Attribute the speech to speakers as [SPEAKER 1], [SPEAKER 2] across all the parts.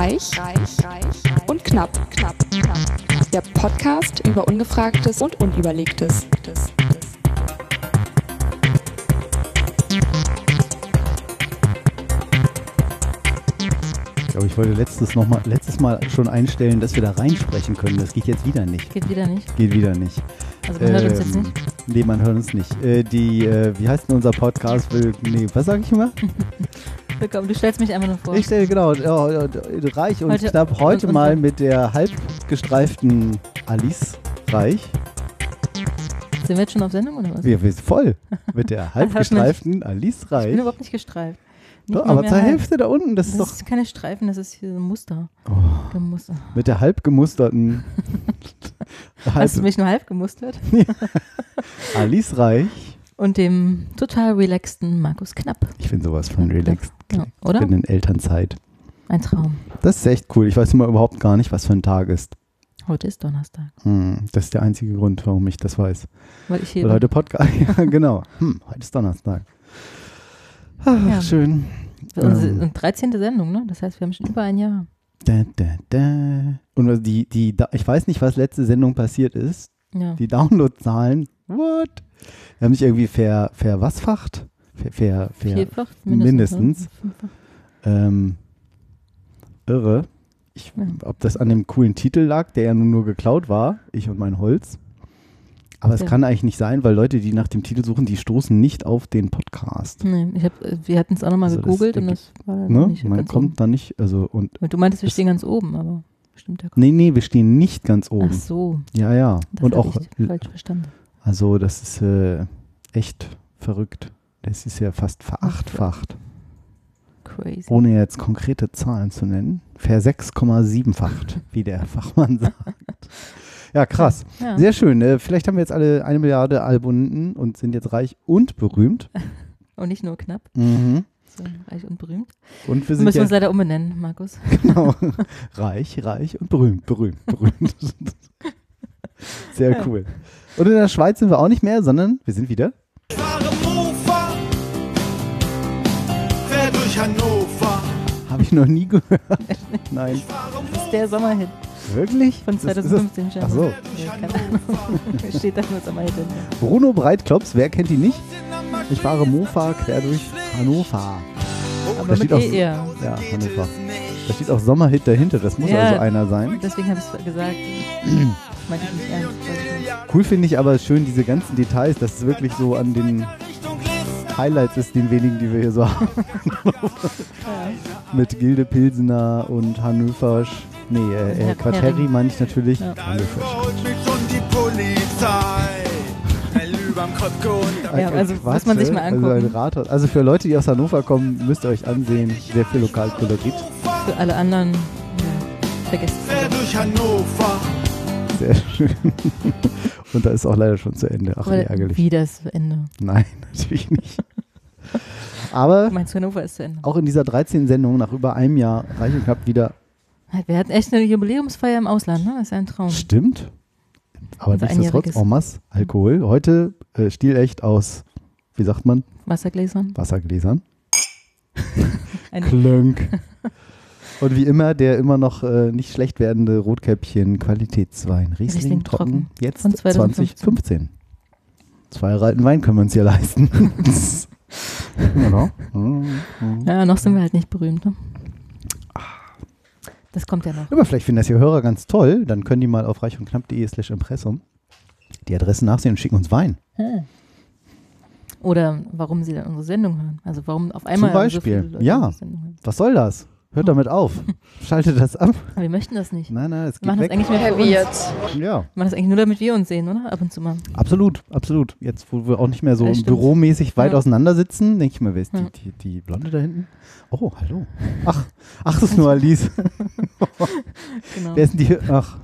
[SPEAKER 1] Reich und knapp. Der Podcast über Ungefragtes und Unüberlegtes.
[SPEAKER 2] Ich glaube, ich wollte letztes Mal schon einstellen, dass wir da reinsprechen können. Das geht jetzt wieder nicht.
[SPEAKER 3] Geht wieder nicht?
[SPEAKER 2] Geht wieder nicht.
[SPEAKER 3] Also man hört uns jetzt nicht?
[SPEAKER 2] Nee, man hört uns nicht. Wie heißt denn unser Podcast? Was sag ich immer?
[SPEAKER 3] Willkommen, du stellst mich einfach nur vor.
[SPEAKER 2] Ich stelle, genau, Reich und knapp heute mal mit der halbgestreiften Alice Reich.
[SPEAKER 3] Sind wir jetzt schon auf Sendung oder was?
[SPEAKER 2] Wir sind voll mit der halbgestreiften Alice Reich.
[SPEAKER 3] Ich bin überhaupt nicht gestreift. Nicht
[SPEAKER 2] Doch, aber zur Hälfte da unten, das ist doch...
[SPEAKER 3] Das ist keine Streifen, das ist hier so ein Muster.
[SPEAKER 2] Oh,
[SPEAKER 3] Muster.
[SPEAKER 2] mit der halbgemusterten...
[SPEAKER 3] Hast du mich nur halb gemustert?
[SPEAKER 2] Alice Reich.
[SPEAKER 3] Und dem total relaxten Markus Knapp.
[SPEAKER 2] Ich finde sowas von relaxed.
[SPEAKER 3] Ja, oder?
[SPEAKER 2] Ich bin in Elternzeit.
[SPEAKER 3] Ein Traum.
[SPEAKER 2] Das ist echt cool. Ich weiß immer überhaupt gar nicht, was für ein Tag ist.
[SPEAKER 3] Heute ist Donnerstag.
[SPEAKER 2] Das ist der einzige Grund, warum ich das weiß.
[SPEAKER 3] Weil ich hier
[SPEAKER 2] Weil heute Podcast... Ja, genau. Heute ist Donnerstag. Ach, ja. Schön.
[SPEAKER 3] Unsere 13. Sendung, ne? Das heißt, wir haben schon über ein Jahr.
[SPEAKER 2] Und ich weiß nicht, was letzte Sendung passiert ist.
[SPEAKER 3] Ja.
[SPEAKER 2] Die Downloadzahlen, what? Wir haben sich irgendwie verwasfacht.
[SPEAKER 3] Vierfach?
[SPEAKER 2] Mindestens. Irre. Ob das an dem coolen Titel lag, der ja nur geklaut war, Ich und mein Holz. Aber es kann eigentlich nicht sein, weil Leute, die nach dem Titel suchen, die stoßen nicht auf den Podcast.
[SPEAKER 3] Nee, wir hatten es auch nochmal gegoogelt und das war
[SPEAKER 2] ne?
[SPEAKER 3] nicht
[SPEAKER 2] Man
[SPEAKER 3] ganz
[SPEAKER 2] kommt
[SPEAKER 3] oben.
[SPEAKER 2] da nicht, also und
[SPEAKER 3] Du meintest, wir stehen ganz oben, aber stimmt ja.
[SPEAKER 2] Nee, wir stehen nicht ganz oben.
[SPEAKER 3] Ach so.
[SPEAKER 2] Ja.
[SPEAKER 3] Das
[SPEAKER 2] und auch
[SPEAKER 3] ich falsch verstanden.
[SPEAKER 2] Also das ist echt verrückt. Das ist ja fast verachtfacht.
[SPEAKER 3] Crazy.
[SPEAKER 2] Ohne jetzt konkrete Zahlen zu nennen. 6,7-facht, wie der Fachmann sagt. Ja, krass.
[SPEAKER 3] Ja.
[SPEAKER 2] Sehr schön. Vielleicht haben wir jetzt alle 1 Milliarde Abonnenten und sind jetzt reich und berühmt.
[SPEAKER 3] Und nicht nur knapp,
[SPEAKER 2] Mhm.
[SPEAKER 3] sondern reich und berühmt.
[SPEAKER 2] Und wir
[SPEAKER 3] Müssen
[SPEAKER 2] sind
[SPEAKER 3] uns leider umbenennen, Markus.
[SPEAKER 2] genau, reich und berühmt. Sehr cool. Und in der Schweiz sind wir auch nicht mehr, sondern wir sind wieder.
[SPEAKER 4] Ich fahre Mofa, quer durch Hannover.
[SPEAKER 2] Habe ich noch nie gehört. Nein.
[SPEAKER 3] Das ist der Sommerhit
[SPEAKER 2] Wirklich?
[SPEAKER 3] von 2015 schon.
[SPEAKER 2] Ach so.
[SPEAKER 3] Ja, keine Ahnung. Steht da nur Sommerhit drin.
[SPEAKER 2] Bruno Breitklops, wer kennt ihn nicht? Ich fahre Mofa quer durch Hannover.
[SPEAKER 3] Aber
[SPEAKER 2] Da
[SPEAKER 3] mit
[SPEAKER 2] steht auch-
[SPEAKER 3] ja.
[SPEAKER 2] Ja, Hannover. Da steht auch Sommerhit dahinter, das muss
[SPEAKER 3] Ja.
[SPEAKER 2] also einer sein.
[SPEAKER 3] Deswegen habe ich es gesagt. Meinte ich nicht ernst.
[SPEAKER 2] Cool finde ich aber schön diese ganzen Details, dass es wirklich so an den Highlights ist, den wenigen, die wir hier so haben. Mit Gilde Pilsener und Hannoversch. Nee, Quateri meine ich natürlich.
[SPEAKER 3] Ja.
[SPEAKER 2] Hannoversch.
[SPEAKER 4] Holt mich und die Polizei. Schnell überm Kröpke und
[SPEAKER 3] Ja, also muss man sich mal angucken.
[SPEAKER 2] Also, ein Rathaus. Also für Leute, die aus Hannover kommen, müsst ihr euch ansehen. Sehr viel Lokalkolorit.
[SPEAKER 3] Für alle anderen, ja, vergesst
[SPEAKER 4] quer
[SPEAKER 3] es.
[SPEAKER 4] durch Hannover.
[SPEAKER 2] Sehr schön. Und da ist auch leider schon zu Ende. Ach, wie ärgerlich.
[SPEAKER 3] Wie das Ende.
[SPEAKER 2] Nein, natürlich nicht. Aber
[SPEAKER 3] Meinst du, Hannover ist zu Ende?
[SPEAKER 2] auch in dieser 13. Sendung nach über einem Jahr Reich und Knapp wieder.
[SPEAKER 3] Wir hatten echt eine Jubiläumsfeier im Ausland, ne? Das ist ja ein Traum.
[SPEAKER 2] Stimmt. Aber
[SPEAKER 3] Unser
[SPEAKER 2] nichtsdestotrotz,
[SPEAKER 3] Einjähriges.
[SPEAKER 2] en masse Alkohol. Heute stilecht aus, wie sagt man,
[SPEAKER 3] Wassergläsern.
[SPEAKER 2] Wassergläsern.
[SPEAKER 3] Ein-
[SPEAKER 2] Klönk. Und wie immer, der immer noch nicht schlecht werdende Rotkäppchen Qualitätswein. Riesling
[SPEAKER 3] Riesling
[SPEAKER 2] trocken.
[SPEAKER 3] trocken.
[SPEAKER 2] Jetzt
[SPEAKER 3] Von
[SPEAKER 2] 2015. 2 Reiten Wein können wir uns hier leisten. Genau.
[SPEAKER 3] Ja, noch sind wir halt nicht berühmt, ne? Das kommt ja noch.
[SPEAKER 2] Aber vielleicht finden das hier Hörer ganz toll. Dann können die mal auf reichundknapp.de/Impressum die Adressen nachsehen und schicken uns Wein.
[SPEAKER 3] Oder warum sie dann unsere Sendung hören. Also warum auf einmal
[SPEAKER 2] Zum Beispiel.
[SPEAKER 3] so viele Leute
[SPEAKER 2] Ja.
[SPEAKER 3] unsere Sendung hören.
[SPEAKER 2] Was soll das? Hört damit auf. Schaltet das ab.
[SPEAKER 3] Aber wir möchten das nicht.
[SPEAKER 2] Nein, es
[SPEAKER 3] Wir
[SPEAKER 2] geht
[SPEAKER 3] machen das
[SPEAKER 2] weg.
[SPEAKER 3] eigentlich mehr für uns.
[SPEAKER 1] Verwirrt.
[SPEAKER 3] Wir
[SPEAKER 2] Ja,
[SPEAKER 3] machen das eigentlich nur, damit wir uns sehen, oder? Ab und zu mal.
[SPEAKER 2] absolut. Jetzt, wo wir auch nicht mehr so
[SPEAKER 3] Das stimmt.
[SPEAKER 2] büromäßig weit
[SPEAKER 3] Ja.
[SPEAKER 2] auseinander sitzen, denke ich mir, wer ist
[SPEAKER 3] Ja.
[SPEAKER 2] die Blonde da hinten? Oh, hallo. Ach, das ist nur Alice.
[SPEAKER 3] Genau.
[SPEAKER 2] Wer ist denn die? Ach.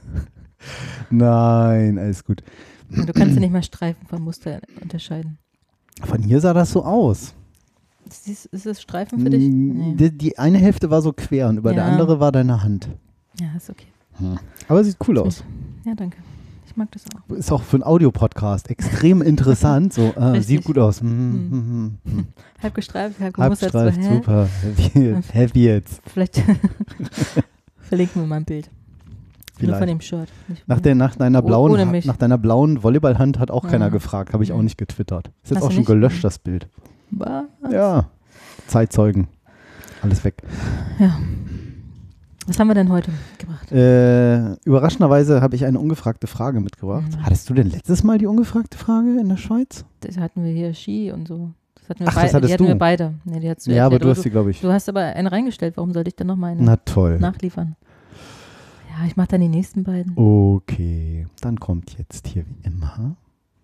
[SPEAKER 2] Nein, alles gut.
[SPEAKER 3] Und du kannst ja nicht mal Streifen vom Muster unterscheiden.
[SPEAKER 2] Von hier sah das so aus.
[SPEAKER 3] Ist das Streifen für dich? Nee.
[SPEAKER 2] Die eine Hälfte war so quer und über der
[SPEAKER 3] Ja.
[SPEAKER 2] andere war deine Hand.
[SPEAKER 3] Ja, ist okay.
[SPEAKER 2] Aber sieht cool aus.
[SPEAKER 3] Ja, danke. Ich mag das auch.
[SPEAKER 2] Ist auch für einen Audiopodcast extrem interessant. So,
[SPEAKER 3] Richtig.
[SPEAKER 2] sieht gut aus.
[SPEAKER 3] Halb gestreift, halb gemustert.
[SPEAKER 2] Halbstreift,
[SPEAKER 3] So,
[SPEAKER 2] super. Heavy jetzt.
[SPEAKER 3] Vielleicht verlinken wir mal ein Bild. Nur von dem Shirt. Nicht
[SPEAKER 2] Nach
[SPEAKER 3] ohne mich.
[SPEAKER 2] deiner blauen Volleyballhand hat auch keiner
[SPEAKER 3] Ja.
[SPEAKER 2] gefragt. Habe ich auch nicht getwittert. Ist jetzt
[SPEAKER 3] Hast
[SPEAKER 2] auch
[SPEAKER 3] du
[SPEAKER 2] schon
[SPEAKER 3] nicht?
[SPEAKER 2] gelöscht, das Bild.
[SPEAKER 3] Was?
[SPEAKER 2] Ja. Zeitzeugen. Alles weg.
[SPEAKER 3] Ja. Was haben wir denn heute gebracht?
[SPEAKER 2] Überraschenderweise habe ich eine ungefragte Frage mitgebracht.
[SPEAKER 3] Mhm.
[SPEAKER 2] Hattest du denn letztes Mal die ungefragte Frage in der Schweiz?
[SPEAKER 3] Das hatten wir hier Ski und so. Das hatten wir
[SPEAKER 2] Ach, das hattest
[SPEAKER 3] die hatten
[SPEAKER 2] du?
[SPEAKER 3] wir beide. Nee, die hattest du
[SPEAKER 2] Ja, aber
[SPEAKER 3] erklärt,
[SPEAKER 2] du hast sie, glaube ich.
[SPEAKER 3] Du hast aber eine reingestellt. Warum sollte ich dann nochmal eine
[SPEAKER 2] Na toll.
[SPEAKER 3] nachliefern? Ja, ich mache dann die nächsten beiden.
[SPEAKER 2] Okay, dann kommt jetzt hier wie immer.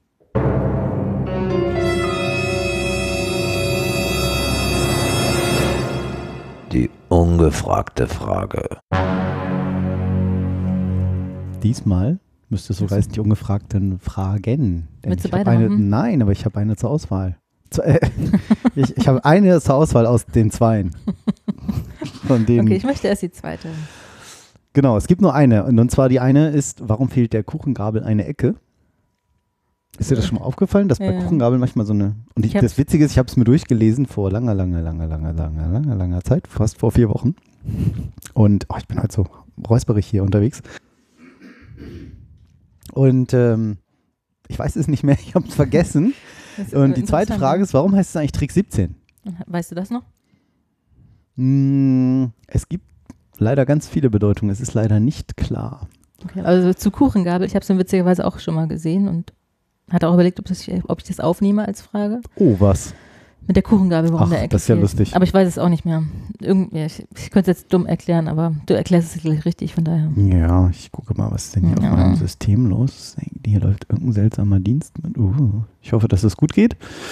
[SPEAKER 5] Die ungefragte Frage.
[SPEAKER 2] Diesmal müsste es sogar heißen, die ungefragten Fragen. Denn
[SPEAKER 3] Willst du
[SPEAKER 2] ich habe
[SPEAKER 3] beide
[SPEAKER 2] eine,
[SPEAKER 3] machen?
[SPEAKER 2] nein, aber ich habe eine zur Auswahl. Ich habe eine zur Auswahl aus den zweien. Von denen.
[SPEAKER 3] Okay, ich möchte erst die zweite.
[SPEAKER 2] Genau, es gibt nur eine. Und zwar die eine ist, warum fehlt der Kuchengabel eine Ecke? Ist dir das schon mal aufgefallen, dass bei
[SPEAKER 3] Ja.
[SPEAKER 2] Kuchengabeln manchmal so eine... Und
[SPEAKER 3] Ich
[SPEAKER 2] das Witzige ist, ich habe es mir durchgelesen vor langer Zeit, fast vor 4 Wochen. Und ich bin halt so räusperig hier unterwegs. Und ich weiß es nicht mehr, ich habe es vergessen.
[SPEAKER 3] Das ist
[SPEAKER 2] Und die zweite
[SPEAKER 3] interessant.
[SPEAKER 2] Frage ist, warum heißt es eigentlich Trick 17?
[SPEAKER 3] Weißt du das noch?
[SPEAKER 2] Es gibt leider ganz viele Bedeutungen, es ist leider nicht klar.
[SPEAKER 3] Okay. Also zu Kuchengabel, ich habe es dann witzigerweise auch schon mal gesehen und hatte auch überlegt, ob ich das aufnehme als Frage.
[SPEAKER 2] Oh, was?
[SPEAKER 3] Mit der Kuchengabel, warum
[SPEAKER 2] Ach,
[SPEAKER 3] der Ecke
[SPEAKER 2] das ist ja
[SPEAKER 3] fehlt.
[SPEAKER 2] lustig.
[SPEAKER 3] Aber ich weiß es auch nicht mehr. Ich könnte es jetzt dumm erklären, aber du erklärst es gleich richtig, von daher.
[SPEAKER 2] Ja, ich gucke mal, was ist denn hier
[SPEAKER 3] Ja.
[SPEAKER 2] auf meinem System los? Hier läuft irgendein seltsamer Dienst mit. Ich hoffe, dass es gut geht.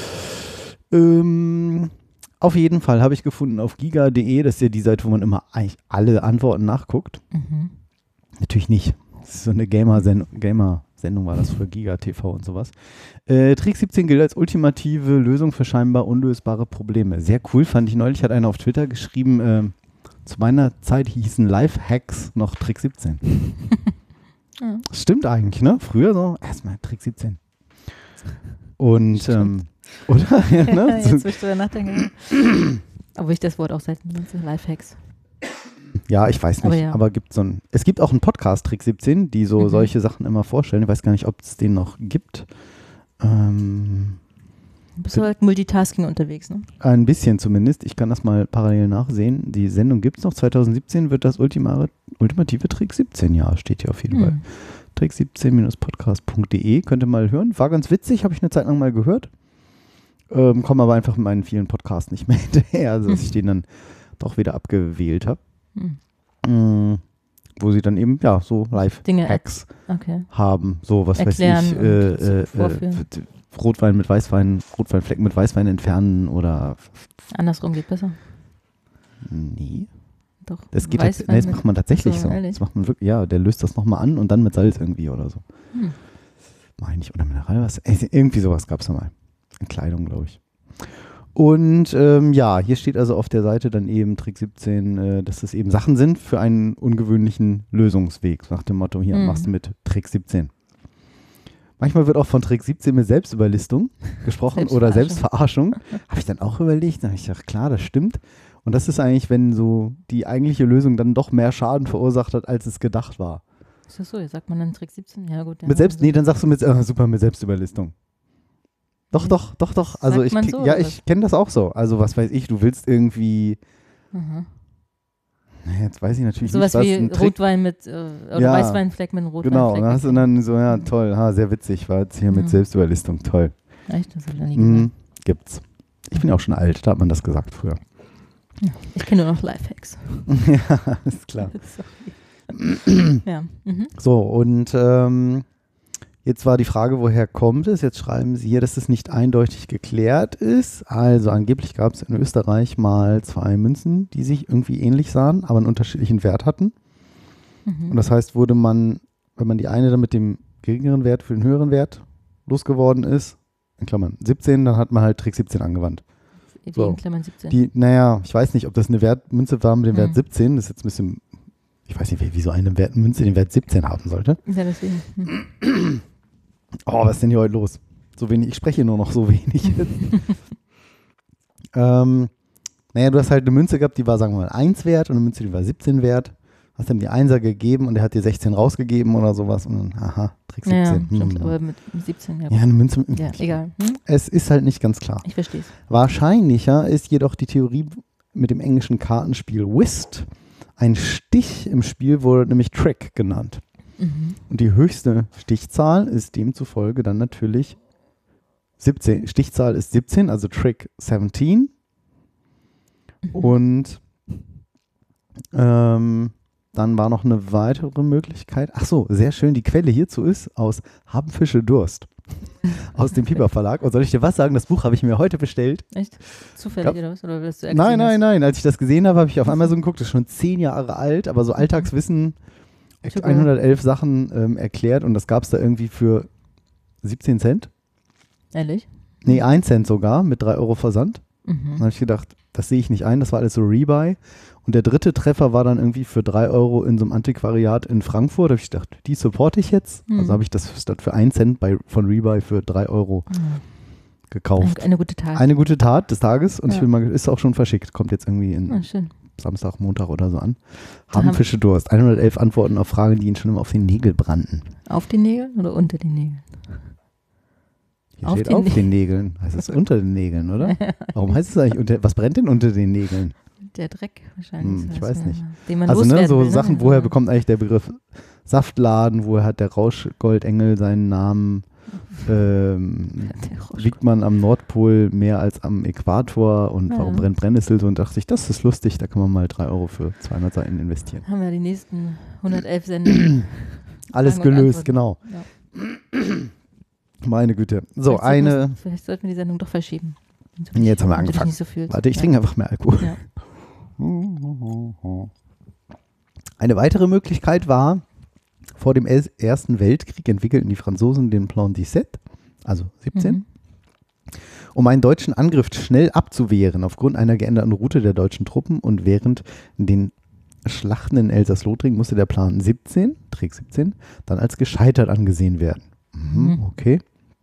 [SPEAKER 2] Auf jeden Fall habe ich gefunden auf giga.de, das ist ja die Seite, wo man immer eigentlich alle Antworten nachguckt.
[SPEAKER 3] Mhm.
[SPEAKER 2] Natürlich nicht. Das ist so eine Gamer-Sendung war das für Giga TV und sowas. Trick 17 gilt als ultimative Lösung für scheinbar unlösbare Probleme. Sehr cool, fand ich neulich, hat einer auf Twitter geschrieben, zu meiner Zeit hießen Live-Hacks noch Trick 17.
[SPEAKER 3] Ja.
[SPEAKER 2] Stimmt eigentlich, ne? Früher so, erstmal Trick 17. Und, oder? Ja, ne?
[SPEAKER 3] Jetzt will ich drüber nachdenken. Obwohl ich das Wort auch selten benutze, Lifehacks.
[SPEAKER 2] Ja, ich weiß nicht,
[SPEAKER 3] Aber ja.
[SPEAKER 2] es gibt auch einen Podcast, Trick 17, die so
[SPEAKER 3] Mhm.
[SPEAKER 2] solche Sachen immer vorstellen. Ich weiß gar nicht, ob es den noch gibt.
[SPEAKER 3] Du bist halt Multitasking unterwegs, ne?
[SPEAKER 2] Ein bisschen zumindest. Ich kann das mal parallel nachsehen. Die Sendung gibt es noch. 2017 wird das ultimative Trick 17-Jahr, steht hier auf jeden Fall. Trick 17-podcast.de, könnt ihr mal hören. War ganz witzig, habe ich eine Zeit lang mal gehört. Komme aber einfach mit meinen vielen Podcasts nicht mehr hinterher, also dass ich den dann doch wieder abgewählt habe. Wo sie dann eben, ja, so Live-Hacks
[SPEAKER 3] Okay.
[SPEAKER 2] haben. So, was
[SPEAKER 3] Erklären
[SPEAKER 2] weiß ich,
[SPEAKER 3] und vorführen.
[SPEAKER 2] Rotwein mit Weißwein, Rotweinflecken mit Weißwein entfernen oder
[SPEAKER 3] Andersrum geht besser.
[SPEAKER 2] nee.
[SPEAKER 3] Doch.
[SPEAKER 2] Das geht
[SPEAKER 3] Weißwein
[SPEAKER 2] das
[SPEAKER 3] mit-
[SPEAKER 2] macht man tatsächlich
[SPEAKER 3] Ach
[SPEAKER 2] so.
[SPEAKER 3] so, ehrlich?
[SPEAKER 2] Das macht man wirklich, ja, der löst das nochmal an und dann mit Salz irgendwie oder so.
[SPEAKER 3] Hm.
[SPEAKER 2] Meine ich, oder Mineralwasser. Irgendwie sowas gab es mal. In Kleidung, glaube ich. Und ja, hier steht also auf der Seite dann eben Trick 17, dass das eben Sachen sind für einen ungewöhnlichen Lösungsweg. Nach dem Motto, hier machst du mit Trick 17. Manchmal wird auch von Trick 17 mit Selbstüberlistung gesprochen oder Selbstverarschung. Habe ich dann auch überlegt. Dann habe ich gedacht, klar, das stimmt. Und das ist eigentlich, wenn so die eigentliche Lösung dann doch mehr Schaden verursacht hat, als es gedacht war.
[SPEAKER 3] Ist das so? Jetzt sagt man dann Trick 17? Ja, gut. Ja,
[SPEAKER 2] Mit nee, dann sagst du mit Selbstüberlistung. Doch. Also
[SPEAKER 3] Sagt man so, oder
[SPEAKER 2] ich kenne das auch so. Also was weiß ich, du willst irgendwie,
[SPEAKER 3] Aha.
[SPEAKER 2] jetzt weiß ich natürlich
[SPEAKER 3] Sowas
[SPEAKER 2] nicht, was
[SPEAKER 3] wie
[SPEAKER 2] ein Trick,
[SPEAKER 3] Rotwein mit, oder
[SPEAKER 2] Ja.
[SPEAKER 3] Weißweinfleck mit einem Rotweinfleck.
[SPEAKER 2] genau, dann hast du dann so, ja toll, sehr witzig, war jetzt hier mit
[SPEAKER 3] Ja.
[SPEAKER 2] Selbstüberlistung, toll.
[SPEAKER 3] Echt? Das habe ich noch nie gehört.
[SPEAKER 2] Gibt's. Ich bin ja auch schon alt, da hat man das gesagt früher.
[SPEAKER 3] Ich kenne nur noch Lifehacks.
[SPEAKER 2] Ja, ist klar.
[SPEAKER 3] Sorry. Ja. Mhm.
[SPEAKER 2] So, und jetzt war die Frage, woher kommt es? Jetzt schreiben sie hier, dass es nicht eindeutig geklärt ist. Also angeblich gab es in Österreich mal 2 Münzen, die sich irgendwie ähnlich sahen, aber einen unterschiedlichen Wert hatten.
[SPEAKER 3] Mhm.
[SPEAKER 2] Und das heißt, wurde man, wenn man die eine dann mit dem geringeren Wert für den höheren Wert losgeworden ist, in Klammern 17, dann hat man halt Trick 17 angewandt.
[SPEAKER 3] Wie
[SPEAKER 2] so.
[SPEAKER 3] in Klammern 17.
[SPEAKER 2] Naja, ich weiß nicht, ob das eine Münze war mit dem Wert 17, das ist jetzt ein bisschen Ich weiß nicht, wie so eine Münze den Wert 17 haben sollte.
[SPEAKER 3] Ja, deswegen.
[SPEAKER 2] Oh, was ist denn hier heute los? So wenig, ich spreche nur noch so wenig jetzt. Naja, du hast halt eine Münze gehabt, die war, sagen wir mal, 1 wert und eine Münze, die war 17 wert. Hast ihm die 1er gegeben und der hat dir 16 rausgegeben oder sowas und dann, aha, Trick 17.
[SPEAKER 3] Ja, stimmt, aber mit 17, ja.
[SPEAKER 2] Ja, eine Münze.
[SPEAKER 3] Ja, egal.
[SPEAKER 2] Es ist halt nicht ganz klar.
[SPEAKER 3] Ich verstehe es.
[SPEAKER 2] Wahrscheinlicher ist jedoch die Theorie mit dem englischen Kartenspiel Whist. Ein Stich im Spiel wurde nämlich Trick genannt. Und die höchste Stichzahl ist demzufolge dann natürlich 17. Stichzahl ist 17, also Trick 17. Und dann war noch eine weitere Möglichkeit. Ach so, sehr schön. Die Quelle hierzu ist aus Haben Fische Durst. Aus dem Piper Verlag. Und soll ich dir was sagen? Das Buch habe ich mir heute bestellt.
[SPEAKER 3] Echt? Zufällig oder was? Oder willst du
[SPEAKER 2] Nein. Als ich das gesehen habe, habe ich auf Amazon geguckt. Das ist schon 10 Jahre alt, aber so Alltagswissen, 111 Sachen erklärt. Und das gab es da irgendwie für 17 Cent.
[SPEAKER 3] Ehrlich?
[SPEAKER 2] Nee, 1 Cent sogar, mit 3 Euro Versand. Dann habe ich gedacht, das sehe ich nicht ein. Das war alles so Rebuy. Und der dritte Treffer war dann irgendwie für 3 Euro in so einem Antiquariat in Frankfurt. Da habe ich gedacht, die supporte ich jetzt. Also habe ich das statt für 1 Cent von Rebuy für 3 Euro gekauft.
[SPEAKER 3] Eine gute Tat.
[SPEAKER 2] Eine gute Tat des Tages. Und ich will mal, ist auch schon verschickt. Kommt jetzt irgendwie in
[SPEAKER 3] schön.
[SPEAKER 2] Samstag, Montag oder so an. Haben Fische Durst. 111 Antworten auf Fragen, die ihnen schon immer auf den Nägel brannten.
[SPEAKER 3] Auf den Nägeln oder unter den Nägeln?
[SPEAKER 2] Hier steht auf den Nägeln. Heißt es unter den Nägeln, oder? Warum heißt es eigentlich was brennt denn unter den Nägeln?
[SPEAKER 3] Der Dreck wahrscheinlich.
[SPEAKER 2] Ich weiß nicht.
[SPEAKER 3] Den man
[SPEAKER 2] also so
[SPEAKER 3] will,
[SPEAKER 2] Sachen, woher bekommt eigentlich der Begriff Saftladen, woher hat der Rauschgoldengel seinen Namen? Liegt man am Nordpol mehr als am Äquator und warum brennt Brennnessel so? Und dachte ich, das ist lustig, da kann man mal 3 Euro für 200 Seiten investieren.
[SPEAKER 3] Haben wir die nächsten 111 Sendungen.
[SPEAKER 2] Alles gelöst, genau. Ja. Meine Güte. So,
[SPEAKER 3] vielleicht sollten wir die Sendung doch verschieben.
[SPEAKER 2] Jetzt haben wir angefangen.
[SPEAKER 3] Nicht so viel
[SPEAKER 2] Warte, ich trinke einfach mehr Alkohol. Ja. Eine weitere Möglichkeit war, vor dem Ersten Weltkrieg entwickelten die Franzosen den Plan 17, also 17, um einen deutschen Angriff schnell abzuwehren aufgrund einer geänderten Route der deutschen Truppen und während den Schlachten in Elsass-Lothringen musste der Plan 17, Trick 17, dann als gescheitert angesehen werden. Okay.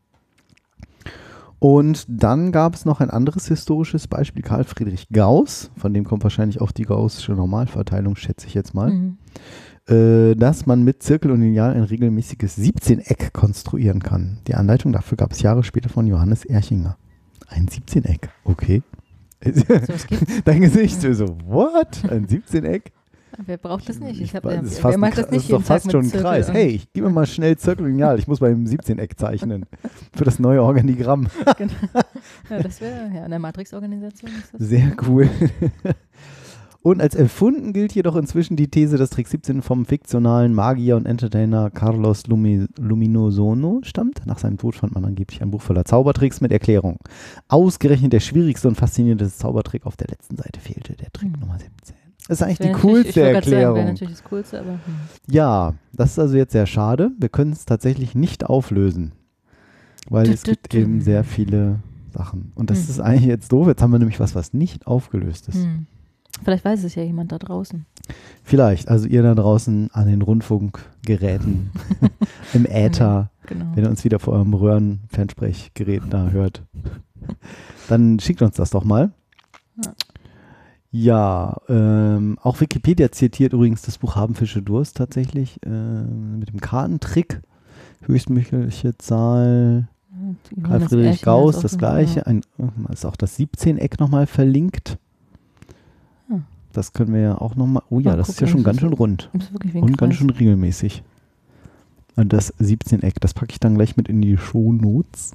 [SPEAKER 2] Und dann gab es noch ein anderes historisches Beispiel, Karl Friedrich Gauß, von dem kommt wahrscheinlich auch die gaußsche Normalverteilung, schätze ich jetzt mal, dass man mit Zirkel und Lineal ein regelmäßiges 17-Eck konstruieren kann. Die Anleitung dafür gab es Jahre später von Johannes Erchinger. Ein 17-Eck, okay. Dein Gesicht so, what? Ein 17-Eck?
[SPEAKER 3] Wer braucht das nicht?
[SPEAKER 2] Das ist doch fast schon ein Kreis. Hey, ich gebe mir mal schnell Zirkel und Lineal. Ich muss beim 17-Eck zeichnen. Für das neue Organigramm.
[SPEAKER 3] Genau. Ja, das wäre in der Matrix-Organisation.
[SPEAKER 2] Sehr cool. Und als erfunden gilt jedoch inzwischen die These, dass Trick 17 vom fiktionalen Magier und Entertainer Carlos Luminosono stammt. Nach seinem Tod fand man angeblich ein Buch voller Zaubertricks mit Erklärung. Ausgerechnet der schwierigste und faszinierendste Zaubertrick auf der letzten Seite fehlte, der Trick Nummer 17. Das ist eigentlich die coolste Erklärung.
[SPEAKER 3] Wäre natürlich das Coolste, aber
[SPEAKER 2] ja, das ist also jetzt sehr schade. Wir können es tatsächlich nicht auflösen, weil es gibt eben sehr viele Sachen. Und das ist eigentlich jetzt doof. Jetzt haben wir nämlich was nicht aufgelöst ist.
[SPEAKER 3] Vielleicht weiß es ja jemand da draußen.
[SPEAKER 2] Vielleicht. Also ihr da draußen an den Rundfunkgeräten im Äther, wenn ihr uns wieder vor eurem Röhrenfernsprechgerät da hört, dann schickt uns das doch mal. Ja, auch Wikipedia zitiert übrigens das Buch Haben Fische Durst tatsächlich mit dem Kartentrick. Höchstmögliche Zahl. Karl Friedrich Gauß, das gleiche. Ist auch das 17-Eck nochmal verlinkt. Das können wir ja auch nochmal. Oh ja, das ist ja schon ganz schön rund. Und ganz schön regelmäßig. Und das 17-Eck, das packe ich dann gleich mit in die Shownotes.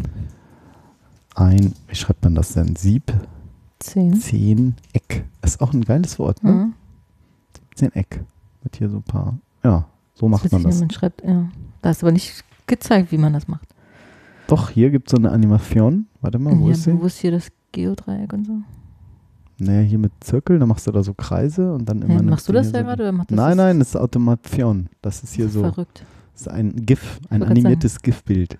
[SPEAKER 2] Wie schreibt man das denn? 10 Eck. Das ist auch ein geiles Wort, ne? 17 Eck. Mit hier so ein paar. Ja, so macht man das.
[SPEAKER 3] Man schreibt, ja. Da ist aber nicht gezeigt, wie man das macht.
[SPEAKER 2] Doch, hier gibt es so eine Animation. Warte mal, wo ist sie?
[SPEAKER 3] Wo ist hier das Geodreieck und so?
[SPEAKER 2] Naja, hier mit Zirkel, da machst du da so Kreise und dann immer.
[SPEAKER 3] Machst du das ja gerade? Oder macht das
[SPEAKER 2] nein, das ist Automation. Das ist hier so.
[SPEAKER 3] Verrückt.
[SPEAKER 2] Das ist ein GIF, ein animiertes GIF-Bild.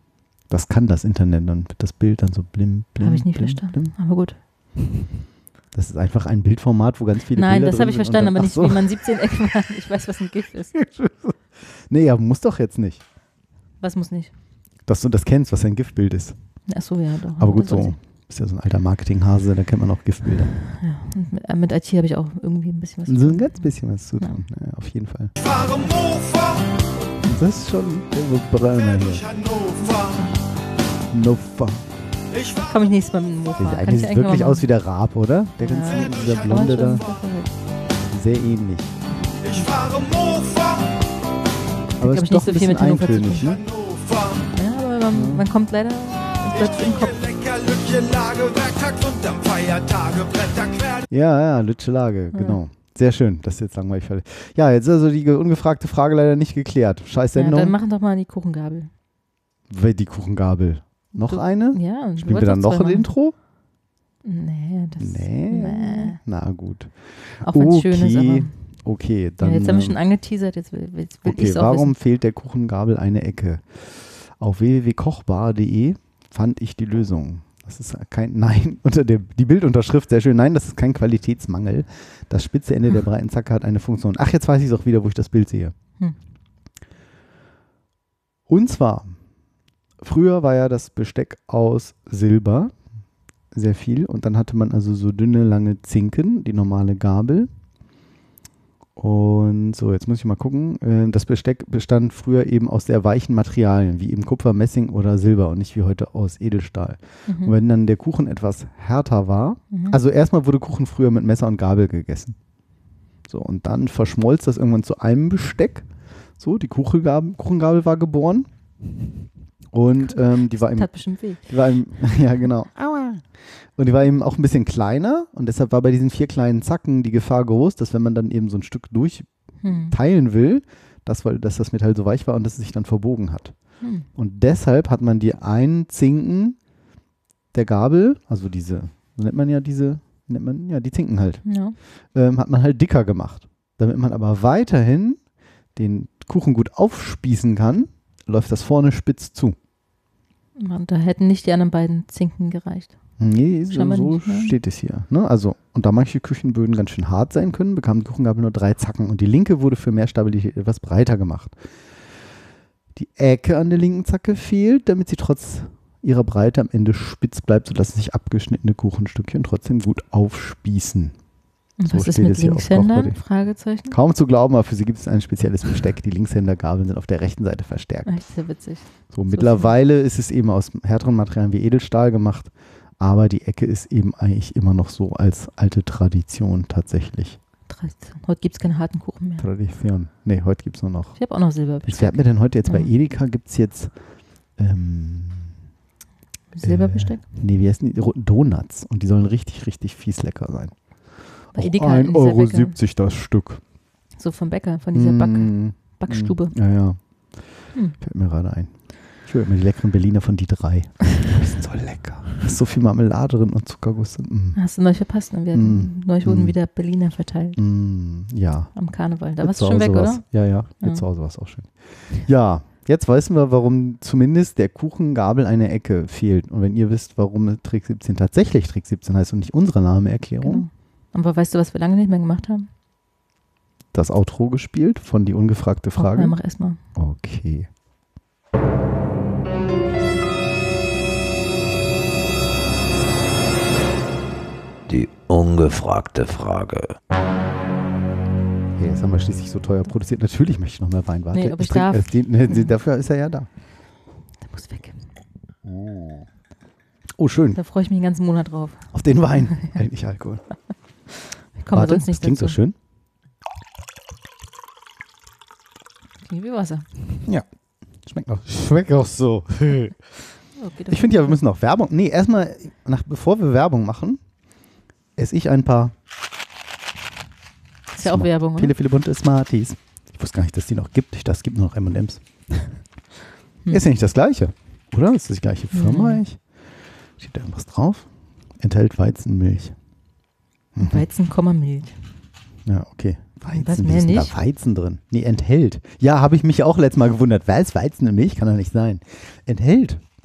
[SPEAKER 2] Das kann das Internet, dann wird das Bild dann so blim, blim.
[SPEAKER 3] Habe ich nicht
[SPEAKER 2] blim,
[SPEAKER 3] verstanden,
[SPEAKER 2] blim.
[SPEAKER 3] aber gut.
[SPEAKER 2] Das ist einfach ein Bildformat, wo ganz viele
[SPEAKER 3] Nein,
[SPEAKER 2] Bilder
[SPEAKER 3] das habe ich
[SPEAKER 2] drin sind
[SPEAKER 3] verstanden,
[SPEAKER 2] und
[SPEAKER 3] aber
[SPEAKER 2] dann-
[SPEAKER 3] nicht, wie man 17 Ecken macht. Ich weiß, was ein GIF ist.
[SPEAKER 2] Nee, ja, muss doch jetzt nicht.
[SPEAKER 3] Was muss nicht?
[SPEAKER 2] Dass du das kennst, was ein GIF-Bild ist.
[SPEAKER 3] Achso, ja, doch.
[SPEAKER 2] Aber gut,
[SPEAKER 3] das weiß
[SPEAKER 2] so.
[SPEAKER 3] ich.
[SPEAKER 2] Ist ja so ein alter Marketinghase, da kennt man auch GIF-Bilder.
[SPEAKER 3] Ja, und mit IT habe ich auch irgendwie ein bisschen was zu
[SPEAKER 2] So ein
[SPEAKER 3] tun.
[SPEAKER 2] ganz bisschen was zu tun. Ja, auf jeden Fall.
[SPEAKER 4] Ich fahre Mofa
[SPEAKER 2] Das ist schon so Brenner
[SPEAKER 4] durch
[SPEAKER 2] hier.
[SPEAKER 4] Hannover.
[SPEAKER 2] Nuffa.
[SPEAKER 4] Ich fahre
[SPEAKER 3] Komme ich nächstes Mal mit dem Mofa.
[SPEAKER 2] Der
[SPEAKER 3] Kann
[SPEAKER 2] eine
[SPEAKER 3] ich
[SPEAKER 2] sieht
[SPEAKER 3] eigentlich
[SPEAKER 2] wirklich
[SPEAKER 3] mal
[SPEAKER 2] aus wie der Raab, oder? Der ganz
[SPEAKER 3] Ja.
[SPEAKER 2] dieser
[SPEAKER 3] machen.
[SPEAKER 2] Blonde
[SPEAKER 3] Aber
[SPEAKER 2] da.
[SPEAKER 3] schon-
[SPEAKER 2] Sehr ähnlich.
[SPEAKER 4] Ich fahre Mofa
[SPEAKER 2] Aber
[SPEAKER 3] glaub
[SPEAKER 2] es
[SPEAKER 3] ich,
[SPEAKER 2] ist
[SPEAKER 3] nicht
[SPEAKER 2] doch
[SPEAKER 3] so
[SPEAKER 2] ein
[SPEAKER 3] viel
[SPEAKER 2] bisschen
[SPEAKER 3] mit Hannover zu
[SPEAKER 2] eintönig,
[SPEAKER 3] tun.
[SPEAKER 2] ne?
[SPEAKER 4] Hannover.
[SPEAKER 3] Ja, aber man kommt leider, es bleibt im Kopf.
[SPEAKER 4] Lecker, Lücke, Lage, Werktag und am Feiertage Bretter quer.
[SPEAKER 2] Ja, Lütsche Lage, genau. Sehr schön, das ist jetzt langweilig. Ja, jetzt ist also die ungefragte Frage leider nicht geklärt. Scheiß
[SPEAKER 3] Ja, dann
[SPEAKER 2] Sendung.
[SPEAKER 3] machen doch mal die Kuchengabel.
[SPEAKER 2] Die Kuchengabel. Noch
[SPEAKER 3] Du-
[SPEAKER 2] eine?
[SPEAKER 3] Ja. du
[SPEAKER 2] Spielen wir
[SPEAKER 3] wolltest
[SPEAKER 2] dann
[SPEAKER 3] doch
[SPEAKER 2] noch ein
[SPEAKER 3] zweimal.
[SPEAKER 2] Intro?
[SPEAKER 3] Nee, das
[SPEAKER 2] Nee. Na gut.
[SPEAKER 3] Auch wenn es schön ist, aber
[SPEAKER 2] Okay, dann.
[SPEAKER 3] ja, jetzt haben wir schon angeteasert, jetzt will ich
[SPEAKER 2] okay,
[SPEAKER 3] es auch
[SPEAKER 2] warum
[SPEAKER 3] wissen.
[SPEAKER 2] fehlt der Kuchengabel eine Ecke? Auf www.kochbar.de fand ich die Lösung. Das ist kein, nein, die Bildunterschrift, sehr schön, nein, das ist kein Qualitätsmangel. Das spitze Ende der breiten Zacke hat eine Funktion. Ach, jetzt weiß ich es auch wieder, wo ich das Bild sehe. Und zwar, früher war ja das Besteck aus Silber, sehr viel, und dann hatte man also so dünne, lange Zinken, die normale Gabel. Und so, jetzt muss ich mal gucken. Das Besteck bestand früher eben aus sehr weichen Materialien, wie eben Kupfer, Messing oder Silber und nicht wie heute aus Edelstahl. Und wenn dann der Kuchen etwas härter war, also erstmal wurde Kuchen früher mit Messer und Gabel gegessen. So, und dann verschmolz das irgendwann zu einem Besteck. So, die Kuchengabel war geboren. Und die war
[SPEAKER 3] Tat bestimmt weh.
[SPEAKER 2] ja, genau. Aua. Und die war eben auch ein bisschen kleiner und deshalb war bei diesen 4 kleinen Zacken die Gefahr groß, dass wenn man dann eben so ein Stück durchteilen will, dass das Metall so weich war und dass es sich dann verbogen hat. Und deshalb hat man die einen Zinken der Gabel, also diese, die Zinken halt,
[SPEAKER 3] Ja.
[SPEAKER 2] hat man halt dicker gemacht. Damit man aber weiterhin den Kuchen gut aufspießen kann, läuft das vorne spitz zu.
[SPEAKER 3] Und da hätten nicht die anderen beiden Zinken gereicht.
[SPEAKER 2] Nee, so
[SPEAKER 3] Scheinbar nicht, ne?
[SPEAKER 2] steht es hier. Ne? Also, und da manche Küchenböden ganz schön hart sein können, bekam die Kuchengabel nur 3 Zacken und die linke wurde für mehr Stabilität etwas breiter gemacht. Die Ecke an der linken Zacke fehlt, damit sie trotz ihrer Breite am Ende spitz bleibt, sodass sich abgeschnittene Kuchenstückchen trotzdem gut aufspießen.
[SPEAKER 3] Und
[SPEAKER 2] So
[SPEAKER 3] was ist
[SPEAKER 2] steht
[SPEAKER 3] mit
[SPEAKER 2] es hier auf
[SPEAKER 3] Linkshändern?
[SPEAKER 2] Kochbody.
[SPEAKER 3] Fragezeichen.
[SPEAKER 2] Kaum zu glauben, aber für sie gibt es ein spezielles Besteck. Die Linkshändergabeln sind auf der rechten Seite verstärkt.
[SPEAKER 3] Echt sehr witzig.
[SPEAKER 2] So, mittlerweile ist es eben aus härteren Materialien wie Edelstahl gemacht, aber die Ecke ist eben eigentlich immer noch so als alte Tradition tatsächlich.
[SPEAKER 3] Tradition. Heute gibt es keine harten Kuchen mehr.
[SPEAKER 2] Tradition. Nee, heute gibt es nur noch.
[SPEAKER 3] Ich habe auch noch Silberbesteck.
[SPEAKER 2] Wer hat mir denn heute jetzt bei
[SPEAKER 3] Ja.
[SPEAKER 2] Edeka gibt es jetzt
[SPEAKER 3] Silberbesteck?
[SPEAKER 2] nee, wie heißen die? Donuts. Und die sollen richtig, richtig fies lecker sein.
[SPEAKER 3] Bei
[SPEAKER 2] Auch
[SPEAKER 3] Edeka in dieser
[SPEAKER 2] 1,70 € das Stück.
[SPEAKER 3] So vom Bäcker, von dieser Backstube.
[SPEAKER 2] Ja.
[SPEAKER 3] Hm.
[SPEAKER 2] Fällt mir gerade ein. Ich will immer die leckeren Berliner von die 3. Die sind so lecker. Da ist so viel Marmelade drin und Zuckerguss.
[SPEAKER 3] Hast du neulich verpasst. Ne? Neulich wurden wieder Berliner verteilt
[SPEAKER 2] Ja.
[SPEAKER 3] am Karneval. Da
[SPEAKER 2] Jetzt
[SPEAKER 3] warst du
[SPEAKER 2] zu
[SPEAKER 3] schon weg,
[SPEAKER 2] Hause
[SPEAKER 3] oder?
[SPEAKER 2] war's. Ja.
[SPEAKER 3] Ja.
[SPEAKER 2] Jetzt zu Hause war es auch schön. Ja, jetzt wissen wir, warum zumindest der Kuchengabel eine Ecke fehlt. Und wenn ihr wisst, warum Trick 17 tatsächlich Trick 17 heißt und nicht unsere Nameerklärung,
[SPEAKER 3] Genau. Aber weißt du, was wir lange nicht mehr gemacht haben?
[SPEAKER 2] das Outro gespielt von die ungefragte Frage.
[SPEAKER 3] Ja, mach erstmal.
[SPEAKER 2] Okay.
[SPEAKER 5] Die ungefragte Frage.
[SPEAKER 2] Hey, das haben wir schließlich so teuer produziert. Natürlich möchte ich noch mehr Wein. Warte,
[SPEAKER 3] Nee, ob ich
[SPEAKER 2] trinke
[SPEAKER 3] darf.
[SPEAKER 2] erst dafür ist er ja da.
[SPEAKER 3] Der muss weg.
[SPEAKER 2] Oh, schön.
[SPEAKER 3] Da freue ich mich den ganzen Monat drauf.
[SPEAKER 2] Auf den Wein. Endlich Alkohol.
[SPEAKER 3] Ich komme
[SPEAKER 2] Warte,
[SPEAKER 3] sonst
[SPEAKER 2] das
[SPEAKER 3] nicht
[SPEAKER 2] klingt so
[SPEAKER 3] dazu.
[SPEAKER 2] schön.
[SPEAKER 3] Klingt wie Wasser.
[SPEAKER 2] Schmeckt auch so.
[SPEAKER 3] Oh, geht doch
[SPEAKER 2] Ich finde ja, wir müssen auch Werbung. Nee, erstmal, bevor wir Werbung machen, esse ich ein paar
[SPEAKER 3] ist ja auch Werbung, oder?
[SPEAKER 2] viele, viele bunte Smarties. Ich wusste gar nicht, dass die noch gibt. Das gibt nur noch M&M's. Ist ja nicht das Gleiche, oder? Ist das die gleiche Firma eigentlich? Steht da irgendwas drauf? Enthält Weizenmilch.
[SPEAKER 3] Weizen, Milch.
[SPEAKER 2] Ja, okay. Weizen,
[SPEAKER 3] Was,
[SPEAKER 2] wie
[SPEAKER 3] mehr
[SPEAKER 2] ist denn da
[SPEAKER 3] nicht?
[SPEAKER 2] Weizen drin? Nee, enthält. Ja, habe ich mich auch letztes Mal gewundert. Was? Weizen und Milch kann doch nicht sein. Enthält.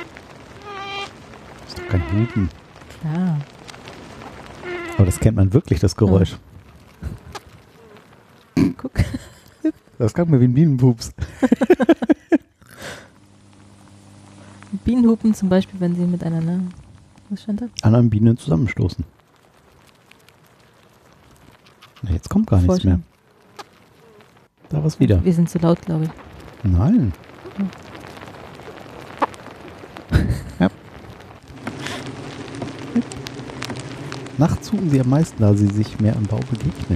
[SPEAKER 2] ist doch kein Hupen.
[SPEAKER 3] Klar.
[SPEAKER 2] Aber das kennt man wirklich, das Geräusch.
[SPEAKER 3] Guck.
[SPEAKER 2] Das klingt mir wie ein Bienenpups.
[SPEAKER 3] Bienen hupen zum Beispiel, wenn sie miteinander, was stand da?
[SPEAKER 2] Anderen Bienen zusammenstoßen. Na, jetzt kommt gar nichts mehr. Da war's wieder.
[SPEAKER 3] Wir sind zu laut, glaube ich.
[SPEAKER 2] Nein. Ja. Nachts suchen sie am meisten, da sie sich mehr im Bau begegnen.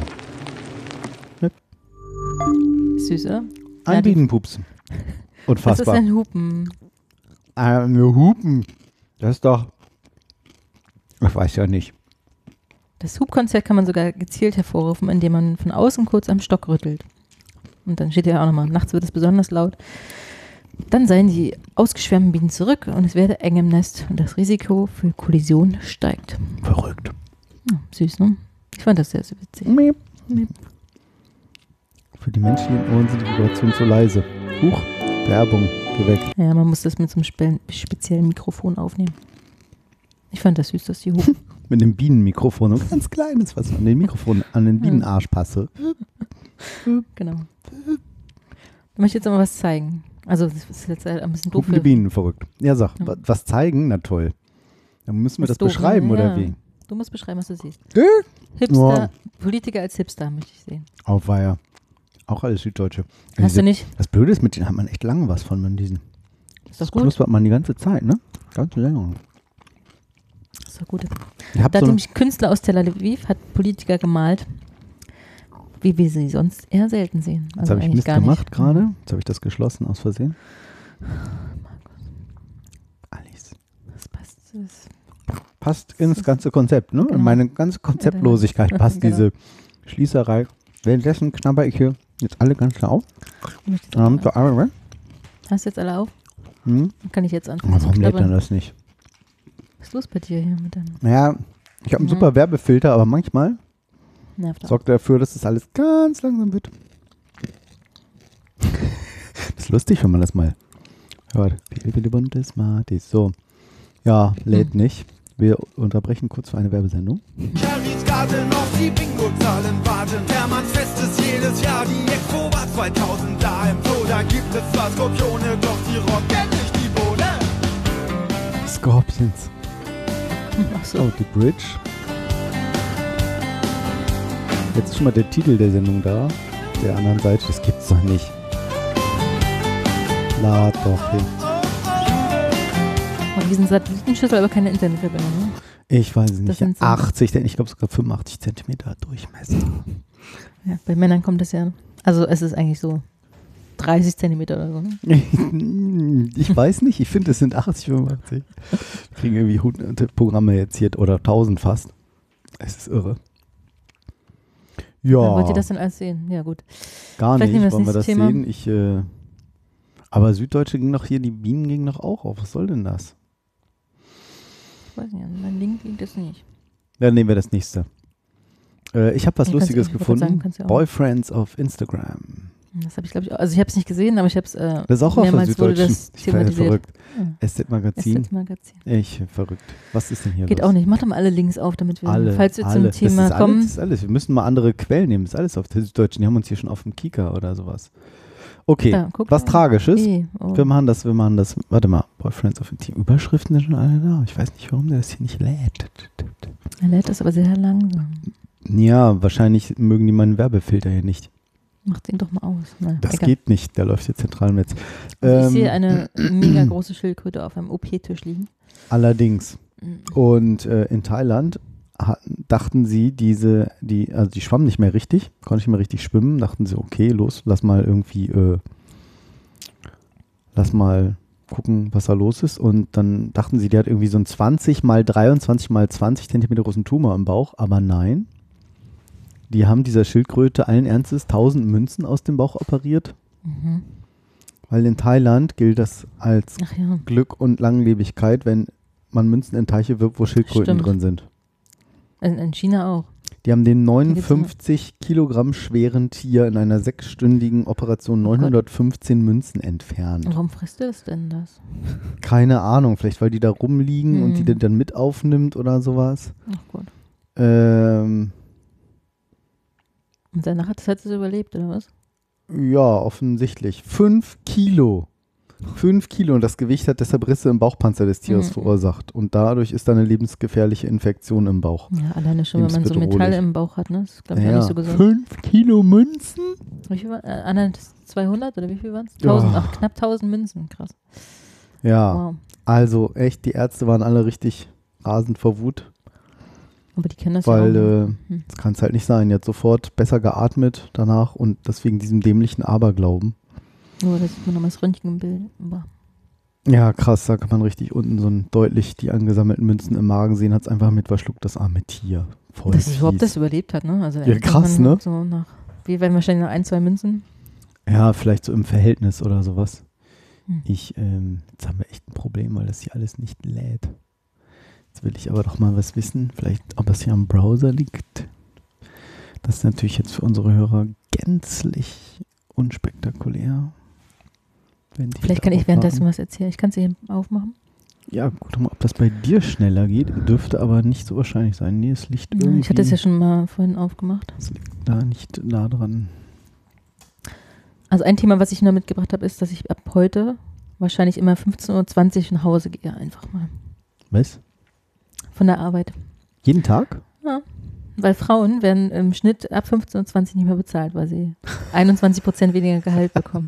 [SPEAKER 3] Süß, oder?
[SPEAKER 2] Ein Bienenpups.
[SPEAKER 3] Was ist
[SPEAKER 2] Unfassbar.
[SPEAKER 3] ein Hupen?
[SPEAKER 2] Hupen. Das ist doch... Ich weiß ja nicht.
[SPEAKER 3] Das Hubkonzert kann man sogar gezielt hervorrufen, indem man von außen kurz am Stock rüttelt. Und dann steht ja auch nochmal, nachts wird es besonders laut. Dann seien die ausgeschwärmten Bienen zurück und es werde eng im Nest und das Risiko für Kollision steigt.
[SPEAKER 2] Verrückt.
[SPEAKER 3] Ja, süß, ne? Ich fand das sehr, sehr witzig.
[SPEAKER 2] Miep.
[SPEAKER 3] Miep.
[SPEAKER 2] Für die Menschen in Ohren sind die Vibrationen zu leise. Huch, Werbung, geh weg.
[SPEAKER 3] Ja, man muss das mit so einem speziellen Mikrofon aufnehmen. Ich fand das süß, dass die hupen.
[SPEAKER 2] Mit dem Bienenmikrofon. Ein ganz kleines, was an den Mikrofon, an den Bienenarsch passe.
[SPEAKER 3] Genau. Ich möchte jetzt aber was zeigen. Also, das ist jetzt ein bisschen doof.
[SPEAKER 2] Hupende Bienen, verrückt. Ja, sag,
[SPEAKER 3] Ja.
[SPEAKER 2] was zeigen? Na toll. Dann müssen wir
[SPEAKER 3] Das
[SPEAKER 2] das
[SPEAKER 3] ist doof,
[SPEAKER 2] beschreiben,
[SPEAKER 3] ne?
[SPEAKER 2] oder
[SPEAKER 3] Ja.
[SPEAKER 2] wie?
[SPEAKER 3] Du musst beschreiben, was du siehst.
[SPEAKER 2] Ja.
[SPEAKER 3] Hipster, Politiker als Hipster möchte ich sehen.
[SPEAKER 2] Auweia. Auch alles Süddeutsche.
[SPEAKER 3] Hast du nicht?
[SPEAKER 2] Das Blöde ist, mit denen hat man echt lange was von diesen.
[SPEAKER 3] Ist
[SPEAKER 2] Das
[SPEAKER 3] doch gut.
[SPEAKER 2] knuspert man die ganze Zeit, ne? Ganz länger.
[SPEAKER 3] Ist doch gut.
[SPEAKER 2] Ich hab
[SPEAKER 3] Da hat
[SPEAKER 2] so ein,
[SPEAKER 3] nämlich ein Künstler aus Tel Aviv, hat Politiker gemalt, wie wir sie sonst eher selten sehen.
[SPEAKER 2] jetzt habe ich
[SPEAKER 3] eigentlich
[SPEAKER 2] Mist
[SPEAKER 3] gar
[SPEAKER 2] gemacht
[SPEAKER 3] nicht.
[SPEAKER 2] gerade. Jetzt habe ich das geschlossen aus Versehen. Alice.
[SPEAKER 3] Das passt. Das
[SPEAKER 2] Passt ins ganze Konzept, ne?
[SPEAKER 3] Genau.
[SPEAKER 2] In meine ganze Konzeptlosigkeit passt
[SPEAKER 3] Genau.
[SPEAKER 2] diese Schließerei. Währenddessen knabber ich hier jetzt alle ganz klar auf.
[SPEAKER 3] möchte ich
[SPEAKER 2] Dann haben
[SPEAKER 3] sagen.
[SPEAKER 2] wir alle,
[SPEAKER 3] Hast du jetzt alle auf?
[SPEAKER 2] hm?
[SPEAKER 3] Dann kann ich jetzt anfangen.
[SPEAKER 2] Aber
[SPEAKER 3] zu
[SPEAKER 2] warum lädt
[SPEAKER 3] knabbern.
[SPEAKER 2] er das nicht?
[SPEAKER 3] Was ist los bei dir hier mit deinem
[SPEAKER 2] Ja, ich habe einen
[SPEAKER 3] Mhm.
[SPEAKER 2] super Werbefilter, aber manchmal
[SPEAKER 3] Nerv da?
[SPEAKER 2] sorgt er dafür, dass das alles ganz langsam wird. Das ist lustig, wenn man das mal hört. Viele bunte Smarties. So. Ja, lädt nicht. Wir unterbrechen kurz für eine Werbesendung.
[SPEAKER 4] Carries Garten auf die Bingo-Zahlen warten. Hermanns Fest ist jedes Jahr, die Expo war 2000 da im Zoo. Da gibt es zwar Skorpione, doch die rocken nicht die Bohne.
[SPEAKER 2] Scorpions.
[SPEAKER 3] Ach so.
[SPEAKER 2] Oh, die Bridge. Jetzt ist schon mal der Titel der Sendung da. Der anderen Seite, das gibt's doch nicht. Lad doch hin.
[SPEAKER 3] Und diesen Satellitenschüssel, aber keine Internetverbindung. Ne?
[SPEAKER 2] Ich weiß es nicht.
[SPEAKER 3] sind so-
[SPEAKER 2] 80, denn ich glaube sogar 85 Zentimeter Durchmesser.
[SPEAKER 3] Ja, bei Männern kommt das ja. Also es ist eigentlich so 30 Zentimeter oder so. Ne?
[SPEAKER 2] Ich weiß nicht, ich finde es sind 80, 85. Wir kriegen irgendwie hunderte Programme jetzt hier oder 1000 fast. Es ist irre. Ja,
[SPEAKER 3] Wollt ihr das denn alles sehen? Ja, gut.
[SPEAKER 2] gar
[SPEAKER 3] vielleicht nehmen wir
[SPEAKER 2] nicht.
[SPEAKER 3] das
[SPEAKER 2] Wollen wir das
[SPEAKER 3] nächste Thema?
[SPEAKER 2] sehen? Aber Süddeutsche ging doch hier, die Bienen gingen doch auch auf. Was soll denn das?
[SPEAKER 3] Ich weiß nicht, an meinem Link liegt das nicht.
[SPEAKER 2] Dann nehmen wir das nächste. Ich habe was
[SPEAKER 3] Ja,
[SPEAKER 2] Lustiges
[SPEAKER 3] ich wollte
[SPEAKER 2] gefunden.
[SPEAKER 3] sagen, kannst du auch.
[SPEAKER 2] Boyfriends auf Instagram.
[SPEAKER 3] Das habe ich, glaube ich, auch. Also ich habe es nicht gesehen, aber ich habe es
[SPEAKER 2] Das ist auch auf der
[SPEAKER 3] mehrmals wurde
[SPEAKER 2] Süddeutschen.
[SPEAKER 3] das
[SPEAKER 2] Ich werde
[SPEAKER 3] thematisiert.
[SPEAKER 2] verrückt.
[SPEAKER 3] Ja.
[SPEAKER 2] SZ-Magazin.
[SPEAKER 3] SZ-Magazin.
[SPEAKER 2] Ich verrückt. Was ist denn hier
[SPEAKER 3] Geht
[SPEAKER 2] los?
[SPEAKER 3] auch nicht. Mach doch mal alle Links auf, damit wir,
[SPEAKER 2] Alle,
[SPEAKER 3] falls wir
[SPEAKER 2] alle.
[SPEAKER 3] zum Thema
[SPEAKER 2] das ist
[SPEAKER 3] kommen.
[SPEAKER 2] Alles, das ist alles. Wir müssen mal andere Quellen nehmen. Das ist alles auf der Süddeutschen. Die haben uns hier schon auf dem Kika oder sowas. Okay,
[SPEAKER 3] Da, guck
[SPEAKER 2] was
[SPEAKER 3] mal.
[SPEAKER 2] Tragisches.
[SPEAKER 3] Oh.
[SPEAKER 2] Wir machen das. Warte mal. Boyfriends auf dem Team. Überschriften sind schon alle da. Ich weiß nicht, warum der das hier nicht lädt.
[SPEAKER 3] Er lädt das aber sehr langsam.
[SPEAKER 2] Ja, wahrscheinlich mögen die meinen Werbefilter hier nicht.
[SPEAKER 3] Mach den doch mal aus. Na,
[SPEAKER 2] Das
[SPEAKER 3] egal.
[SPEAKER 2] geht nicht. Der läuft hier zentral im Netz.
[SPEAKER 3] Also ich sehe eine mega große Schildkröte auf einem OP-Tisch liegen.
[SPEAKER 2] Allerdings. Und in Thailand dachten sie, die schwammen nicht mehr richtig, konnten nicht mehr richtig schwimmen, dachten sie, okay, los, lass mal gucken, was da los ist. Und dann dachten sie, die hat irgendwie so einen 20 mal 23 mal 20 Zentimeter großen Tumor im Bauch, aber nein. Die haben dieser Schildkröte allen Ernstes 1000 Münzen aus dem Bauch operiert,
[SPEAKER 3] Mhm.
[SPEAKER 2] weil in Thailand gilt das als
[SPEAKER 3] Ach ja.
[SPEAKER 2] Glück und Langlebigkeit, wenn man Münzen in Teiche wirft, wo Schildkröten
[SPEAKER 3] Stimmt.
[SPEAKER 2] drin sind.
[SPEAKER 3] In China auch.
[SPEAKER 2] Die haben den 59 Kilogramm schweren Tier in einer 6-stündigen Operation 915 Münzen entfernt.
[SPEAKER 3] Warum frisst du das denn das?
[SPEAKER 2] Keine Ahnung, vielleicht weil die da rumliegen und die dann mit aufnimmt oder sowas.
[SPEAKER 3] Ach gut.
[SPEAKER 2] Und
[SPEAKER 3] danach hat es überlebt, oder was?
[SPEAKER 2] Ja, offensichtlich. 5 Kilo. 5 Kilo und das Gewicht hat deshalb Risse im Bauchpanzer des Tieres verursacht. Und dadurch ist da eine lebensgefährliche Infektion im Bauch.
[SPEAKER 3] Ja, alleine schon, wenn man so Metalle im Bauch hat, ne? Das ist, glaube ich, auch nicht so gesund.
[SPEAKER 2] 5 Kilo Münzen?
[SPEAKER 3] Wie viel war 200 oder wie viel waren es? 1000, ach, knapp 1000 Münzen, krass.
[SPEAKER 2] Ja,
[SPEAKER 3] wow.
[SPEAKER 2] Also echt, die Ärzte waren alle richtig rasend vor Wut.
[SPEAKER 3] Aber die kennen das
[SPEAKER 2] weil,
[SPEAKER 3] ja auch.
[SPEAKER 2] das kann es halt nicht sein. Jetzt sofort besser geatmet danach und deswegen diesem dämlichen Aberglauben.
[SPEAKER 3] Nur, da sieht man nochmal das Röntgenbild.
[SPEAKER 2] Ja, krass, da kann man richtig unten so deutlich die angesammelten Münzen im Magen sehen, hat es einfach mit verschluckt, das arme Tier. Voll
[SPEAKER 3] dass es überhaupt das überlebt hat, ne? Also
[SPEAKER 2] ja, krass, ne?
[SPEAKER 3] So wie werden wahrscheinlich noch 1, 2 Münzen?
[SPEAKER 2] Ja, vielleicht so im Verhältnis oder sowas. Jetzt haben wir echt ein Problem, weil das hier alles nicht lädt. Jetzt will ich aber doch mal was wissen, vielleicht ob das hier am Browser liegt. Das ist natürlich jetzt für unsere Hörer gänzlich unspektakulär.
[SPEAKER 3] Vielleicht kann ich währenddessen was erzählen. Ich kann es hier aufmachen.
[SPEAKER 2] Ja, guck mal, ob das bei dir schneller geht. Dürfte aber nicht so wahrscheinlich sein. Nee, es liegt irgendwie...
[SPEAKER 3] Ich hatte es ja schon mal vorhin aufgemacht.
[SPEAKER 2] Es liegt da nicht nah dran.
[SPEAKER 3] Also ein Thema, was ich nur mitgebracht habe, ist, dass ich ab heute wahrscheinlich immer 15:20 Uhr nach Hause gehe. Einfach mal.
[SPEAKER 2] Was?
[SPEAKER 3] Von der Arbeit.
[SPEAKER 2] Jeden Tag?
[SPEAKER 3] Ja. Weil Frauen werden im Schnitt ab 15:20 Uhr nicht mehr bezahlt, weil sie 21% weniger Gehalt bekommen.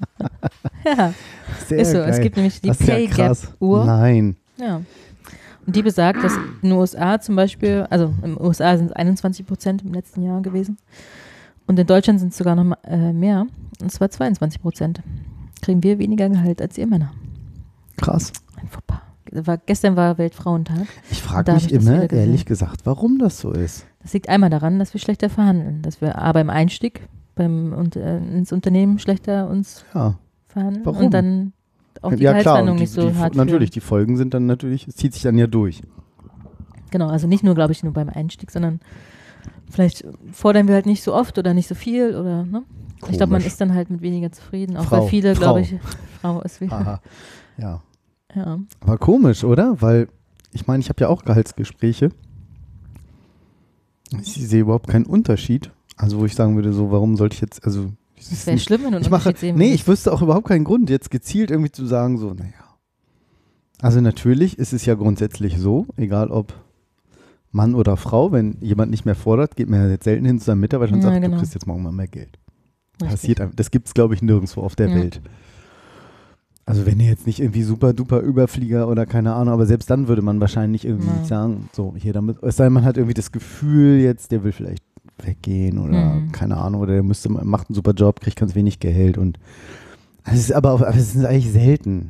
[SPEAKER 3] Ja,
[SPEAKER 2] sehr
[SPEAKER 3] ist so.
[SPEAKER 2] Geil.
[SPEAKER 3] Es gibt nämlich die
[SPEAKER 2] das ist
[SPEAKER 3] Pay
[SPEAKER 2] ja
[SPEAKER 3] Gap Uhr.
[SPEAKER 2] Nein.
[SPEAKER 3] Ja. Und die besagt, dass in den USA zum Beispiel, also in den USA sind es 21% im letzten Jahr gewesen. Und in Deutschland sind es sogar noch mehr. Und zwar 22%. Kriegen wir weniger Gehalt als ihr Männer.
[SPEAKER 2] Krass.
[SPEAKER 3] Ein Fauxpas. Gestern war Weltfrauentag.
[SPEAKER 2] Ich frage mich immer, ehrlich gesagt, warum das so ist.
[SPEAKER 3] Das liegt einmal daran, dass wir schlechter verhandeln. Dass wir beim Einstieg ins Unternehmen schlechter uns verhandeln.
[SPEAKER 2] Warum?
[SPEAKER 3] Und dann auch die
[SPEAKER 2] ja,
[SPEAKER 3] Gehaltsverhandlung
[SPEAKER 2] klar,
[SPEAKER 3] nicht so hart
[SPEAKER 2] natürlich, die Folgen sind dann natürlich, es zieht sich dann ja durch.
[SPEAKER 3] Genau, also nicht nur, glaube ich, nur beim Einstieg, sondern vielleicht fordern wir halt nicht so oft oder nicht so viel oder, ne? Ich glaube, man ist dann halt mit weniger zufrieden. Auch weil viele, glaube ich, Frau ist wie.
[SPEAKER 2] Aha, ja.
[SPEAKER 3] Ja.
[SPEAKER 2] Aber komisch, oder? Weil, ich meine, ich habe ja auch Gehaltsgespräche. Ich sehe überhaupt keinen Unterschied. Also, wo ich sagen würde, so, warum sollte ich jetzt, also.
[SPEAKER 3] Das wäre schlimm, wenn du einen Unterschied sehen würdest.
[SPEAKER 2] Nee, ich wüsste auch überhaupt keinen Grund, jetzt gezielt irgendwie zu sagen, so, naja. Also, natürlich ist es ja grundsätzlich so, egal ob Mann oder Frau, wenn jemand nicht mehr fordert, geht man ja jetzt selten hin zu seinem Mitarbeiter und sagt, du kriegst jetzt morgen mal mehr Geld. Passiert einfach. Das gibt es, glaube ich, nirgendwo auf der Welt. Also wenn ihr jetzt nicht irgendwie super duper Überflieger oder keine Ahnung, aber selbst dann würde man wahrscheinlich irgendwie sagen, so hier damit, es sei denn, man hat irgendwie das Gefühl jetzt, der will vielleicht weggehen oder keine Ahnung, oder der macht einen super Job, kriegt ganz wenig Geld und es ist aber es ist eigentlich selten.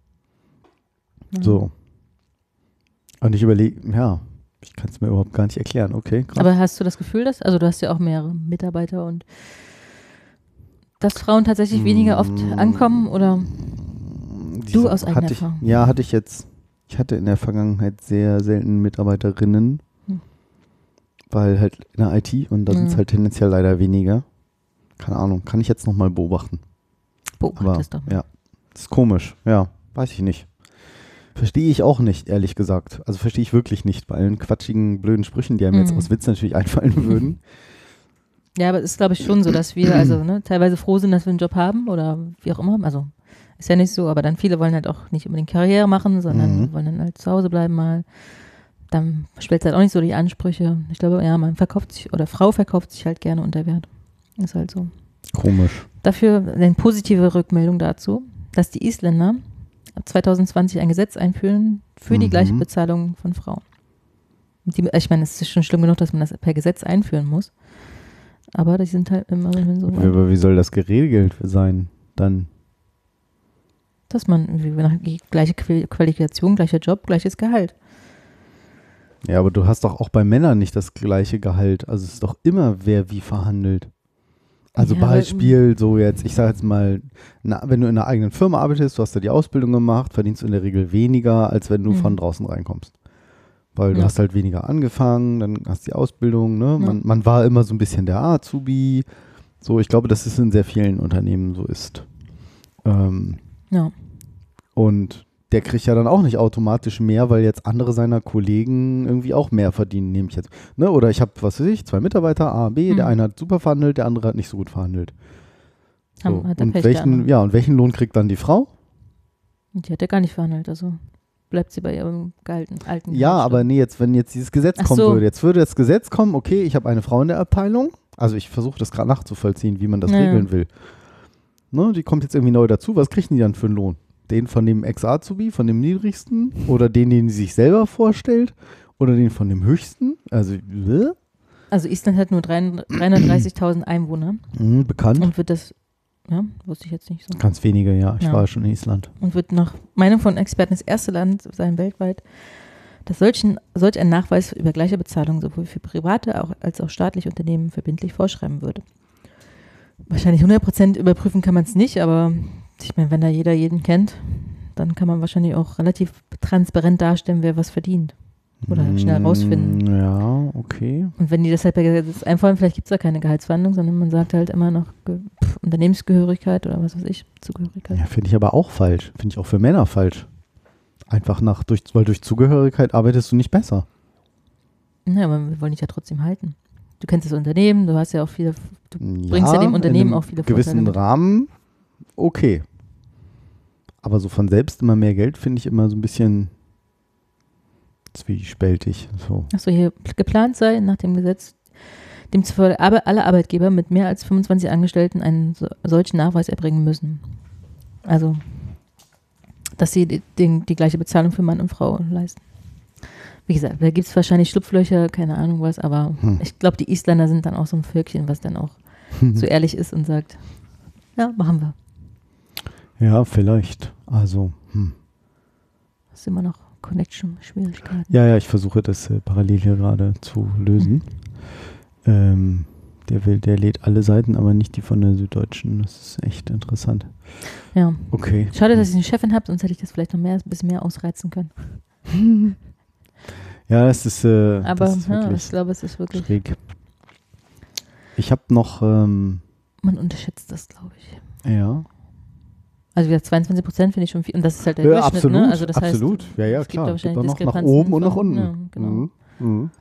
[SPEAKER 2] So. Und ich überlege, ich kann es mir überhaupt gar nicht erklären, okay, krass.
[SPEAKER 3] Aber hast du das Gefühl, also du hast ja auch mehrere Mitarbeiter und dass Frauen tatsächlich weniger oft ankommen oder du aus eigener Erfahrung?
[SPEAKER 2] Ja, hatte ich jetzt. Ich hatte in der Vergangenheit sehr selten Mitarbeiterinnen, weil halt in der IT und da sind es halt tendenziell leider weniger. Keine Ahnung, kann ich jetzt nochmal beobachten.
[SPEAKER 3] Beobachte es doch mal.
[SPEAKER 2] Ja, das ist komisch. Ja, weiß ich nicht. Verstehe ich auch nicht, ehrlich gesagt. Also verstehe ich wirklich nicht bei allen quatschigen, blöden Sprüchen, die einem jetzt aus Witz natürlich einfallen würden.
[SPEAKER 3] Ja, aber es ist, glaube ich, schon so, dass wir teilweise froh sind, dass wir einen Job haben oder wie auch immer. Also ist ja nicht so, aber dann viele wollen halt auch nicht unbedingt Karriere machen, sondern wollen dann halt zu Hause bleiben mal. Dann stellt es halt auch nicht so die Ansprüche. Ich glaube, man verkauft sich oder Frau verkauft sich halt gerne unter Wert. Ist halt so.
[SPEAKER 2] Komisch. Dafür
[SPEAKER 3] eine positive Rückmeldung dazu, dass die Isländer ab 2020 ein Gesetz einführen für die gleiche Bezahlung von Frauen. Ich meine, es ist schon schlimm genug, dass man das per Gesetz einführen muss. Aber die sind halt immer so.
[SPEAKER 2] Aber wie soll das geregelt sein dann?
[SPEAKER 3] Dass man gleiche Qualifikation, gleicher Job, gleiches Gehalt.
[SPEAKER 2] Ja, aber du hast doch auch bei Männern nicht das gleiche Gehalt. Also es ist doch immer, wer wie verhandelt. Also Beispiel, so jetzt, ich sage jetzt mal, wenn du in einer eigenen Firma arbeitest, du hast da die Ausbildung gemacht, verdienst du in der Regel weniger, als wenn du von draußen reinkommst. Weil du
[SPEAKER 3] Ja.
[SPEAKER 2] hast halt weniger angefangen, dann hast die Ausbildung, ne? Man war immer so ein bisschen der Azubi. So, ich glaube, dass es in sehr vielen Unternehmen so ist.
[SPEAKER 3] Ja.
[SPEAKER 2] Und der kriegt ja dann auch nicht automatisch mehr, weil jetzt andere seiner Kollegen irgendwie auch mehr verdienen, nehme ich jetzt. Ne? Oder ich habe, was weiß ich, 2 Mitarbeiter, A, B, der eine hat super verhandelt, der andere hat nicht so gut verhandelt. So.
[SPEAKER 3] Hat der
[SPEAKER 2] Und
[SPEAKER 3] Pech, der
[SPEAKER 2] welchen,
[SPEAKER 3] andere.
[SPEAKER 2] ja, und welchen Lohn kriegt dann die Frau?
[SPEAKER 3] Und die hat ja gar nicht verhandelt, also bleibt sie bei ihrem alten
[SPEAKER 2] Ja,
[SPEAKER 3] Gehalt
[SPEAKER 2] aber
[SPEAKER 3] stehen.
[SPEAKER 2] nee, jetzt, wenn jetzt dieses Gesetz
[SPEAKER 3] Ach
[SPEAKER 2] kommen
[SPEAKER 3] so.
[SPEAKER 2] würde, jetzt würde das Gesetz kommen, okay, ich habe eine Frau in der Abteilung, also ich versuche das gerade nachzuvollziehen, wie man das
[SPEAKER 3] Ja.
[SPEAKER 2] regeln will. Ne, die kommt jetzt irgendwie neu dazu, was kriegen die dann für einen Lohn? Den von dem Ex-Azubi, von dem niedrigsten oder den sie sich selber vorstellt oder den von dem höchsten? Also,
[SPEAKER 3] Also Island hat nur 330.000 Einwohner
[SPEAKER 2] bekannt.
[SPEAKER 3] und wird das, ja, wusste ich jetzt nicht so.
[SPEAKER 2] Ganz wenige, ja. Ich
[SPEAKER 3] Ja.
[SPEAKER 2] war schon in Island.
[SPEAKER 3] Und wird nach Meinung von Experten das erste Land sein weltweit, das solch ein Nachweis über gleiche Bezahlung sowohl für private als auch staatliche Unternehmen verbindlich vorschreiben würde. Wahrscheinlich 100% überprüfen kann man es nicht, aber ich meine, wenn da jeder jeden kennt, dann kann man wahrscheinlich auch relativ transparent darstellen, wer was verdient. Oder schnell rausfinden.
[SPEAKER 2] Ja, okay.
[SPEAKER 3] Und wenn die das halt bei Gesetz einfallen, vielleicht gibt es da keine Gehaltsverhandlung, sondern man sagt halt immer noch Unternehmensgehörigkeit oder was weiß ich, Zugehörigkeit.
[SPEAKER 2] Ja, finde ich aber auch falsch. Finde ich auch für Männer falsch. Einfach weil durch Zugehörigkeit arbeitest du nicht besser.
[SPEAKER 3] Ja, aber wir wollen dich ja trotzdem halten. Du kennst das Unternehmen, du hast ja auch viele, du bringst ja dem Unternehmen
[SPEAKER 2] in einem
[SPEAKER 3] auch viele
[SPEAKER 2] gewissen
[SPEAKER 3] Vorteile mit.
[SPEAKER 2] Rahmen, okay. Aber so von selbst immer mehr Geld finde ich immer so ein bisschen zwiespältig. So.
[SPEAKER 3] Achso, hier geplant sei nach dem Gesetz, demzufolge alle Arbeitgeber mit mehr als 25 Angestellten einen solchen Nachweis erbringen müssen. Also, dass sie die gleiche Bezahlung für Mann und Frau leisten. Wie gesagt, da gibt es wahrscheinlich Schlupflöcher, keine Ahnung was, aber ich glaube, die Isländer sind dann auch so ein Völkchen, was dann auch so ehrlich ist und sagt, ja, machen wir.
[SPEAKER 2] Ja, vielleicht. Also,
[SPEAKER 3] Das ist immer noch Connection-Schwierigkeiten.
[SPEAKER 2] Ja, ich versuche das parallel hier gerade zu lösen. Der lädt alle Seiten, aber nicht die von der Süddeutschen. Das ist echt interessant.
[SPEAKER 3] Ja.
[SPEAKER 2] Okay.
[SPEAKER 3] Schade, dass ich eine Chefin habe, sonst hätte ich das vielleicht noch ein bisschen mehr ausreizen können.
[SPEAKER 2] Ja, das ist,
[SPEAKER 3] Aber
[SPEAKER 2] das ist
[SPEAKER 3] ja,
[SPEAKER 2] wirklich
[SPEAKER 3] ich glaube, es ist wirklich,
[SPEAKER 2] schräg. Ich habe noch,
[SPEAKER 3] man unterschätzt das, glaube ich.
[SPEAKER 2] ja.
[SPEAKER 3] Also wieder 22% finde ich schon viel. Und das ist halt der
[SPEAKER 2] Ja,
[SPEAKER 3] Durchschnitt,
[SPEAKER 2] absolut,
[SPEAKER 3] ne? Also das
[SPEAKER 2] absolut.
[SPEAKER 3] heißt,
[SPEAKER 2] Ja,
[SPEAKER 3] es gibt
[SPEAKER 2] klar.
[SPEAKER 3] da
[SPEAKER 2] Es gibt
[SPEAKER 3] wahrscheinlich
[SPEAKER 2] auch noch nach
[SPEAKER 3] Diskrepanzen
[SPEAKER 2] oben und nach
[SPEAKER 3] von-
[SPEAKER 2] unten.
[SPEAKER 3] Ja, genau.
[SPEAKER 2] Mhm.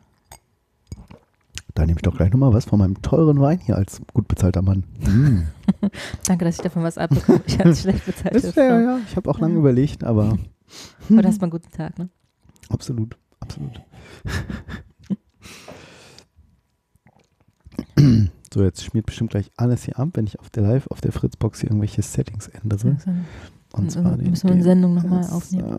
[SPEAKER 2] Da nehme ich doch gleich nochmal was von meinem teuren Wein hier als gut bezahlter Mann.
[SPEAKER 3] Danke, dass ich davon was abbekomme. Ich habe es schlecht bezahlt.
[SPEAKER 2] Ist fair, ja. Ich habe auch lange überlegt, aber
[SPEAKER 3] Heute hast du mal einen guten Tag, ne?
[SPEAKER 2] absolut, absolut. So, jetzt schmiert bestimmt gleich alles hier ab, wenn ich auf der Fritzbox hier irgendwelche Settings ändere. Und zwar
[SPEAKER 3] müssen wir eine Sendung nochmal aufnehmen.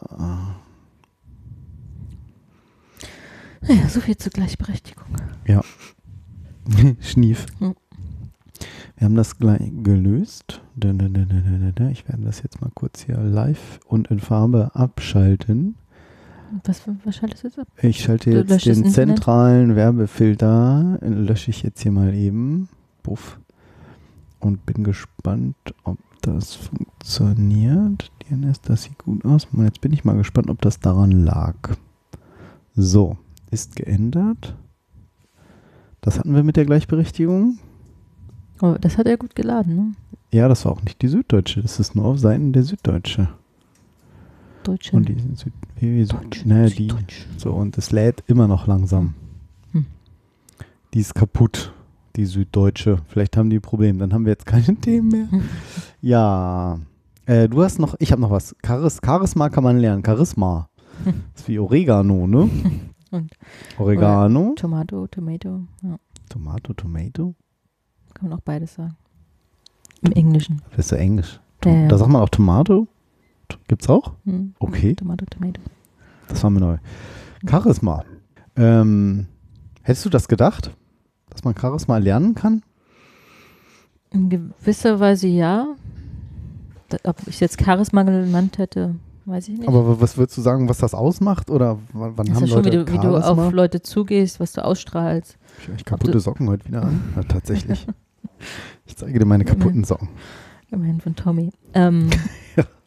[SPEAKER 3] Naja, so viel zur Gleichberechtigung.
[SPEAKER 2] Schnief.
[SPEAKER 3] Hm.
[SPEAKER 2] Wir haben das gleich gelöst. Ich werde das jetzt mal kurz hier live und in Farbe abschalten.
[SPEAKER 3] Was schaltest du jetzt ab?
[SPEAKER 2] Ich schalte
[SPEAKER 3] Du
[SPEAKER 2] jetzt
[SPEAKER 3] löschst das
[SPEAKER 2] den
[SPEAKER 3] Internet?
[SPEAKER 2] zentralen Werbefilter, lösche ich jetzt hier mal eben. Buff. Und bin gespannt, ob das funktioniert. DNS, das sieht gut aus. Und jetzt bin ich mal gespannt, ob das daran lag. So, ist geändert. Das hatten wir mit der Gleichberechtigung.
[SPEAKER 3] Oh, das hat er gut geladen, ne?
[SPEAKER 2] Ja, das war auch nicht die Süddeutsche. Das ist nur auf Seiten der Süddeutsche.
[SPEAKER 3] Deutsche.
[SPEAKER 2] Und die naja, die.
[SPEAKER 3] Süddeutsch.
[SPEAKER 2] So, und es lädt immer noch langsam. Die ist kaputt, die Süddeutsche. Vielleicht haben die ein Problem. Dann haben wir jetzt keine Themen mehr. Ja. Du hast noch, ich habe noch was. Charisma kann man lernen. Charisma. Das ist wie Oregano, ne?
[SPEAKER 3] Und
[SPEAKER 2] Oregano.
[SPEAKER 3] Tomato. Ja,
[SPEAKER 2] Tomato.
[SPEAKER 3] kann man auch beides sagen. Im Englischen.
[SPEAKER 2] Das ist ja Englisch.
[SPEAKER 3] Ja.
[SPEAKER 2] Da sagt man auch Tomato. Gibt's auch? Okay.
[SPEAKER 3] Tomato.
[SPEAKER 2] Das war mir neu. Charisma. Hättest du das gedacht? Dass man Charisma lernen kann?
[SPEAKER 3] In gewisser Weise ja. Ob ich jetzt Charisma genannt hätte, weiß ich nicht.
[SPEAKER 2] Aber was würdest du sagen, was das ausmacht? Oder wann
[SPEAKER 3] das
[SPEAKER 2] haben
[SPEAKER 3] ist schon,
[SPEAKER 2] Leute
[SPEAKER 3] wie du
[SPEAKER 2] Charisma?
[SPEAKER 3] auf Leute zugehst, was du ausstrahlst.
[SPEAKER 2] Ich kaputte Socken heute wieder an. Ja, tatsächlich. Ich zeige dir meine kaputten Socken.
[SPEAKER 3] Immerhin von Tommy.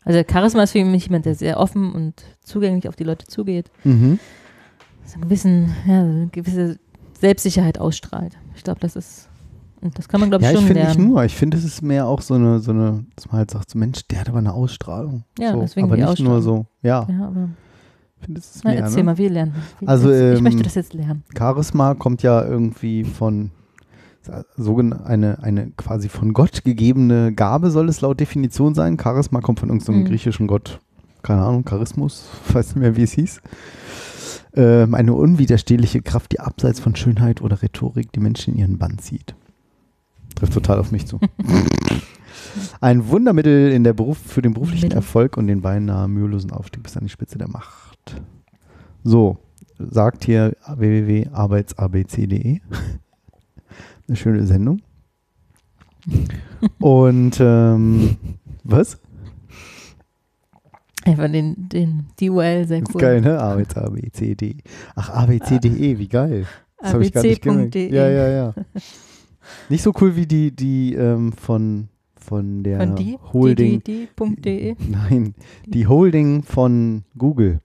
[SPEAKER 3] Also Charisma ist für mich jemand, der sehr offen und zugänglich auf die Leute zugeht.
[SPEAKER 2] Mhm.
[SPEAKER 3] So eine gewisse Selbstsicherheit ausstrahlt. Ich glaube, das ist, und das kann man, glaube ich,
[SPEAKER 2] Ja,
[SPEAKER 3] schon
[SPEAKER 2] ich finde nicht
[SPEAKER 3] lernen.
[SPEAKER 2] nur. Ich finde, es ist mehr auch so eine, dass man halt sagt, so, Mensch, der hat aber eine Ausstrahlung.
[SPEAKER 3] Ja,
[SPEAKER 2] so,
[SPEAKER 3] deswegen
[SPEAKER 2] aber
[SPEAKER 3] die
[SPEAKER 2] nicht nur
[SPEAKER 3] Ausstrahlung.
[SPEAKER 2] so, ja.
[SPEAKER 3] Ja, aber
[SPEAKER 2] Ich finde, es ist
[SPEAKER 3] na,
[SPEAKER 2] mehr,
[SPEAKER 3] erzähl
[SPEAKER 2] ne?
[SPEAKER 3] mal, wir lernen.
[SPEAKER 2] Also,
[SPEAKER 3] Ich möchte das jetzt lernen.
[SPEAKER 2] Charisma kommt ja irgendwie von eine quasi von Gott gegebene Gabe, soll es laut Definition sein. Charisma kommt von irgendeinem griechischen Gott, keine Ahnung, Charismus, weiß nicht mehr, wie es hieß. Eine unwiderstehliche Kraft, die abseits von Schönheit oder Rhetorik die Menschen in ihren Bann zieht. Trifft total auf mich zu. Ein Wundermittel für den beruflichen Erfolg und den beinahe mühelosen Aufstieg bis an die Spitze der Macht. So, sagt hier www.arbeitsabc.de. Eine schöne Sendung. Und was?
[SPEAKER 3] Einfach die URL, sehr cool.
[SPEAKER 2] Geil, ne? Arbeitsabc.de. Ach, abc.de, wie geil. Das habe ich gar nicht gemerkt. Ja. Nicht so cool wie die von der
[SPEAKER 3] Von die?
[SPEAKER 2] Holding.
[SPEAKER 3] Die.de?
[SPEAKER 2] Nein, die Holding von Google.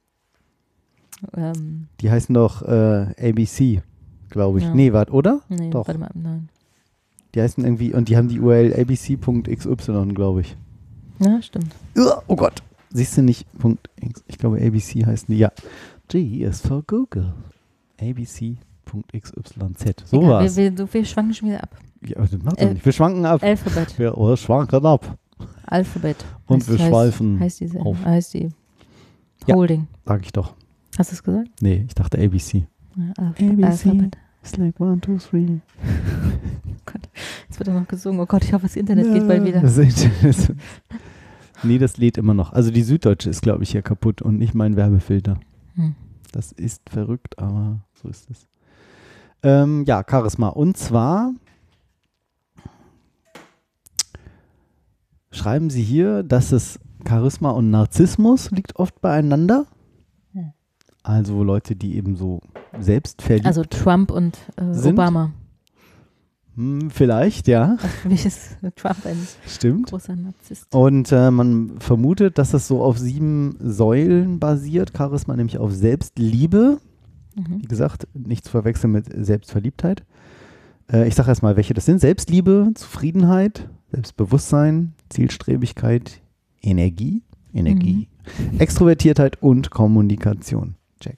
[SPEAKER 2] Die heißen doch ABC, glaube ich.
[SPEAKER 3] Ja.
[SPEAKER 2] Nee, warte, oder?
[SPEAKER 3] Nee,
[SPEAKER 2] Doch.
[SPEAKER 3] warte mal, nein.
[SPEAKER 2] Die heißen irgendwie, und die haben die URL abc.xy, glaube ich.
[SPEAKER 3] Ja, stimmt.
[SPEAKER 2] Oh Gott. Siehst du nicht .x? Ich glaube, ABC heißen die. Ja. G ist for Google. abc.xyz. So
[SPEAKER 3] Egal,
[SPEAKER 2] war's.
[SPEAKER 3] wir schwanken schon wieder ab.
[SPEAKER 2] Ja, das macht doch nicht. Wir schwanken ab.
[SPEAKER 3] Alphabet.
[SPEAKER 2] Wir schwanken ab.
[SPEAKER 3] Alphabet.
[SPEAKER 2] Und wir schweifen
[SPEAKER 3] heißt die
[SPEAKER 2] auf.
[SPEAKER 3] Heißt die
[SPEAKER 2] Ja.
[SPEAKER 3] Holding.
[SPEAKER 2] Sag ich doch.
[SPEAKER 3] Hast du es gesagt?
[SPEAKER 2] Nee, ich dachte ABC.
[SPEAKER 3] Ja,
[SPEAKER 2] ABC.
[SPEAKER 3] Alphabet.
[SPEAKER 2] It's like 1, 2, 3.
[SPEAKER 3] Gott, jetzt wird er noch gesungen. Oh Gott, ich hoffe, das Internet geht bald wieder.
[SPEAKER 2] Das Internet. Nee, das lädt immer noch. Also die Süddeutsche ist, glaube ich, hier kaputt und nicht mein Werbefilter. Das ist verrückt, aber so ist es. Ja, Charisma. Und zwar schreiben Sie hier, dass es Charisma und Narzissmus liegt oft beieinander. Also Leute, die eben so selbstverliebt
[SPEAKER 3] Also Trump und
[SPEAKER 2] sind.
[SPEAKER 3] Obama.
[SPEAKER 2] Vielleicht, ja.
[SPEAKER 3] Also für mich ist Trump ein
[SPEAKER 2] Stimmt.
[SPEAKER 3] großer Narzisst.
[SPEAKER 2] Und man vermutet, dass es so auf 7 Säulen basiert. Charisma nämlich auf Selbstliebe. Wie gesagt, nicht zu verwechseln mit Selbstverliebtheit. Ich sage erstmal, welche das sind. Selbstliebe, Zufriedenheit, Selbstbewusstsein, Zielstrebigkeit, Energie, Extrovertiertheit und Kommunikation. Check.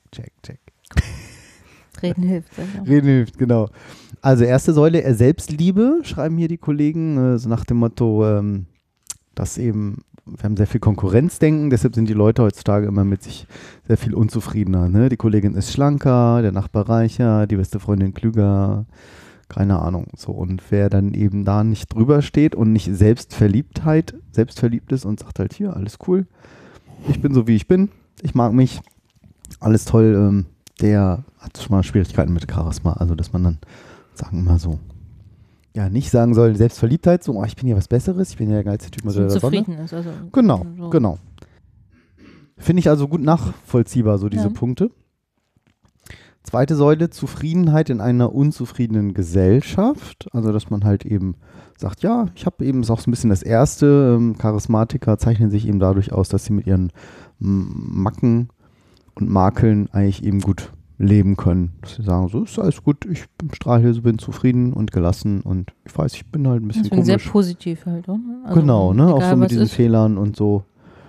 [SPEAKER 3] Reden hilft. sag ich auch.
[SPEAKER 2] Reden hilft, genau. Also erste Säule, Selbstliebe, schreiben hier die Kollegen, so nach dem Motto, dass eben, wir haben sehr viel Konkurrenzdenken, deshalb sind die Leute heutzutage immer mit sich sehr viel unzufriedener. Ne? Die Kollegin ist schlanker, der Nachbar reicher, die beste Freundin klüger, keine Ahnung. So, und wer dann eben da nicht drüber steht und nicht selbstverliebt ist und sagt halt, hier, alles cool, ich bin so wie ich bin, ich mag mich, alles toll, der hat schon mal Schwierigkeiten mit Charisma, also dass man dann, sagen wir mal so, ja, nicht sagen soll, Selbstverliebtheit, so, oh, ich bin ja was Besseres, ich bin ja der geilste Typ mit der Sonne.
[SPEAKER 3] Zufrieden ist. Also
[SPEAKER 2] Genau. Finde ich also gut nachvollziehbar, so diese Punkte. Zweite Säule, Zufriedenheit in einer unzufriedenen Gesellschaft. Also, dass man halt eben sagt, ja, ich habe eben, ist auch so ein bisschen das Erste, Charismatiker zeichnen sich eben dadurch aus, dass sie mit ihren Macken und Makeln eigentlich eben gut leben können. Dass sie sagen, so ist alles gut, ich strahle hier, so bin zufrieden und gelassen und ich weiß, ich bin halt ein bisschen
[SPEAKER 3] Deswegen
[SPEAKER 2] komisch.
[SPEAKER 3] sehr positiv halt, oder? Also
[SPEAKER 2] Genau, ne? Auch
[SPEAKER 3] egal,
[SPEAKER 2] so mit
[SPEAKER 3] was
[SPEAKER 2] diesen
[SPEAKER 3] ist.
[SPEAKER 2] Fehlern und so.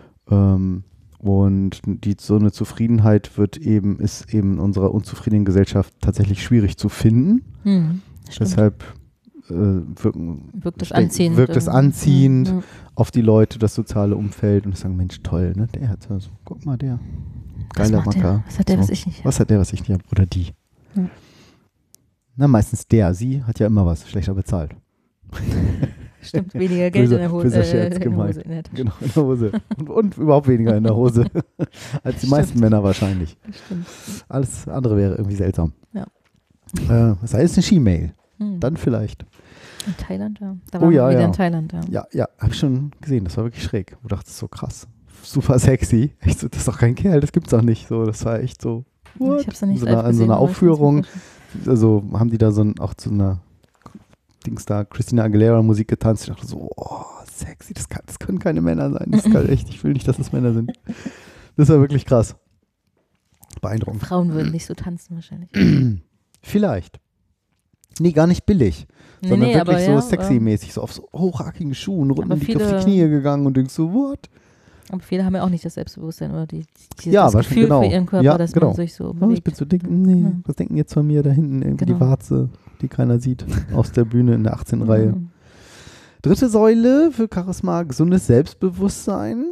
[SPEAKER 2] Und so eine Zufriedenheit ist eben in unserer unzufriedenen Gesellschaft tatsächlich schwierig zu finden.
[SPEAKER 3] Stimmt.
[SPEAKER 2] Deshalb
[SPEAKER 3] wirkt es anziehend.
[SPEAKER 2] auf die Leute, das soziale Umfeld und sagen, Mensch, toll, ne? Der hat so, guck mal, der.
[SPEAKER 3] Was
[SPEAKER 2] Geiler
[SPEAKER 3] macht der?
[SPEAKER 2] Macker.
[SPEAKER 3] Was hat der,
[SPEAKER 2] So.
[SPEAKER 3] was ich nicht habe?
[SPEAKER 2] Was hat der, was ich nicht habe? Oder die.
[SPEAKER 3] Ja.
[SPEAKER 2] Na, meistens der. Sie hat ja immer was, schlechter bezahlt.
[SPEAKER 3] Stimmt, weniger Geld in der Hose.
[SPEAKER 2] Böser Scherz
[SPEAKER 3] in der
[SPEAKER 2] gemeint.
[SPEAKER 3] Hose, in der Tasche.
[SPEAKER 2] Genau, in der Hose. Und überhaupt weniger in der Hose. Als die meisten Männer wahrscheinlich.
[SPEAKER 3] Stimmt.
[SPEAKER 2] Alles andere wäre irgendwie seltsam.
[SPEAKER 3] Ja.
[SPEAKER 2] Das heißt eine Ski-Mail. Dann vielleicht.
[SPEAKER 3] In Thailand, ja. Da
[SPEAKER 2] Oh,
[SPEAKER 3] waren
[SPEAKER 2] ja,
[SPEAKER 3] wir wieder
[SPEAKER 2] ja.
[SPEAKER 3] in Thailand, ja.
[SPEAKER 2] Ja, habe ich schon gesehen. Das war wirklich schräg. Du dachtest so krass. Super sexy. Ich so, das ist doch kein Kerl, das gibt's doch nicht. So, das war echt so. What?
[SPEAKER 3] Ich habe es noch nicht
[SPEAKER 2] in so
[SPEAKER 3] live
[SPEAKER 2] einer, in so
[SPEAKER 3] gesehen,
[SPEAKER 2] einer
[SPEAKER 3] aber ich kann's mir
[SPEAKER 2] Aufführung.
[SPEAKER 3] vorstellen.
[SPEAKER 2] Also haben die da auch zu einer Dings da, Christina Aguilera Musik getanzt. Ich dachte so, oh, sexy. Das können keine Männer sein. Das ist echt, ich will nicht, dass es Männer sind. Das war wirklich krass. Beeindruckend.
[SPEAKER 3] Frauen würden nicht so tanzen wahrscheinlich.
[SPEAKER 2] Vielleicht. Nee, gar nicht billig. Sondern
[SPEAKER 3] Nee,
[SPEAKER 2] wirklich
[SPEAKER 3] aber
[SPEAKER 2] so sexy-mäßig, so auf so hochrackigen Schuhen, rund
[SPEAKER 3] Aber
[SPEAKER 2] auf die
[SPEAKER 3] viele-
[SPEAKER 2] Knie gegangen und denkst so, what?
[SPEAKER 3] Aber viele haben ja auch nicht das Selbstbewusstsein oder das
[SPEAKER 2] Ja,
[SPEAKER 3] Gefühl
[SPEAKER 2] wahrscheinlich, genau.
[SPEAKER 3] für ihren Körper,
[SPEAKER 2] Ja,
[SPEAKER 3] dass
[SPEAKER 2] genau.
[SPEAKER 3] man sich so
[SPEAKER 2] Oh,
[SPEAKER 3] bewegt.
[SPEAKER 2] ich bin zu dick. Nee,
[SPEAKER 3] Ja.
[SPEAKER 2] was denken jetzt von mir da hinten? Irgendwie
[SPEAKER 3] Genau.
[SPEAKER 2] die Warze, die keiner sieht, aus der Bühne in der 18. Reihe.
[SPEAKER 3] Mhm.
[SPEAKER 2] Dritte Säule für Charisma, gesundes Selbstbewusstsein.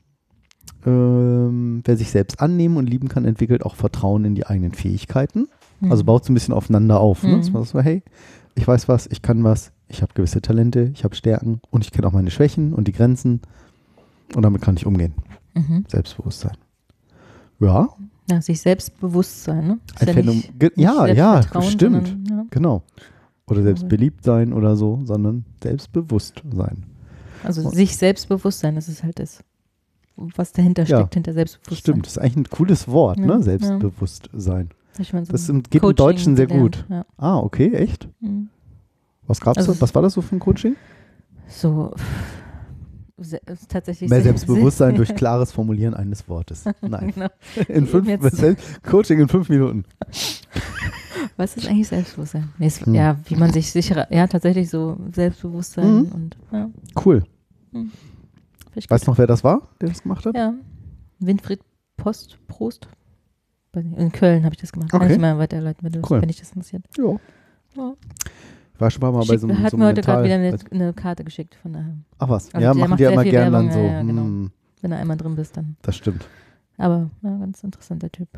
[SPEAKER 2] Wer sich selbst annehmen und lieben kann, entwickelt auch Vertrauen in die eigenen Fähigkeiten. Also baut so ein bisschen aufeinander auf. Ne?
[SPEAKER 3] Mhm.
[SPEAKER 2] Dass man so, hey, ich weiß was, ich kann was, ich habe gewisse Talente, ich habe Stärken und ich kenne auch meine Schwächen und die Grenzen und damit kann ich umgehen.
[SPEAKER 3] Mhm.
[SPEAKER 2] Selbstbewusstsein. Ja,
[SPEAKER 3] Ja, sich selbstbewusst sein, ne? Ist
[SPEAKER 2] ein
[SPEAKER 3] ja
[SPEAKER 2] Phänomen.
[SPEAKER 3] nicht
[SPEAKER 2] Ja,
[SPEAKER 3] Selbstvertrauen,
[SPEAKER 2] bestimmt.
[SPEAKER 3] sondern, ja.
[SPEAKER 2] Genau. Oder selbst beliebt sein oder so, sondern selbstbewusst sein.
[SPEAKER 3] Also sich selbstbewusst sein, das ist halt das, was dahinter
[SPEAKER 2] Ja.
[SPEAKER 3] steckt, hinter Selbstbewusstsein.
[SPEAKER 2] Stimmt, das ist eigentlich ein cooles Wort,
[SPEAKER 3] Ja,
[SPEAKER 2] ne?
[SPEAKER 3] ja.
[SPEAKER 2] Selbstbewusstsein.
[SPEAKER 3] Hab ich mal so
[SPEAKER 2] Das
[SPEAKER 3] im
[SPEAKER 2] geht im
[SPEAKER 3] Coaching
[SPEAKER 2] Deutschen sehr
[SPEAKER 3] gelernt,
[SPEAKER 2] gut.
[SPEAKER 3] Ja.
[SPEAKER 2] Ah, okay, echt?
[SPEAKER 3] Mhm.
[SPEAKER 2] Was gab's
[SPEAKER 3] Also
[SPEAKER 2] so? Was war das so für ein Coaching?
[SPEAKER 3] So tatsächlich
[SPEAKER 2] Mehr
[SPEAKER 3] sehr-
[SPEAKER 2] Selbstbewusstsein durch klares Formulieren eines Wortes. Nein.
[SPEAKER 3] Genau.
[SPEAKER 2] In 5
[SPEAKER 3] Jetzt-
[SPEAKER 2] Coaching in 5 Minuten.
[SPEAKER 3] Was ist eigentlich Selbstbewusstsein? Nee,
[SPEAKER 2] Hm.
[SPEAKER 3] Ja, wie man sich sicherer, ja, tatsächlich so Selbstbewusstsein
[SPEAKER 2] Mhm.
[SPEAKER 3] und ja.
[SPEAKER 2] Cool.
[SPEAKER 3] Find ich
[SPEAKER 2] Weißt
[SPEAKER 3] gut.
[SPEAKER 2] du noch, wer das war, der das gemacht hat?
[SPEAKER 3] Ja. Winfried Prost. Weiß nicht, in Köln habe ich das gemacht. Kann
[SPEAKER 2] Okay.
[SPEAKER 3] ich mal weiterleiten,
[SPEAKER 2] Cool.
[SPEAKER 3] wenn dich das interessiert.
[SPEAKER 2] Ja.
[SPEAKER 3] Ja.
[SPEAKER 2] Ich war schon ein paar Mal bei so einem
[SPEAKER 3] Hat
[SPEAKER 2] so
[SPEAKER 3] mir
[SPEAKER 2] einem
[SPEAKER 3] heute gerade wieder
[SPEAKER 2] Mental.
[SPEAKER 3] eine Karte geschickt von daher.
[SPEAKER 2] Ach was,
[SPEAKER 3] Also
[SPEAKER 2] ja,
[SPEAKER 3] der
[SPEAKER 2] machen
[SPEAKER 3] macht
[SPEAKER 2] die ja
[SPEAKER 3] sehr
[SPEAKER 2] immer
[SPEAKER 3] viel
[SPEAKER 2] gern dann
[SPEAKER 3] Werbung,
[SPEAKER 2] so.
[SPEAKER 3] ja, genau.
[SPEAKER 2] Hm,
[SPEAKER 3] Wenn du einmal drin bist, dann.
[SPEAKER 2] das stimmt.
[SPEAKER 3] Aber ja, ganz interessanter Typ.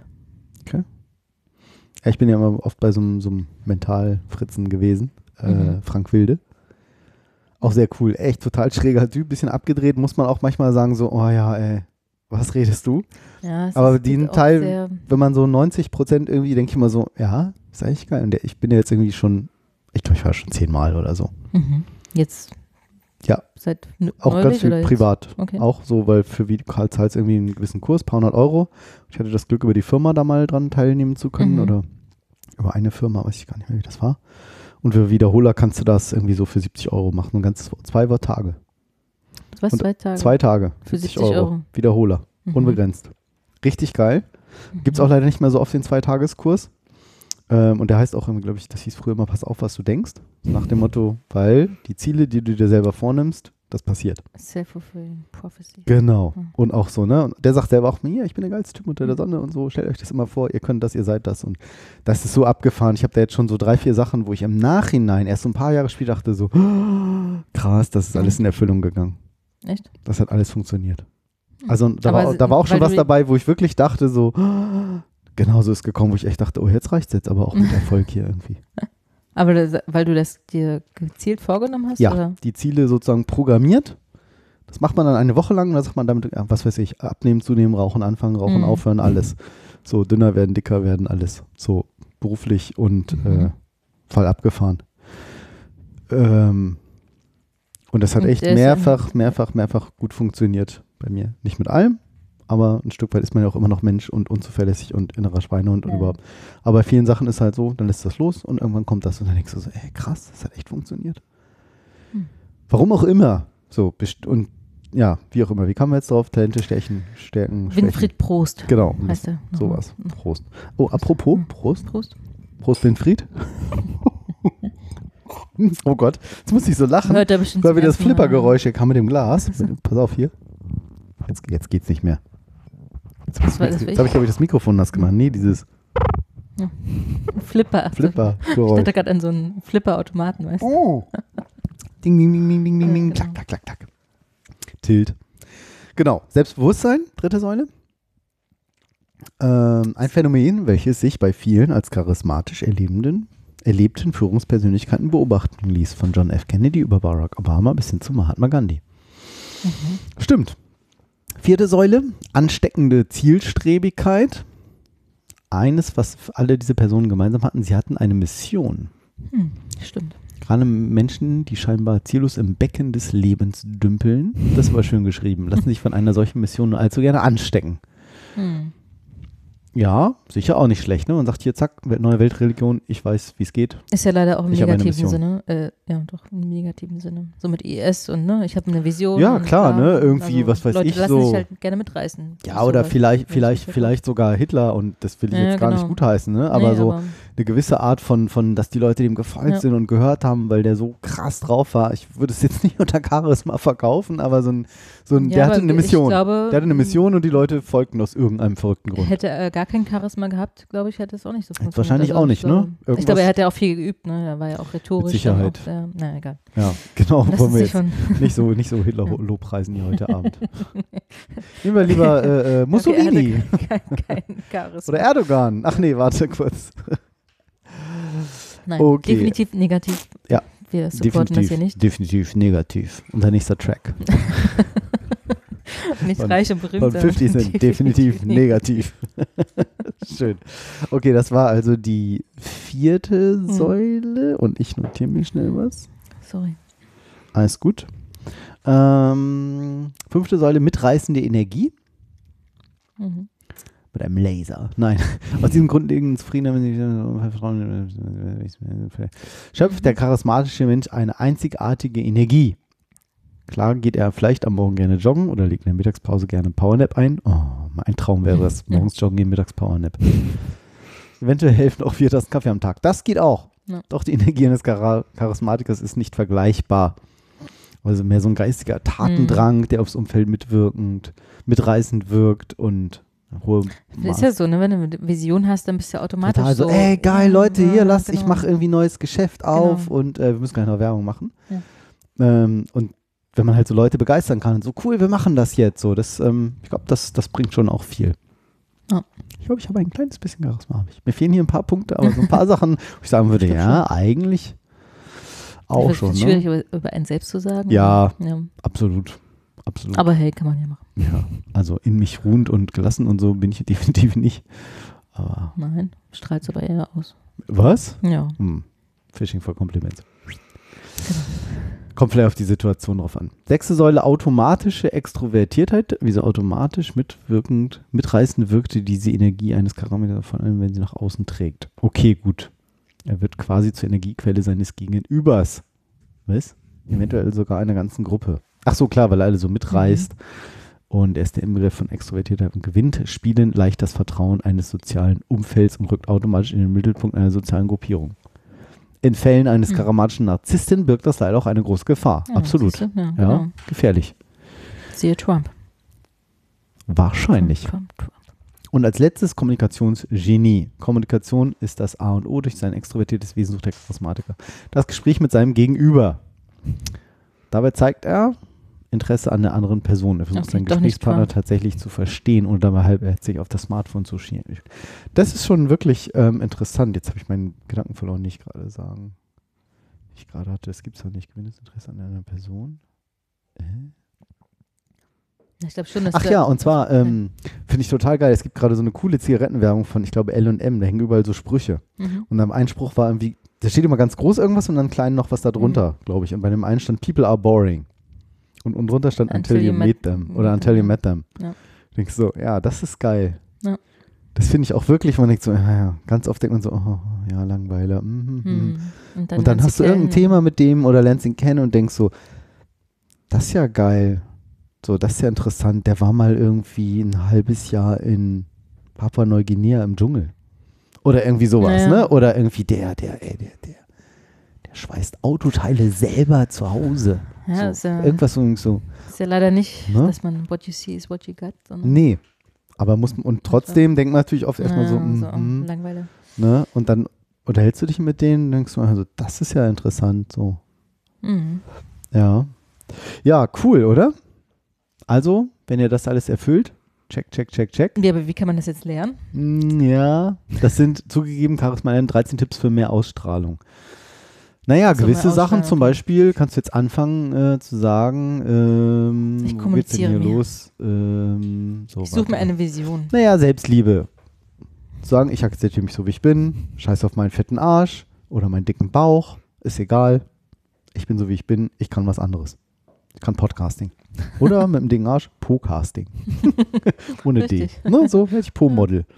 [SPEAKER 2] Ja, ich bin ja immer oft bei so einem Mental-Fritzen gewesen. Frank Wilde. Auch sehr cool. Echt total schräger Typ, bisschen abgedreht. Muss man auch manchmal sagen so, oh ja, ey, was redest du?
[SPEAKER 3] Ja, es
[SPEAKER 2] Aber
[SPEAKER 3] ist
[SPEAKER 2] diesen
[SPEAKER 3] auch
[SPEAKER 2] Teil,
[SPEAKER 3] sehr,
[SPEAKER 2] wenn man so 90% irgendwie, denke ich immer so, ja, ist eigentlich geil. Und ich bin ja jetzt irgendwie schon, ich glaube, ich war schon 10-mal oder so.
[SPEAKER 3] jetzt
[SPEAKER 2] Ja.
[SPEAKER 3] seit
[SPEAKER 2] Auch
[SPEAKER 3] neulich
[SPEAKER 2] ganz viel
[SPEAKER 3] oder jetzt?
[SPEAKER 2] privat.
[SPEAKER 3] Okay.
[SPEAKER 2] Auch so, weil für Videocall zahlst du irgendwie einen gewissen Kurs, paar hundert Euro. Ich hatte das Glück, über die Firma da mal dran teilnehmen zu können oder über eine Firma, weiß ich gar nicht mehr, wie das war. Und für Wiederholer kannst du das irgendwie so für 70 Euro machen. Ganz 2 Tage.
[SPEAKER 3] Was,
[SPEAKER 2] Und
[SPEAKER 3] 2 Tage?
[SPEAKER 2] 2 Tage.
[SPEAKER 3] Für 70 Euro.
[SPEAKER 2] Wiederholer. Unbegrenzt. Richtig geil. Gibt es auch leider nicht mehr so oft den 2-Tageskurs. Und der heißt auch irgendwie, glaube ich, das hieß früher immer, pass auf, was du denkst. Nach dem Motto, weil die Ziele, die du dir selber vornimmst, das passiert.
[SPEAKER 3] Self-fulfilling prophecy.
[SPEAKER 2] Genau.
[SPEAKER 3] Mhm.
[SPEAKER 2] Und auch so, ne? Und der sagt selber auch mir, ich bin der geilste Typ unter der Sonne und so, stellt euch das immer vor, ihr könnt das, ihr seid das. Und das ist so abgefahren. Ich habe da jetzt schon so 3-4 Sachen, wo ich im Nachhinein, erst so ein paar Jahre später dachte so, krass, das ist alles in Erfüllung gegangen.
[SPEAKER 3] Echt?
[SPEAKER 2] Das hat alles funktioniert. Also da
[SPEAKER 3] Aber
[SPEAKER 2] war auch schon
[SPEAKER 3] weil
[SPEAKER 2] was
[SPEAKER 3] du-
[SPEAKER 2] dabei, wo ich wirklich dachte so, genau so ist gekommen, wo ich echt dachte, oh, jetzt reicht's jetzt aber auch mit Erfolg hier irgendwie.
[SPEAKER 3] Aber weil du das dir gezielt vorgenommen hast?
[SPEAKER 2] Ja,
[SPEAKER 3] Oder?
[SPEAKER 2] die Ziele sozusagen programmiert. Das macht man dann eine Woche lang und dann sagt man damit, ja, was weiß ich, abnehmen, zunehmen, rauchen, anfangen, rauchen, aufhören, alles. So dünner werden, dicker werden, alles. So beruflich und voll abgefahren. Und das hat
[SPEAKER 3] Und
[SPEAKER 2] echt
[SPEAKER 3] der ist
[SPEAKER 2] mehrfach gut funktioniert bei mir. Nicht mit allem, aber ein Stück weit ist man ja auch immer noch Mensch und unzuverlässig und innerer Schweinehund und
[SPEAKER 3] Ja.
[SPEAKER 2] überhaupt. Aber bei vielen Sachen ist halt so, dann lässt das los und irgendwann kommt das und dann denkst du so, ey krass, das hat echt funktioniert. Warum auch immer. So, und ja, wie auch immer. Wie kamen wir jetzt drauf? Talente, Stärken.
[SPEAKER 3] Winfried Prost.
[SPEAKER 2] Genau.
[SPEAKER 3] heißt er.
[SPEAKER 2] Sowas. Prost. Oh, apropos, Prost.
[SPEAKER 3] Prost.
[SPEAKER 2] Prost, Winfried. Oh Gott, jetzt muss ich so lachen,
[SPEAKER 3] Hört er bestimmt
[SPEAKER 2] weil wir
[SPEAKER 3] zum
[SPEAKER 2] das
[SPEAKER 3] ersten Mal.
[SPEAKER 2] Flippergeräusch hier kam mit dem Glas. Pass auf hier. Jetzt geht's nicht mehr. Jetzt
[SPEAKER 3] war das
[SPEAKER 2] habe ich, glaube ich, das Mikrofon nass gemacht. Nee, dieses
[SPEAKER 3] Flipper. Ich
[SPEAKER 2] Flippergeräusch.
[SPEAKER 3] dachte gerade an so einen Flipper-Automaten, weißt du?
[SPEAKER 2] Oh. Ding, ding, ding, ding, ding, ding, ding.
[SPEAKER 3] Ja,
[SPEAKER 2] Klack,
[SPEAKER 3] genau.
[SPEAKER 2] klack, klack, klack. Tilt. Genau. Selbstbewusstsein, dritte Säule. Ein Phänomen, welches sich bei vielen als charismatisch erlebten Führungspersönlichkeiten beobachten ließ. Von John F. Kennedy über Barack Obama bis hin zu Mahatma Gandhi. Stimmt. Vierte Säule, ansteckende Zielstrebigkeit. Eines, was alle diese Personen gemeinsam hatten, sie hatten eine Mission.
[SPEAKER 3] Stimmt.
[SPEAKER 2] Gerade Menschen, die scheinbar ziellos im Becken des Lebens dümpeln, das war schön geschrieben, lassen sich von einer solchen Mission nur allzu gerne anstecken. Ja, sicher auch nicht schlecht. Ne? Man sagt hier, zack, neue Weltreligion, ich weiß, wie es geht.
[SPEAKER 3] Ist ja leider auch im
[SPEAKER 2] Ich habe eine
[SPEAKER 3] negativen
[SPEAKER 2] Mission.
[SPEAKER 3] Sinne. Ja, doch, im negativen Sinne. So mit IS und ne, ich habe eine Vision.
[SPEAKER 2] Ja,
[SPEAKER 3] und
[SPEAKER 2] klar,
[SPEAKER 3] bla.
[SPEAKER 2] ne, irgendwie, was weiß
[SPEAKER 3] Leute
[SPEAKER 2] ich,
[SPEAKER 3] lassen
[SPEAKER 2] so.
[SPEAKER 3] sich halt gerne mitreißen.
[SPEAKER 2] Ja, oder
[SPEAKER 3] Sowas.
[SPEAKER 2] vielleicht sogar Hitler und das will ich
[SPEAKER 3] Ja,
[SPEAKER 2] jetzt gar nicht
[SPEAKER 3] genau.
[SPEAKER 2] gutheißen, ne? Aber
[SPEAKER 3] Nee,
[SPEAKER 2] so
[SPEAKER 3] aber-
[SPEAKER 2] eine gewisse Art von, dass die Leute dem gefolgt
[SPEAKER 3] Ja.
[SPEAKER 2] sind und gehört haben, weil der so krass drauf war. Ich würde es jetzt nicht unter Charisma verkaufen, aber so ein
[SPEAKER 3] Ja,
[SPEAKER 2] der hatte
[SPEAKER 3] aber
[SPEAKER 2] eine
[SPEAKER 3] ich
[SPEAKER 2] Mission.
[SPEAKER 3] glaube,
[SPEAKER 2] Der hatte eine Mission und die Leute folgten aus irgendeinem verrückten Grund.
[SPEAKER 3] Hätte er gar kein Charisma gehabt, glaube ich, hätte es auch nicht so funktioniert.
[SPEAKER 2] Wahrscheinlich auch nicht, ne?
[SPEAKER 3] Ich
[SPEAKER 2] Irgendwas-
[SPEAKER 3] glaube, er hat ja auch viel geübt, ne? Er war ja auch rhetorisch.
[SPEAKER 2] Mit Sicherheit.
[SPEAKER 3] Dann auch, na, egal.
[SPEAKER 2] Ja, genau,
[SPEAKER 3] Lass
[SPEAKER 2] wollen wir
[SPEAKER 3] uns
[SPEAKER 2] jetzt
[SPEAKER 3] nicht von
[SPEAKER 2] nicht so Hitler-Lobpreisen hier heute Abend. Nehmen wir lieber Mussolini
[SPEAKER 3] Okay, er hatte kein Charisma.
[SPEAKER 2] oder Erdogan. Ach nee, warte kurz.
[SPEAKER 3] Nein,
[SPEAKER 2] Okay.
[SPEAKER 3] definitiv negativ.
[SPEAKER 2] Ja,
[SPEAKER 3] Wir supporten das hier nicht.
[SPEAKER 2] Definitiv negativ. Unser nächster Track.
[SPEAKER 3] Nicht
[SPEAKER 2] Von-
[SPEAKER 3] reich und berühmt.
[SPEAKER 2] Von
[SPEAKER 3] sondern
[SPEAKER 2] 50 Cent. Definitiv negativ. Schön. Okay, das war also die 4. Säule und ich notiere mir schnell was.
[SPEAKER 3] Sorry.
[SPEAKER 2] Alles gut. 5. Säule, mitreißende Energie.
[SPEAKER 3] Mhm.
[SPEAKER 2] Mit einem Laser. Nein. Aus diesem grundlegenden Zufriedenheit schöpft der charismatische Mensch eine einzigartige Energie. Klar geht er vielleicht am Morgen gerne joggen oder legt in der Mittagspause gerne Powernap ein. Oh, mein Traum wäre es. Morgens joggen gehen, mittags Powernap. Eventuell helfen auch 4 Tassen Kaffee am Tag. Das geht auch.
[SPEAKER 3] Ja.
[SPEAKER 2] Doch die Energie eines Charismatikers ist nicht vergleichbar. Also mehr so ein geistiger Tatendrang, der aufs Umfeld mitreißend wirkt und hohe
[SPEAKER 3] Das ist ja so, ne? Wenn du eine Vision hast, dann bist du ja automatisch
[SPEAKER 2] Total so,
[SPEAKER 3] so.
[SPEAKER 2] ey, geil, Leute, hier,
[SPEAKER 3] ja,
[SPEAKER 2] lasst,
[SPEAKER 3] genau.
[SPEAKER 2] ich mache irgendwie ein neues Geschäft auf
[SPEAKER 3] Genau.
[SPEAKER 2] und wir müssen gleich noch Werbung machen.
[SPEAKER 3] Ja.
[SPEAKER 2] Und wenn man halt so Leute begeistern kann, so cool, wir machen das jetzt so, das, ich glaube, das bringt schon auch viel.
[SPEAKER 3] Ja.
[SPEAKER 2] Ich glaube, ich habe ein kleines bisschen Charisma. Hab ich. Mir fehlen hier ein paar Punkte, aber so ein paar Sachen, wo ich sagen würde,
[SPEAKER 3] Stimmt
[SPEAKER 2] ja, eigentlich auch
[SPEAKER 3] Das
[SPEAKER 2] schon.
[SPEAKER 3] ist
[SPEAKER 2] Ne?
[SPEAKER 3] schwierig, über einen selbst zu sagen.
[SPEAKER 2] Ja.
[SPEAKER 3] ja.
[SPEAKER 2] Absolut.
[SPEAKER 3] Aber hey, kann man ja machen.
[SPEAKER 2] Ja, also in mich ruhend und gelassen und so bin ich definitiv nicht. Aber
[SPEAKER 3] Nein, strahlt aber eher aus.
[SPEAKER 2] was?
[SPEAKER 3] Ja.
[SPEAKER 2] Fishing for Compliments. Kommt vielleicht auf die Situation drauf an. 6. Säule, automatische Extrovertiertheit. Wie so automatisch mitreißend wirkte diese Energie eines Charakters, vor allem wenn sie nach außen trägt. Okay, gut. Er wird quasi zur Energiequelle seines Gegenübers. Was? Eventuell sogar einer ganzen Gruppe. Ach so, klar, weil er alle so mitreißt. Und er ist der Inbegriff von Extrovertiertheit und gewinnt Spielen leicht das Vertrauen eines sozialen Umfelds und rückt automatisch in den Mittelpunkt einer sozialen Gruppierung. In Fällen eines charismatischen Narzissten birgt das leider auch eine große Gefahr.
[SPEAKER 3] Ja,
[SPEAKER 2] Absolut.
[SPEAKER 3] siehst du? Ja,
[SPEAKER 2] Ja,
[SPEAKER 3] genau.
[SPEAKER 2] gefährlich.
[SPEAKER 3] Siehe Trump.
[SPEAKER 2] Wahrscheinlich.
[SPEAKER 3] Trump.
[SPEAKER 2] Und als letztes Kommunikationsgenie. Kommunikation ist das A und O. Durch sein extrovertiertes Wesen sucht der Charismatiker das Gespräch mit seinem Gegenüber. Dabei zeigt er Interesse an der anderen Person. Er versucht
[SPEAKER 3] Okay,
[SPEAKER 2] seinen
[SPEAKER 3] doch nicht
[SPEAKER 2] Gesprächspartner
[SPEAKER 3] Trump.
[SPEAKER 2] tatsächlich zu verstehen und dabei halbherzig auf das Smartphone zu schielen. Das ist schon wirklich interessant. Jetzt habe ich meinen Gedanken verloren, nicht gerade sagen. Ich gerade hatte, das gibt es doch nicht. Gewinnes Interesse an einer Person.
[SPEAKER 3] Ich glaube schon, dass
[SPEAKER 2] Ach ja, und zwar finde ich total geil. Es gibt gerade so eine coole Zigarettenwerbung von, ich glaube, L&M. Da hängen überall so Sprüche. Und am Einspruch war irgendwie, da steht immer ganz groß irgendwas und dann klein noch was da drunter, glaube ich. Und bei dem einen stand People are boring. Und drunter stand Until you meet them. Oder Until you met them.
[SPEAKER 3] Ja.
[SPEAKER 2] Denkst so, ja, das ist geil.
[SPEAKER 3] Ja.
[SPEAKER 2] Das finde ich auch wirklich, man denkt so, ja, ganz oft denkt man so, oh, ja, Langweiler. Und dann hast du irgendein Thema mit dem oder lernst ihn kennen und denkst so, das ist ja geil. So, das ist ja interessant. Der war mal irgendwie ein halbes Jahr in Papua-Neuguinea im Dschungel. Oder irgendwie sowas,
[SPEAKER 3] Naja.
[SPEAKER 2] ne? Oder irgendwie der schweißt Autoteile selber zu Hause.
[SPEAKER 3] Ja,
[SPEAKER 2] so.
[SPEAKER 3] ist ja,
[SPEAKER 2] Irgendwas so.
[SPEAKER 3] ist ja leider nicht,
[SPEAKER 2] Ne?
[SPEAKER 3] dass man what you see is what you got. Sondern
[SPEAKER 2] Nee. Aber und trotzdem denkt man natürlich oft erstmal so,
[SPEAKER 3] Langweiler.
[SPEAKER 2] ne? Und dann unterhältst du dich mit denen und denkst du, also, das ist ja interessant, so.
[SPEAKER 3] Mhm.
[SPEAKER 2] Ja. Ja, cool, oder? Also, wenn ihr das alles erfüllt, check.
[SPEAKER 3] Ja, aber wie kann man das jetzt lernen?
[SPEAKER 2] Ja, das sind zugegeben, Charisma 13 Tipps für mehr Ausstrahlung. Naja,
[SPEAKER 3] So,
[SPEAKER 2] gewisse
[SPEAKER 3] mehr
[SPEAKER 2] Sachen
[SPEAKER 3] Ausstrahlung,
[SPEAKER 2] zum
[SPEAKER 3] okay.
[SPEAKER 2] Beispiel kannst du jetzt anfangen zu sagen,
[SPEAKER 3] Ich
[SPEAKER 2] wo geht's denn
[SPEAKER 3] kommuniziere
[SPEAKER 2] hier
[SPEAKER 3] mehr.
[SPEAKER 2] los?
[SPEAKER 3] Ich suche mir eine Vision.
[SPEAKER 2] Naja, Selbstliebe. Zu sagen, ich akzeptiere mich so, wie ich bin, scheiß auf meinen fetten Arsch oder meinen dicken Bauch, ist egal. Ich bin so, wie ich bin, ich kann was anderes. Ich kann Podcasting. Oder mit dem dicken Arsch, Po-Casting. Ohne D.
[SPEAKER 3] Richtig.
[SPEAKER 2] Ne, so werde ich Po-Model.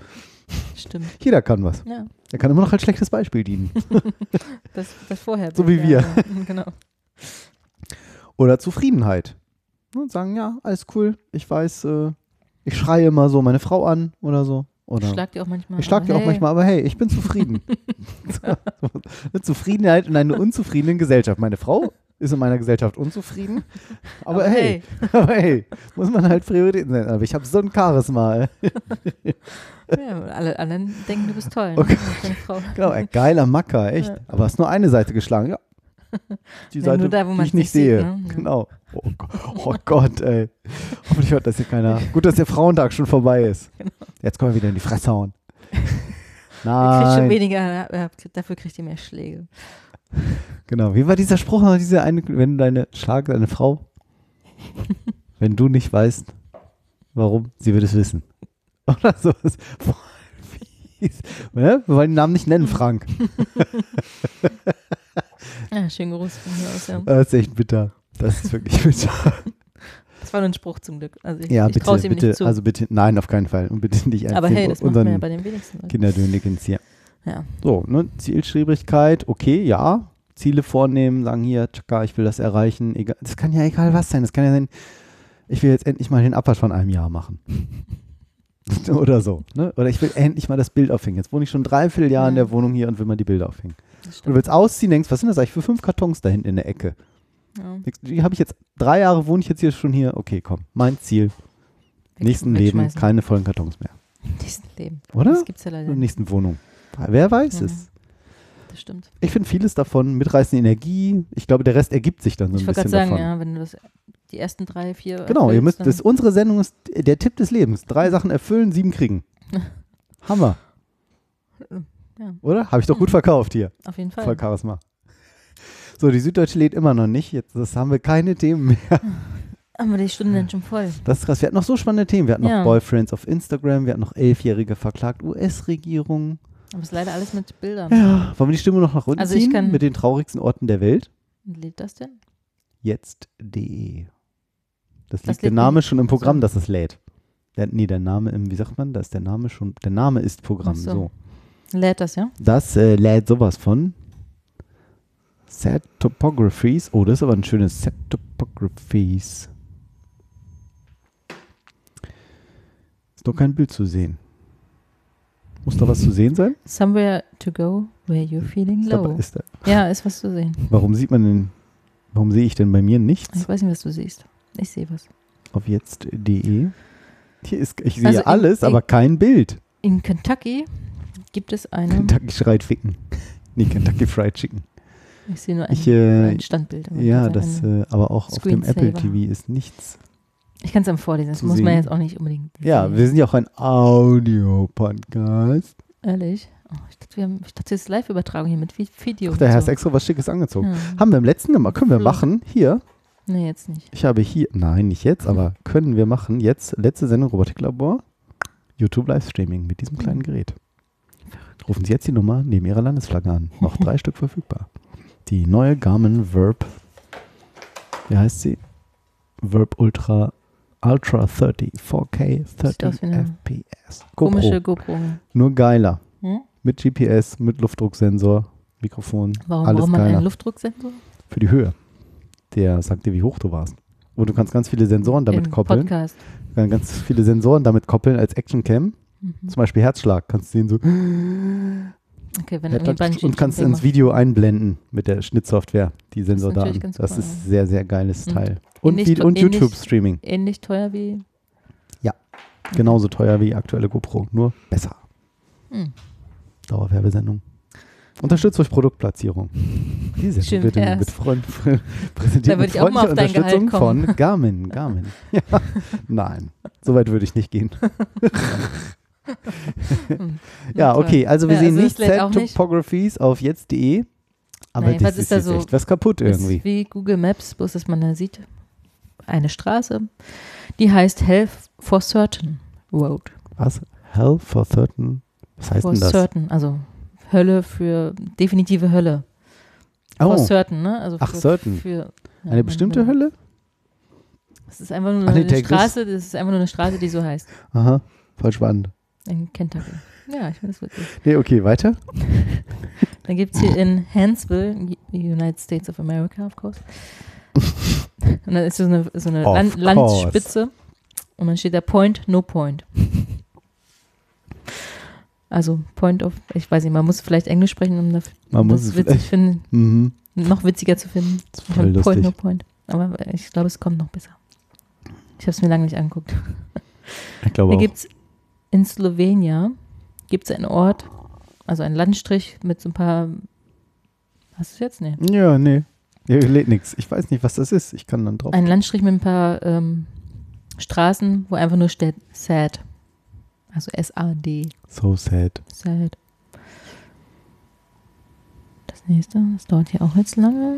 [SPEAKER 3] Stimmt.
[SPEAKER 2] Jeder kann was.
[SPEAKER 3] Ja,
[SPEAKER 2] Er kann immer noch als schlechtes Beispiel dienen.
[SPEAKER 3] das vorher.
[SPEAKER 2] So wie wir.
[SPEAKER 3] Ja, genau.
[SPEAKER 2] Oder Zufriedenheit. Und sagen, ja, alles cool. Ich weiß, ich schreie immer so meine Frau an oder so. Oder
[SPEAKER 3] Ich schlag dir auch manchmal.
[SPEAKER 2] ich schlag dir auch manchmal, aber hey, ich bin zufrieden. Eine Zufriedenheit in einer unzufriedenen Gesellschaft. Meine Frau ist in meiner Gesellschaft unzufrieden. Aber hey, muss man halt Prioritäten setzen. Aber ich habe so ein Charisma.
[SPEAKER 3] Ja, alle anderen denken, du bist toll. Ne?
[SPEAKER 2] Okay.
[SPEAKER 3] Deine Frau.
[SPEAKER 2] Genau, ein geiler Macker, echt.
[SPEAKER 3] Ja.
[SPEAKER 2] Aber hast nur eine Seite geschlagen, ja. Die
[SPEAKER 3] Ja,
[SPEAKER 2] Seite,
[SPEAKER 3] nur da, wo
[SPEAKER 2] die
[SPEAKER 3] man's
[SPEAKER 2] ich nicht
[SPEAKER 3] nicht sieht,
[SPEAKER 2] sehe.
[SPEAKER 3] ne? Ja.
[SPEAKER 2] Genau. Oh Gott, ey. Hoffentlich hört das hier keiner. Gut, dass der Frauentag schon vorbei ist.
[SPEAKER 3] Genau.
[SPEAKER 2] Jetzt können wir wieder in die Fresse hauen.
[SPEAKER 3] Ihr kriegt schon
[SPEAKER 2] Nein.
[SPEAKER 3] weniger, dafür kriegt ihr mehr Schläge.
[SPEAKER 2] Genau. Wie war dieser Spruch noch? Diese eine, wenn deine Frau, wenn du nicht weißt, warum, sie wird es wissen. Oder sowas. Boah, fies. Wir wollen den Namen nicht nennen, Frank.
[SPEAKER 3] Ja, schönen Gruß von hier aus, ja.
[SPEAKER 2] Das ist echt bitter. Das ist wirklich bitter.
[SPEAKER 3] Das war nur ein Spruch zum Glück. Also ich,
[SPEAKER 2] Ja,
[SPEAKER 3] ich traue es ihm
[SPEAKER 2] bitte,
[SPEAKER 3] nicht zu.
[SPEAKER 2] also bitte, nein, auf keinen Fall. Und bitte nicht
[SPEAKER 3] Aber hey, das macht man ja
[SPEAKER 2] unseren
[SPEAKER 3] bei den wenigsten Leuten.
[SPEAKER 2] Kinderdönikens hier.
[SPEAKER 3] Ja.
[SPEAKER 2] So, ne, Zielstrebigkeit, okay, ja. Ziele vornehmen, sagen hier, tschakka, ich will das erreichen. Egal, das kann ja egal was sein. Das kann ja sein, ich will jetzt endlich mal den Abwasch von einem Jahr machen. Oder so. Ne? Oder ich will endlich mal das Bild aufhängen. Jetzt wohne ich schon 3/4 Jahre in der Wohnung hier und will mal die Bilder aufhängen.
[SPEAKER 3] Das
[SPEAKER 2] Und du
[SPEAKER 3] stimmt.
[SPEAKER 2] willst ausziehen, denkst, was sind das eigentlich für 5 Kartons da hinten in der Ecke?
[SPEAKER 3] Ja.
[SPEAKER 2] Die habe ich jetzt 3 Jahre, wohne ich jetzt hier schon hier. Okay, komm, mein Ziel. Nächsten Leben
[SPEAKER 3] Wegschmeißen.
[SPEAKER 2] keine vollen Kartons mehr.
[SPEAKER 3] Im nächsten Leben.
[SPEAKER 2] Oder?
[SPEAKER 3] Das gibt's ja leider
[SPEAKER 2] In der
[SPEAKER 3] nicht.
[SPEAKER 2] nächsten Wohnung. Wer weiß
[SPEAKER 3] Ja.
[SPEAKER 2] es.
[SPEAKER 3] Das stimmt.
[SPEAKER 2] Ich finde vieles davon mitreißende Energie. Ich glaube, der Rest ergibt sich dann so
[SPEAKER 3] Ich
[SPEAKER 2] ein
[SPEAKER 3] wollte
[SPEAKER 2] bisschen
[SPEAKER 3] gerade sagen,
[SPEAKER 2] davon.
[SPEAKER 3] ja, wenn du das, die ersten 3, 4
[SPEAKER 2] Genau, ihr müsst,
[SPEAKER 3] erfüllst,
[SPEAKER 2] unsere Sendung ist der Tipp des Lebens. 3 Sachen erfüllen, 7 kriegen. Hammer.
[SPEAKER 3] Ja.
[SPEAKER 2] Oder? Habe ich doch gut verkauft hier.
[SPEAKER 3] dann auf jeden Fall.
[SPEAKER 2] Voll Charisma. So, die Süddeutsche lädt immer noch nicht. Jetzt haben wir keine Themen mehr.
[SPEAKER 3] Haben wir die Stunden denn schon voll?
[SPEAKER 2] Das ist krass. Wir hatten noch so spannende Themen. Wir hatten noch
[SPEAKER 3] Ja.
[SPEAKER 2] Boyfriends auf Instagram. Wir hatten noch 11-Jährige verklagt. US-Regierung.
[SPEAKER 3] Aber es ist leider alles mit Bildern.
[SPEAKER 2] Ja. Wollen wir die Stimme noch nach unten
[SPEAKER 3] Also ich
[SPEAKER 2] ziehen?
[SPEAKER 3] kann-
[SPEAKER 2] Mit den traurigsten Orten der Welt?
[SPEAKER 3] Und lädt das denn?
[SPEAKER 2] Jetzt.de. Das
[SPEAKER 3] Das
[SPEAKER 2] liegt der
[SPEAKER 3] lädt
[SPEAKER 2] Name
[SPEAKER 3] nicht.
[SPEAKER 2] schon im Programm,
[SPEAKER 3] So.
[SPEAKER 2] dass es lädt. Der Name wie sagt man, da ist der Name schon, der Name ist Programm.
[SPEAKER 3] Ach so.
[SPEAKER 2] So.
[SPEAKER 3] Lädt das, ja?
[SPEAKER 2] Das lädt sowas von Set Topographies. Oh, das ist aber ein schönes Set Topographies. Ist doch kein Bild zu sehen. Muss da was zu sehen sein?
[SPEAKER 3] Somewhere to go where you're feeling low.
[SPEAKER 2] Ist da,
[SPEAKER 3] Ja, ist was zu sehen.
[SPEAKER 2] warum sehe ich denn bei mir nichts
[SPEAKER 3] Ich weiß nicht, was du siehst. Ich sehe was.
[SPEAKER 2] auf jetzt.de? Ich sehe
[SPEAKER 3] Also in-
[SPEAKER 2] alles, aber kein Bild.
[SPEAKER 3] In Kentucky gibt es eine.
[SPEAKER 2] Kentucky schreit ficken. Nee, Kentucky Fried Chicken.
[SPEAKER 3] Ich sehe nur ein Standbild.
[SPEAKER 2] Ja, das, aber auch auf dem Apple
[SPEAKER 3] Screensaver.
[SPEAKER 2] TV ist nichts.
[SPEAKER 3] Ich kann es am vorlesen. Das
[SPEAKER 2] zu
[SPEAKER 3] muss man
[SPEAKER 2] sehen.
[SPEAKER 3] jetzt auch nicht unbedingt.
[SPEAKER 2] Ja,
[SPEAKER 3] sehen.
[SPEAKER 2] wir sind ja auch ein Audio-Podcast.
[SPEAKER 3] Ehrlich? Oh, ich dachte, das ist Live-Übertragung hier mit Video.
[SPEAKER 2] Ach, der
[SPEAKER 3] und
[SPEAKER 2] Herr
[SPEAKER 3] so.
[SPEAKER 2] ist extra was Schickes angezogen.
[SPEAKER 3] Ja.
[SPEAKER 2] Haben wir im letzten gemacht. Können wir
[SPEAKER 3] Flo.
[SPEAKER 2] machen. Hier.
[SPEAKER 3] Nee, jetzt nicht.
[SPEAKER 2] Ich habe hier, nein, nicht jetzt, aber können wir machen. Jetzt, letzte Sendung Robotiklabor. YouTube Livestreaming mit diesem kleinen Gerät. Rufen Sie jetzt die Nummer neben Ihrer Landesflagge an. Noch 3 Stück verfügbar. Die neue Garmin Verb. Wie heißt sie? Verb Ultra 30, 4K,
[SPEAKER 3] Sieht aus
[SPEAKER 2] 30
[SPEAKER 3] wie eine
[SPEAKER 2] FPS.
[SPEAKER 3] Komische GoPro.
[SPEAKER 2] Nur geiler.
[SPEAKER 3] Hm?
[SPEAKER 2] Mit GPS, mit Luftdrucksensor, Mikrofon.
[SPEAKER 3] Warum
[SPEAKER 2] alles
[SPEAKER 3] braucht man
[SPEAKER 2] geiler.
[SPEAKER 3] einen Luftdrucksensor?
[SPEAKER 2] Für die Höhe. Der sagt dir, wie hoch du warst. Und du kannst ganz viele Sensoren damit
[SPEAKER 3] Im
[SPEAKER 2] koppeln.
[SPEAKER 3] Podcast.
[SPEAKER 2] Ganz viele Sensoren damit koppeln als Actioncam.
[SPEAKER 3] Mhm.
[SPEAKER 2] Zum Beispiel Herzschlag. Kannst du sehen so
[SPEAKER 3] Okay, wenn irgendwie Bungee
[SPEAKER 2] und kannst
[SPEAKER 3] Jumping
[SPEAKER 2] ins Video einblenden mit der Schnittsoftware, die Sensordaten.
[SPEAKER 3] natürlich ganz
[SPEAKER 2] Das
[SPEAKER 3] super,
[SPEAKER 2] ist sehr, sehr geiles
[SPEAKER 3] Und
[SPEAKER 2] Teil. Und,
[SPEAKER 3] ähnlich
[SPEAKER 2] und
[SPEAKER 3] ähnlich-
[SPEAKER 2] YouTube-Streaming.
[SPEAKER 3] ähnlich teuer wie.
[SPEAKER 2] Genauso teuer wie aktuelle GoPro, nur besser.
[SPEAKER 3] Hm.
[SPEAKER 2] Dauerwerbesendung. Unterstützt durch Produktplatzierung. Die Sendung
[SPEAKER 3] Schön
[SPEAKER 2] wird Ihnen
[SPEAKER 3] wär's.
[SPEAKER 2] mit präsentiert
[SPEAKER 3] Da würde
[SPEAKER 2] mit
[SPEAKER 3] ich auch mal
[SPEAKER 2] freundlicher
[SPEAKER 3] auf dein Gehalt
[SPEAKER 2] Unterstützung
[SPEAKER 3] kommen.
[SPEAKER 2] von Garmin. Ja, nein, so weit würde ich nicht gehen. Ja,
[SPEAKER 3] toll.
[SPEAKER 2] okay, also wir
[SPEAKER 3] Ja,
[SPEAKER 2] sehen
[SPEAKER 3] also
[SPEAKER 2] nicht
[SPEAKER 3] das lädt auch nicht.
[SPEAKER 2] Set-Topographies auf jetzt.de, aber
[SPEAKER 3] Nein,
[SPEAKER 2] das
[SPEAKER 3] was
[SPEAKER 2] ist
[SPEAKER 3] ist da
[SPEAKER 2] jetzt
[SPEAKER 3] so?
[SPEAKER 2] echt was kaputt
[SPEAKER 3] Das
[SPEAKER 2] irgendwie.
[SPEAKER 3] ist wie Google Maps, bloß dass man da sieht, eine Straße, die heißt Health for Certain Road.
[SPEAKER 2] Was? Hell for certain? Was heißt
[SPEAKER 3] For
[SPEAKER 2] denn das?
[SPEAKER 3] certain, also Hölle für definitive Hölle. For
[SPEAKER 2] Oh,
[SPEAKER 3] certain, ne? Also
[SPEAKER 2] Ach, certain.
[SPEAKER 3] Für, ja,
[SPEAKER 2] eine bestimmte Hölle?
[SPEAKER 3] Das ist einfach nur
[SPEAKER 2] Ach nee,
[SPEAKER 3] eine
[SPEAKER 2] der
[SPEAKER 3] Straße, das ist einfach nur eine Straße, die so heißt.
[SPEAKER 2] Aha, voll spannend.
[SPEAKER 3] In Kentucky. Ja, ich finde das witzig.
[SPEAKER 2] Nee, okay, weiter.
[SPEAKER 3] Dann gibt es hier in Huntsville, United States of America, of course. Und dann ist so eine Landspitze und dann steht da Point, no point. Also Point of, ich weiß nicht, man muss vielleicht Englisch sprechen, um das witzig finden, noch witziger zu finden.
[SPEAKER 2] Voll lustig.
[SPEAKER 3] Point, no point. Aber ich glaube, es kommt noch besser. Ich habe es mir lange nicht angeguckt.
[SPEAKER 2] Ich glaube
[SPEAKER 3] Hier
[SPEAKER 2] auch.
[SPEAKER 3] gibt es in Slowenien einen Ort, also einen Landstrich mit so ein paar, hast du es jetzt? Nee.
[SPEAKER 2] Ja, nee. Hier lädt nichts. Ich weiß nicht, was das ist. Ich kann dann drauf.
[SPEAKER 3] Ein Landstrich mit ein paar Straßen, wo einfach nur steht Sad. Also S-A-D.
[SPEAKER 2] So sad.
[SPEAKER 3] Sad. Das nächste, das dauert hier auch jetzt lange.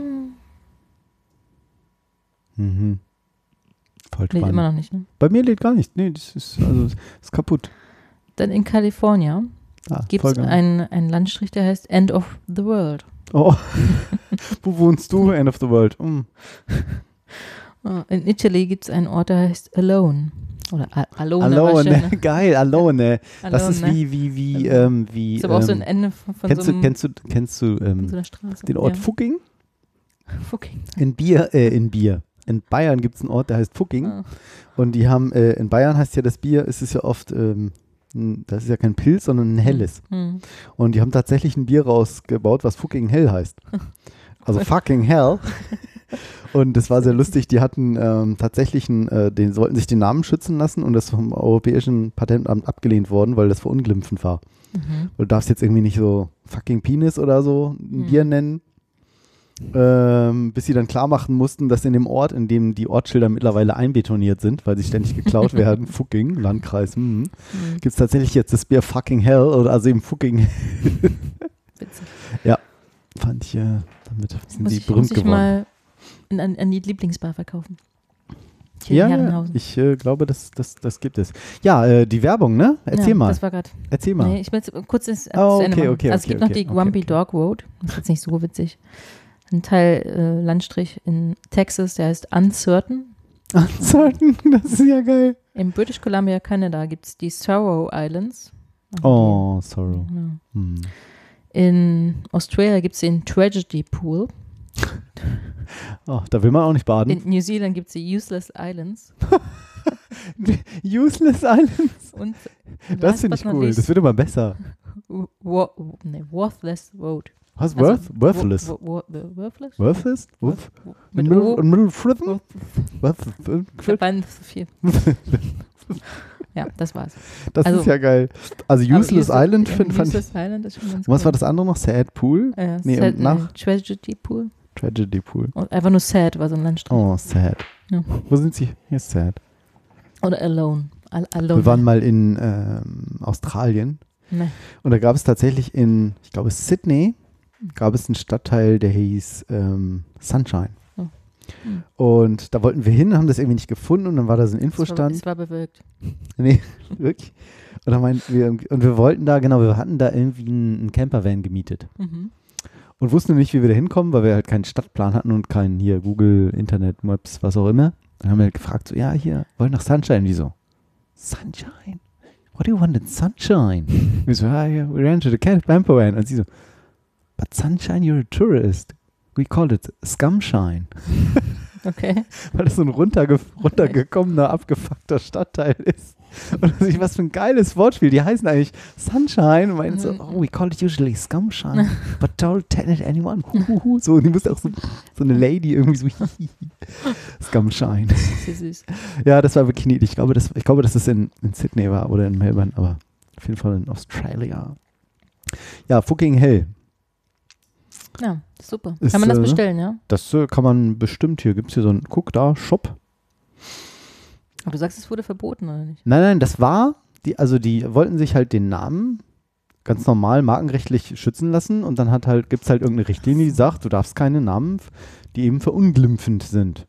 [SPEAKER 2] Mhm. Voll
[SPEAKER 3] Lädt
[SPEAKER 2] spannend.
[SPEAKER 3] immer noch nicht, ne?
[SPEAKER 2] Bei mir lädt gar nicht. Nee, das ist kaputt.
[SPEAKER 3] Dann in Kalifornien gibt es
[SPEAKER 2] voll geil.
[SPEAKER 3] einen Landstrich, der heißt End of the World.
[SPEAKER 2] Oh. Wo wohnst du? End of the world.
[SPEAKER 3] In Italy gibt es einen Ort, der heißt Alone. Oder Alone.
[SPEAKER 2] Alone, geil, Alone. Das
[SPEAKER 3] Alone,
[SPEAKER 2] ist
[SPEAKER 3] ne?
[SPEAKER 2] wie
[SPEAKER 3] Ist aber auch so ein Ende von
[SPEAKER 2] kennst
[SPEAKER 3] so einem,
[SPEAKER 2] kennst du
[SPEAKER 3] so einer Straße.
[SPEAKER 2] den Ort
[SPEAKER 3] Ja.
[SPEAKER 2] Fucking?
[SPEAKER 3] Fucking.
[SPEAKER 2] In Bayern gibt es einen Ort, der heißt Fucking.
[SPEAKER 3] Ah.
[SPEAKER 2] Und die haben, in Bayern heißt ja das Bier, ist es ja oft, das ist ja kein Pilz, sondern ein helles.
[SPEAKER 3] Hm.
[SPEAKER 2] Und die haben tatsächlich ein Bier rausgebaut, was Fucking Hell heißt. Also fucking Hell. Und das war sehr lustig. Die hatten tatsächlich sollten sich den Namen schützen lassen und das ist vom Europäischen Patentamt abgelehnt worden, weil das verunglimpfend war.
[SPEAKER 3] Mhm.
[SPEAKER 2] Du darfst jetzt irgendwie nicht so fucking Penis oder so ein Bier nennen. Bis sie dann klar machen mussten, dass in dem Ort, in dem die Ortsschilder mittlerweile einbetoniert sind, weil sie ständig geklaut werden, Fucking, Landkreis, gibt es tatsächlich jetzt das Bier Fucking Hell oder also eben Fucking.
[SPEAKER 3] Witzig.
[SPEAKER 2] Ja, fand ich, damit sind
[SPEAKER 3] Muss
[SPEAKER 2] sie
[SPEAKER 3] ich
[SPEAKER 2] berühmt geworden.
[SPEAKER 3] mal an die Lieblingsbar verkaufen. Hier in
[SPEAKER 2] Ja,
[SPEAKER 3] Herrenhausen.
[SPEAKER 2] ich glaube, das gibt es. Ja, die Werbung, ne? Erzähl mal.
[SPEAKER 3] Das war gerade.
[SPEAKER 2] Erzähl mal.
[SPEAKER 3] Nee, ich will jetzt kurz das zu
[SPEAKER 2] Oh,
[SPEAKER 3] Ende machen.
[SPEAKER 2] okay,
[SPEAKER 3] Also es gibt noch die Grumpy Dog Road. Das ist jetzt nicht so witzig. Ein Teil Landstrich in Texas, der heißt Uncertain.
[SPEAKER 2] Uncertain, das ist ja geil.
[SPEAKER 3] In British Columbia, Kanada, gibt es die Sorrow Islands.
[SPEAKER 2] Oh, Sorrow.
[SPEAKER 3] Ja.
[SPEAKER 2] Hm.
[SPEAKER 3] In Australia gibt es den Tragedy Pool.
[SPEAKER 2] Oh, da will man auch nicht baden.
[SPEAKER 3] In New Zealand gibt es die Useless Islands.
[SPEAKER 2] Useless Islands.
[SPEAKER 3] Und
[SPEAKER 2] Das
[SPEAKER 3] last
[SPEAKER 2] finde
[SPEAKER 3] but
[SPEAKER 2] ich
[SPEAKER 3] not
[SPEAKER 2] cool.
[SPEAKER 3] least,
[SPEAKER 2] Das wird immer besser.
[SPEAKER 3] Worthless Road.
[SPEAKER 2] Was?
[SPEAKER 3] Also,
[SPEAKER 2] Worthless?
[SPEAKER 3] Worthless?
[SPEAKER 2] Worthless?
[SPEAKER 3] Mit O. Da waren zu viel. Ja, das war's.
[SPEAKER 2] Das
[SPEAKER 3] Also-
[SPEAKER 2] ist ja geil. Also Useless
[SPEAKER 3] Aber
[SPEAKER 2] Island fand ich.
[SPEAKER 3] Useless Island ist schon ganz
[SPEAKER 2] Was
[SPEAKER 3] cool.
[SPEAKER 2] war das andere noch? Sad Pool? Nee,
[SPEAKER 3] Sad,
[SPEAKER 2] und nach?
[SPEAKER 3] Tragedy Pool.
[SPEAKER 2] Tragedy Pool.
[SPEAKER 3] Und einfach nur Sad war so ein Landstrich.
[SPEAKER 2] Oh, sad.
[SPEAKER 3] Ja.
[SPEAKER 2] Wo sind sie? Hier ist sad.
[SPEAKER 3] Oder Alone. Alone.
[SPEAKER 2] Wir waren mal in Australien
[SPEAKER 3] Nee.
[SPEAKER 2] und da gab es tatsächlich ich glaube Sydney, gab es einen Stadtteil, der hieß Sunshine.
[SPEAKER 3] Oh. Hm.
[SPEAKER 2] Und da wollten wir hin, haben das irgendwie nicht gefunden und dann war da so ein Infostand.
[SPEAKER 3] Es war bewölkt.
[SPEAKER 2] Nee, wirklich. Und dann meinten wir wollten da, genau, wir hatten da irgendwie einen Campervan gemietet
[SPEAKER 3] Mhm.
[SPEAKER 2] und wussten nicht, wie wir da hinkommen, weil wir halt keinen Stadtplan hatten und keinen hier Google, Internet, Maps, was auch immer. Dann haben wir halt gefragt, so, ja, hier, wollen nach Sunshine. Die so, Sunshine? What do you want in Sunshine? Wir so, yeah, we ran to the campervan. Und sie so, but Sunshine, you're a tourist. We call it Scumshine.
[SPEAKER 3] Okay.
[SPEAKER 2] Weil das so ein runtergekommener, abgefuckter Stadtteil ist. Und ich, was für ein geiles Wortspiel. Die heißen eigentlich Sunshine und meinen so, oh, we call it usually Scumshine, but don't tell it anyone. So, und die musste auch so eine Lady irgendwie so, Scumshine.
[SPEAKER 3] Das ist süß.
[SPEAKER 2] Ja, das war wirklich niedlich. Ich glaube, dass es in Sydney war oder in Melbourne, aber auf jeden Fall in Australia. Ja, Fucking Hell.
[SPEAKER 3] Ja, super.
[SPEAKER 2] Ist,
[SPEAKER 3] Kann man das bestellen, ja?
[SPEAKER 2] Das kann man bestimmt hier. Gibt es hier so einen, guck da, Shop.
[SPEAKER 3] Aber du sagst, es wurde verboten, oder nicht?
[SPEAKER 2] Nein, das war, die wollten sich halt den Namen ganz normal markenrechtlich schützen lassen und dann gibt es halt irgendeine Richtlinie, die sagt, du darfst keine Namen, die eben verunglimpfend sind.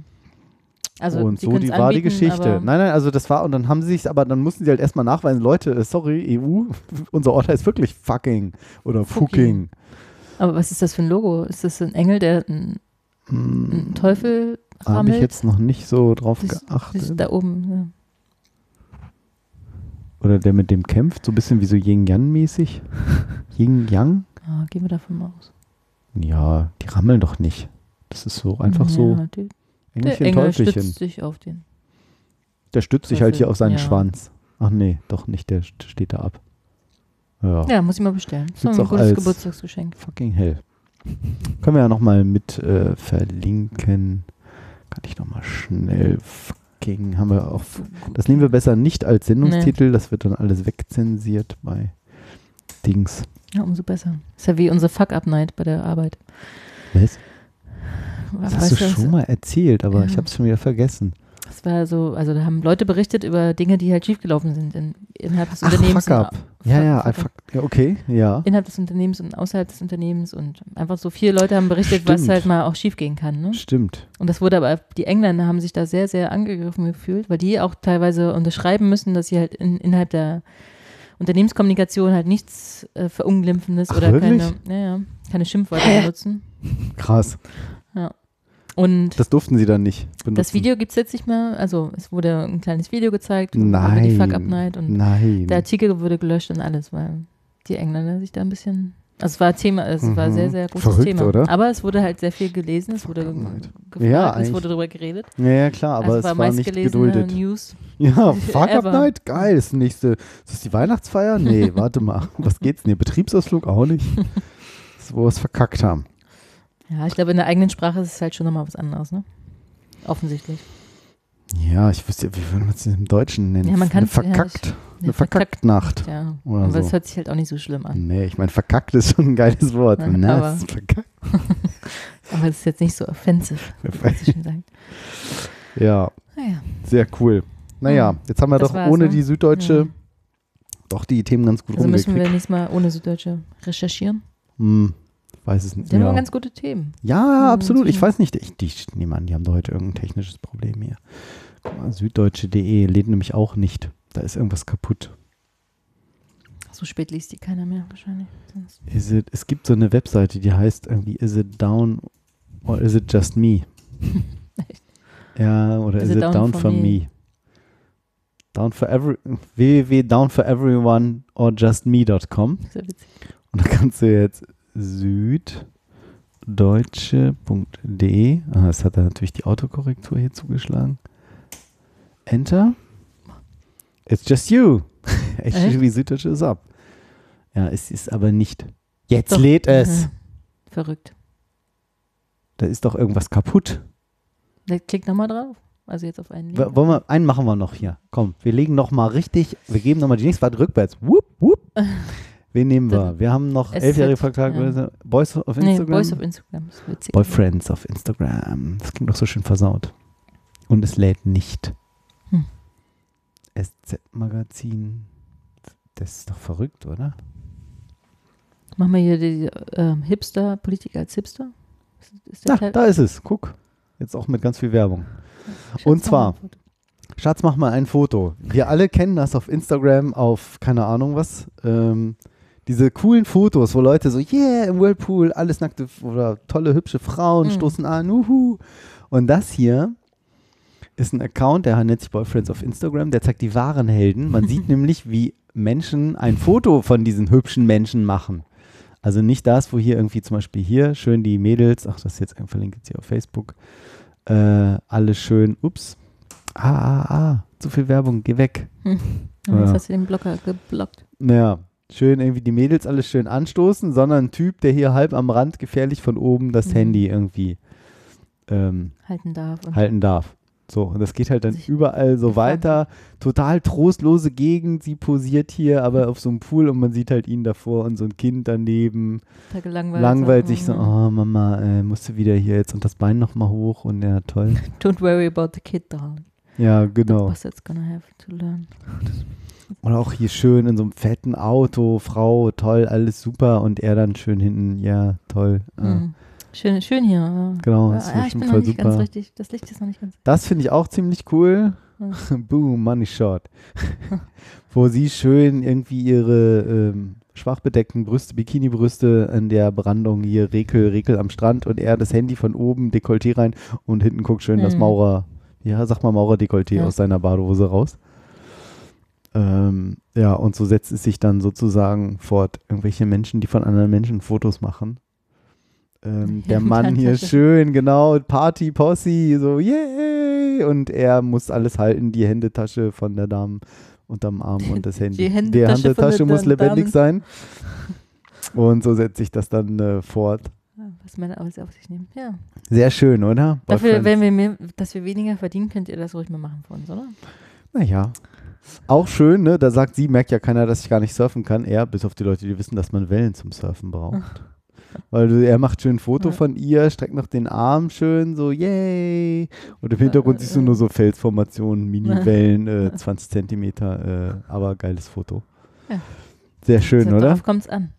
[SPEAKER 3] Also,
[SPEAKER 2] und
[SPEAKER 3] sie
[SPEAKER 2] so,
[SPEAKER 3] können's
[SPEAKER 2] die war die
[SPEAKER 3] anbieten,
[SPEAKER 2] Geschichte.
[SPEAKER 3] aber-
[SPEAKER 2] Nein, also das war, und dann haben sie sich, aber dann mussten sie halt erstmal nachweisen, Leute, sorry, EU, unser Ort heißt wirklich fucking oder fucking.
[SPEAKER 3] Aber was ist das für ein Logo? Ist das ein Engel, der einen Teufel
[SPEAKER 2] Habe ich
[SPEAKER 3] rammelt?
[SPEAKER 2] jetzt noch nicht so drauf
[SPEAKER 3] Das
[SPEAKER 2] geachtet.
[SPEAKER 3] ist da oben,
[SPEAKER 2] Oder der mit dem kämpft, so ein bisschen wie so Yin-Yang-mäßig. Yin-Yang?
[SPEAKER 3] Ah, gehen wir davon mal aus.
[SPEAKER 2] Ja, die rammeln doch nicht. Das ist so einfach so
[SPEAKER 3] Der
[SPEAKER 2] Engelchen,
[SPEAKER 3] Engel
[SPEAKER 2] Teufelchen.
[SPEAKER 3] stützt sich auf den.
[SPEAKER 2] Der stützt sich halt hier auf seinen
[SPEAKER 3] Ja.
[SPEAKER 2] Schwanz. Ach nee, doch nicht, der steht da ab. Ja,
[SPEAKER 3] Ja, muss ich mal bestellen. So
[SPEAKER 2] Gibt's
[SPEAKER 3] ein
[SPEAKER 2] auch
[SPEAKER 3] gutes
[SPEAKER 2] als-
[SPEAKER 3] Geburtstagsgeschenk.
[SPEAKER 2] fucking hell. Können wir ja nochmal mit verlinken. Kann ich nochmal schnell fucking, haben wir auch, das nehmen wir besser nicht als Sendungstitel, das wird dann alles wegzensiert bei Dings.
[SPEAKER 3] Ja, umso besser. Ist ja wie unsere Fuck-Up-Night bei der Arbeit.
[SPEAKER 2] Was? Das hast
[SPEAKER 3] Weißt
[SPEAKER 2] du schon mal erzählt, aber
[SPEAKER 3] Ja.
[SPEAKER 2] ich habe es schon wieder vergessen.
[SPEAKER 3] Das war so, also da haben Leute berichtet über Dinge, die halt schiefgelaufen sind innerhalb des
[SPEAKER 2] Ach,
[SPEAKER 3] Unternehmens.
[SPEAKER 2] fuck up. Ja,
[SPEAKER 3] Fuck up.
[SPEAKER 2] ja, okay, ja.
[SPEAKER 3] Innerhalb des Unternehmens und außerhalb des Unternehmens und einfach so viele Leute haben berichtet, was
[SPEAKER 2] Stimmt.
[SPEAKER 3] halt mal auch schief gehen kann. Ne?
[SPEAKER 2] Stimmt.
[SPEAKER 3] Und das wurde aber, die Engländer haben sich da sehr, sehr angegriffen gefühlt, weil die auch teilweise unterschreiben müssen, dass sie halt innerhalb der Unternehmenskommunikation halt nichts Verunglimpfendes
[SPEAKER 2] Ach,
[SPEAKER 3] oder
[SPEAKER 2] wirklich?
[SPEAKER 3] keine Schimpfwörter benutzen.
[SPEAKER 2] Krass.
[SPEAKER 3] Und
[SPEAKER 2] Das durften sie dann nicht benutzen.
[SPEAKER 3] das Video gibt es jetzt nicht mehr, also es wurde ein kleines Video gezeigt über
[SPEAKER 2] Nein.
[SPEAKER 3] die Fuck-Up-Night und
[SPEAKER 2] Nein.
[SPEAKER 3] der Artikel wurde gelöscht und alles, weil die Engländer sich da ein bisschen, also es war Thema, es war ein sehr, sehr großes
[SPEAKER 2] Verrückt,
[SPEAKER 3] Thema.
[SPEAKER 2] oder?
[SPEAKER 3] Aber es wurde halt sehr viel gelesen, es wurde
[SPEAKER 2] Fuck-Up-Night.
[SPEAKER 3] gefragt,
[SPEAKER 2] Ja,
[SPEAKER 3] es
[SPEAKER 2] eigentlich.
[SPEAKER 3] wurde darüber geredet.
[SPEAKER 2] Ja, klar, aber
[SPEAKER 3] Also
[SPEAKER 2] es war nicht
[SPEAKER 3] meistgelesene
[SPEAKER 2] geduldet.
[SPEAKER 3] News.
[SPEAKER 2] Ja, Fuck Up
[SPEAKER 3] ever.
[SPEAKER 2] Night, geil. Das nächste. Ist das die Weihnachtsfeier? Nee, warte mal. Was geht's denn hier? Betriebsausflug auch nicht. Das ist, wo wir es verkackt haben.
[SPEAKER 3] Ja, ich glaube, in der eigenen Sprache ist es halt schon nochmal was anderes, ne? Offensichtlich.
[SPEAKER 2] Ja, ich wüsste, wie würde man es im Deutschen nennen?
[SPEAKER 3] Ja, man kann's-
[SPEAKER 2] Eine verkackt.
[SPEAKER 3] ja,
[SPEAKER 2] Eine Verkackt-Nacht.
[SPEAKER 3] Ja,
[SPEAKER 2] Oder
[SPEAKER 3] aber
[SPEAKER 2] so.
[SPEAKER 3] es hört sich halt auch nicht so schlimm an.
[SPEAKER 2] Nee, ich meine, verkackt ist schon ein geiles Wort.
[SPEAKER 3] Ja,
[SPEAKER 2] Na,
[SPEAKER 3] aber-
[SPEAKER 2] es ist verkackt.
[SPEAKER 3] Aber es ist jetzt nicht so offensive, was ich schon sagen.
[SPEAKER 2] Ja,
[SPEAKER 3] Naja,
[SPEAKER 2] sehr cool. Naja, jetzt haben wir
[SPEAKER 3] Das
[SPEAKER 2] doch
[SPEAKER 3] war's,
[SPEAKER 2] ohne
[SPEAKER 3] ne?
[SPEAKER 2] die Süddeutsche
[SPEAKER 3] Ja.
[SPEAKER 2] doch die Themen ganz gut
[SPEAKER 3] also müssen wir
[SPEAKER 2] rumgekriegt.
[SPEAKER 3] nächstes Mal ohne Süddeutsche recherchieren.
[SPEAKER 2] Weiß es nicht.
[SPEAKER 3] Die haben
[SPEAKER 2] Ja,
[SPEAKER 3] auch ganz gute Themen.
[SPEAKER 2] ja absolut. Ich
[SPEAKER 3] inzwischen.
[SPEAKER 2] weiß nicht. Ich nehme an, die haben doch heute irgendein technisches Problem hier. Guck mal, süddeutsche.de lädt nämlich auch nicht. Da ist irgendwas kaputt.
[SPEAKER 3] So spät liest die keiner mehr wahrscheinlich. Sonst.
[SPEAKER 2] Es gibt so eine Webseite, die heißt irgendwie Is it down or is it just me?
[SPEAKER 3] Echt?
[SPEAKER 2] Ja, oder is it down for me? Down for www.downforeveryone or justme.com.
[SPEAKER 3] Sehr witzig.
[SPEAKER 2] Und da kannst du jetzt süddeutsche.de. Es hat da natürlich die Autokorrektur hier zugeschlagen. Enter. It's just you. Actually, Süddeutsche ist ab. Ja, es ist aber nicht. Jetzt
[SPEAKER 3] Doch.
[SPEAKER 2] lädt es.
[SPEAKER 3] Mhm. Verrückt.
[SPEAKER 2] Da ist doch irgendwas kaputt.
[SPEAKER 3] Klick nochmal drauf. Also jetzt auf einen Link.
[SPEAKER 2] Wollen wir, einen machen wir noch hier. Komm, wir legen noch mal richtig, wir geben noch mal die nächste Fahrt rückwärts. Whoop, whoop. Wen nehmen wir? Wir haben noch
[SPEAKER 3] Es
[SPEAKER 2] 11-jährige
[SPEAKER 3] hat-
[SPEAKER 2] Vertrag.
[SPEAKER 3] ja.
[SPEAKER 2] Boys auf
[SPEAKER 3] Nee,
[SPEAKER 2] Instagram?
[SPEAKER 3] Boys auf Instagram. Das ist witzig.
[SPEAKER 2] Boyfriends auf Instagram. Das klingt doch so schön versaut. Und es lädt nicht. SZ-Magazin. Das ist doch verrückt, oder?
[SPEAKER 3] Machen wir hier die Hipster, Politik als Hipster. Ist der
[SPEAKER 2] Ja,
[SPEAKER 3] Teil-
[SPEAKER 2] da ist es. Guck. Jetzt auch mit ganz viel Werbung.
[SPEAKER 3] Schatz,
[SPEAKER 2] und
[SPEAKER 3] mach
[SPEAKER 2] zwar-
[SPEAKER 3] mal ein Foto.
[SPEAKER 2] Schatz, mach mal ein Foto. Wir alle kennen das auf Instagram, auf keine Ahnung was. Diese coolen Fotos, wo Leute so, yeah, im Whirlpool, alles nackte oder tolle, hübsche Frauen stoßen an, uhu. Und das hier ist ein Account, der nennt sich Boyfriends auf Instagram, der zeigt die wahren Helden. Man sieht nämlich, wie Menschen ein Foto von diesen hübschen Menschen machen. Also nicht das, wo hier irgendwie zum Beispiel hier schön die Mädels, ach, das ist jetzt verlinkt jetzt hier auf Facebook, alles schön, ups, zu viel Werbung, geh weg.
[SPEAKER 3] Und
[SPEAKER 2] Ja.
[SPEAKER 3] jetzt hast du den Blocker geblockt.
[SPEAKER 2] Naja, schön irgendwie die Mädels alles schön anstoßen, sondern ein Typ, der hier halb am Rand gefährlich von oben das Handy irgendwie
[SPEAKER 3] Halten darf. Und
[SPEAKER 2] halten darf. So, und das geht halt dann
[SPEAKER 3] Sich
[SPEAKER 2] überall so
[SPEAKER 3] gefangen.
[SPEAKER 2] weiter. Total trostlose Gegend, sie posiert hier, aber auf so einem Pool und man sieht halt ihn davor und so ein Kind daneben.
[SPEAKER 3] da gelangweilt.
[SPEAKER 2] Langweilt sich so,
[SPEAKER 3] ja.
[SPEAKER 2] oh Mama, musst du wieder hier jetzt und das Bein nochmal hoch und ja, toll.
[SPEAKER 3] Don't worry about the kid, darling.
[SPEAKER 2] Ja, genau.
[SPEAKER 3] Was it's gonna have to learn.
[SPEAKER 2] Und auch hier schön in so einem fetten Auto, Frau, toll, alles super und er dann schön hinten, ja, toll.
[SPEAKER 3] Schön hier. Ja.
[SPEAKER 2] Genau,
[SPEAKER 3] Ja,
[SPEAKER 2] das
[SPEAKER 3] ja,
[SPEAKER 2] war
[SPEAKER 3] ich
[SPEAKER 2] schon
[SPEAKER 3] bin noch
[SPEAKER 2] voll
[SPEAKER 3] nicht ganz
[SPEAKER 2] super.
[SPEAKER 3] richtig. Das Licht ist noch nicht ganz.
[SPEAKER 2] Das finde ich auch ziemlich cool.
[SPEAKER 3] Ja.
[SPEAKER 2] Boom, Money Shot. Wo sie schön irgendwie ihre schwach bedeckten Brüste, Bikini-Brüste an der Brandung hier Rekel am Strand und er das Handy von oben, Dekolleté rein und hinten guckt schön das Maurer, ja, sag mal Maurer-Dekolleté
[SPEAKER 3] Ja.
[SPEAKER 2] aus seiner Badehose raus. Ja, und so setzt es sich dann sozusagen fort. Irgendwelche Menschen, die von anderen Menschen Fotos machen. Der Mann hier schön, genau, Party, Posse, so yay! Und er muss alles halten, die Händetasche von der Dame unterm Arm und das Handy. Die Händetasche muss lebendig sein. Und so setzt sich das dann fort.
[SPEAKER 3] Was Männer alles auf sich nehmen, ja.
[SPEAKER 2] Sehr schön, oder?
[SPEAKER 3] Dafür, dass wir weniger verdienen, könnt ihr das ruhig mal machen für uns, oder?
[SPEAKER 2] Naja. Auch schön, ne? Da sagt sie, merkt ja keiner, dass ich gar nicht surfen kann. Er, bis auf die Leute, die wissen, dass man Wellen zum Surfen braucht. Weil er macht schön ein Foto von ihr, streckt noch den Arm schön, so yay. Und im Hintergrund siehst du nur so Felsformationen, Mini-Wellen, 20 Zentimeter, aber geiles Foto.
[SPEAKER 3] Ja.
[SPEAKER 2] Sehr schön,
[SPEAKER 3] so,
[SPEAKER 2] oder?
[SPEAKER 3] Darauf kommt es an.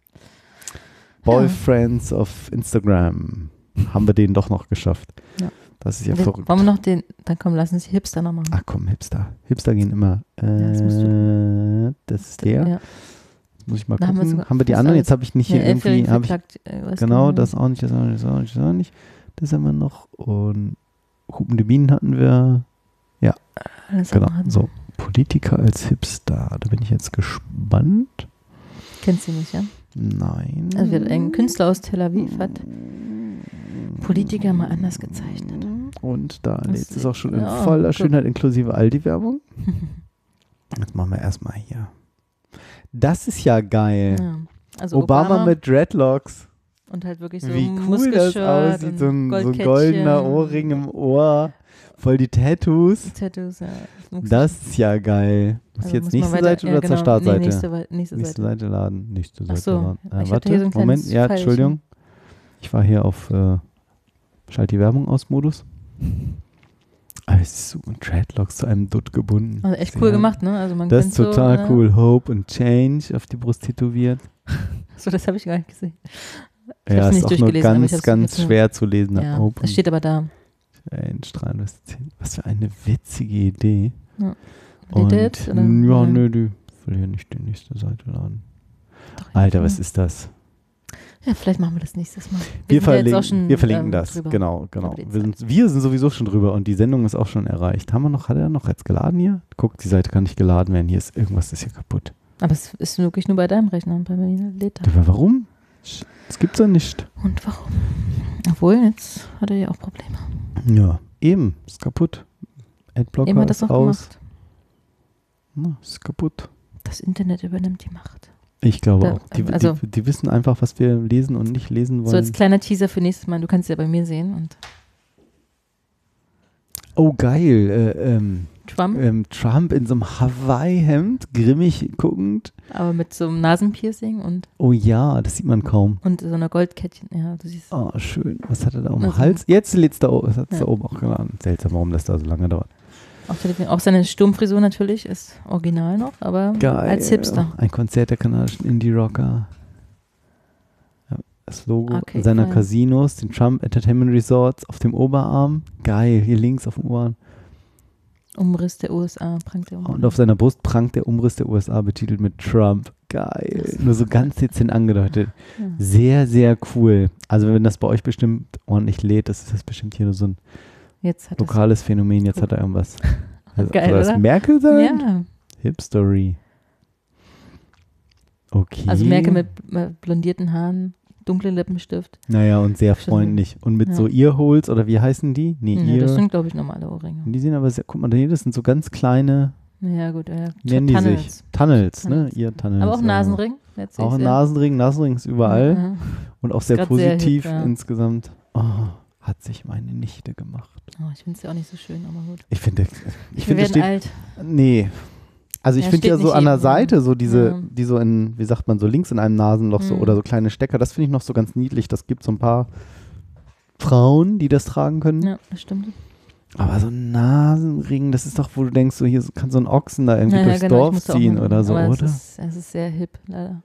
[SPEAKER 2] Boyfriends auf Instagram. Haben wir den doch noch geschafft.
[SPEAKER 3] Ja.
[SPEAKER 2] Das ist ja verrückt.
[SPEAKER 3] Wollen wir noch den, dann komm, lass uns die Hipster noch machen.
[SPEAKER 2] Ach komm, Hipster. Hipster gehen immer.
[SPEAKER 3] das musst du.
[SPEAKER 2] Das ist der.
[SPEAKER 3] Ja.
[SPEAKER 2] Muss ich mal
[SPEAKER 3] Da
[SPEAKER 2] gucken. Haben wir die anderen? Jetzt habe ich nicht hier irgendwie. Hab ich, genau, das auch nicht, das auch nicht, das auch nicht, das auch nicht. Das haben wir noch. Und Hupende Bienen hatten wir. Ja, genau. So, Politiker als Hipster. Da bin ich jetzt gespannt.
[SPEAKER 3] Kennst du nicht, ja?
[SPEAKER 2] Nein.
[SPEAKER 3] Also ein Künstler aus Tel Aviv hat Politiker mal anders gezeichnet.
[SPEAKER 2] Und da lädt es auch schon in voller Schönheit inklusive Aldi-Werbung. Jetzt machen wir erstmal hier. Das ist ja geil.
[SPEAKER 3] Ja. Also
[SPEAKER 2] Obama mit Dreadlocks.
[SPEAKER 3] Und halt wirklich so
[SPEAKER 2] wie cool das aussieht. So ein goldener Ohrring im Ohr. Voll die Tattoos.
[SPEAKER 3] Tattoos, ja.
[SPEAKER 2] Das ist ja geil. Muss ich jetzt nächste Seite oder zur Startseite?
[SPEAKER 3] Nee, nächste
[SPEAKER 2] Seite laden. Nächste Seite
[SPEAKER 3] so,
[SPEAKER 2] laden.
[SPEAKER 3] warte, hier so ein
[SPEAKER 2] Moment. Ja,
[SPEAKER 3] Pfeilchen.
[SPEAKER 2] Entschuldigung. Ich war hier auf Schalt die Werbung aus Modus. Aber es ist so ein Dreadlocks zu einem Dutt gebunden.
[SPEAKER 3] Also echt cool gemacht, ne? Also man
[SPEAKER 2] das ist total
[SPEAKER 3] so,
[SPEAKER 2] cool. Hope und Change auf die Brust tätowiert.
[SPEAKER 3] So, das habe ich gar nicht gesehen.
[SPEAKER 2] Ich ja, ist auch nur ganz schwer zu lesen.
[SPEAKER 3] Ja,
[SPEAKER 2] Hope
[SPEAKER 3] das steht aber da.
[SPEAKER 2] Change, was für eine witzige Idee.
[SPEAKER 3] Ja.
[SPEAKER 2] Und
[SPEAKER 3] Jetzt, oder?
[SPEAKER 2] Ja, nö, die will hier nicht die nächste Seite laden.
[SPEAKER 3] Doch,
[SPEAKER 2] Alter, was ist das?
[SPEAKER 3] Ja, vielleicht machen wir das nächstes Mal.
[SPEAKER 2] Wir verlinken das, drüber. Genau. Wir sind sowieso schon drüber und die Sendung ist auch schon erreicht. Hat er noch jetzt geladen hier? Guck, die Seite kann nicht geladen werden. Hier ist irgendwas, ist hier kaputt.
[SPEAKER 3] Aber es ist wirklich nur bei deinem Rechner, bei mir lädt er.
[SPEAKER 2] Aber warum? Das gibt's ja nicht.
[SPEAKER 3] Und warum? Obwohl, jetzt hat er ja auch Probleme.
[SPEAKER 2] Ja, eben, ist kaputt. Adblocker ist aus. Na, ist kaputt.
[SPEAKER 3] Das Internet übernimmt die Macht.
[SPEAKER 2] Ich glaube auch. Die wissen einfach, was wir lesen und nicht lesen wollen.
[SPEAKER 3] So als kleiner Teaser für nächstes Mal. Du kannst es ja bei mir sehen. Und
[SPEAKER 2] oh, geil.
[SPEAKER 3] Trump
[SPEAKER 2] in so einem Hawaii-Hemd, grimmig guckend.
[SPEAKER 3] Aber mit so einem Nasenpiercing und.
[SPEAKER 2] Oh ja, das sieht man kaum.
[SPEAKER 3] Und so einer Goldkettchen. Ja, du siehst.
[SPEAKER 2] Oh, schön. Was hat er da um den Hals? Jetzt lädt's da oben. Das hat es da oben auch geladen. Seltsam, warum das da so lange dauert.
[SPEAKER 3] Auch seine Sturmfrisur natürlich ist original noch, aber
[SPEAKER 2] geil.
[SPEAKER 3] Als Hipster.
[SPEAKER 2] Ein Konzert der kanadischen Indie-Rocker. Ja, das Logo seiner Casinos, den Trump Entertainment Resorts auf dem Oberarm. Geil, hier links auf dem Oberarm.
[SPEAKER 3] Umriss der USA, prangt der Umriss.
[SPEAKER 2] Und auf seiner Brust prangt der Umriss der USA, betitelt mit Trump. Geil. Nur so ganz dezent angedeutet. Ja. Sehr, sehr cool. Also wenn das bei euch bestimmt ordentlich lädt, das ist bestimmt hier nur so ein lokales Phänomen. Jetzt hat er irgendwas.
[SPEAKER 3] Geil,
[SPEAKER 2] soll das
[SPEAKER 3] oder?
[SPEAKER 2] Merkel sein?
[SPEAKER 3] Ja.
[SPEAKER 2] Hipstory. Okay.
[SPEAKER 3] Also Merkel mit blondierten Haaren, dunklen Lippenstift.
[SPEAKER 2] Naja, und sehr freundlich. Und mit so Earholes, oder wie heißen die? Nee,
[SPEAKER 3] das sind, glaube ich, normale Ohrringe.
[SPEAKER 2] Die sehen aber sehr, guck mal, das sind so ganz kleine.
[SPEAKER 3] Ja, gut.
[SPEAKER 2] Nennen die sich? Tunnels, ne? Ear-Tunnels.
[SPEAKER 3] Aber auch Nasenring.
[SPEAKER 2] Auch ein Nasenring. Nasenring ist überall. Ja. Und auch sehr positiv sehr hip, insgesamt. Oh, hat sich meine Nichte gemacht.
[SPEAKER 3] Oh, ich finde es ja auch nicht so schön, aber gut.
[SPEAKER 2] Ich finde,
[SPEAKER 3] wir werden alt.
[SPEAKER 2] Nee. Also ich finde ja so an der Seite, so die so in, wie sagt man, so links in einem Nasenloch so oder so kleine Stecker, das finde ich noch so ganz niedlich. Das gibt so ein paar Frauen, die das tragen können.
[SPEAKER 3] Ja, das stimmt.
[SPEAKER 2] Aber so ein Nasenring, das ist doch, wo du denkst, so hier kann so ein Ochsen da irgendwie durchs Dorf ziehen oder so, oder?
[SPEAKER 3] Es ist sehr hip, leider.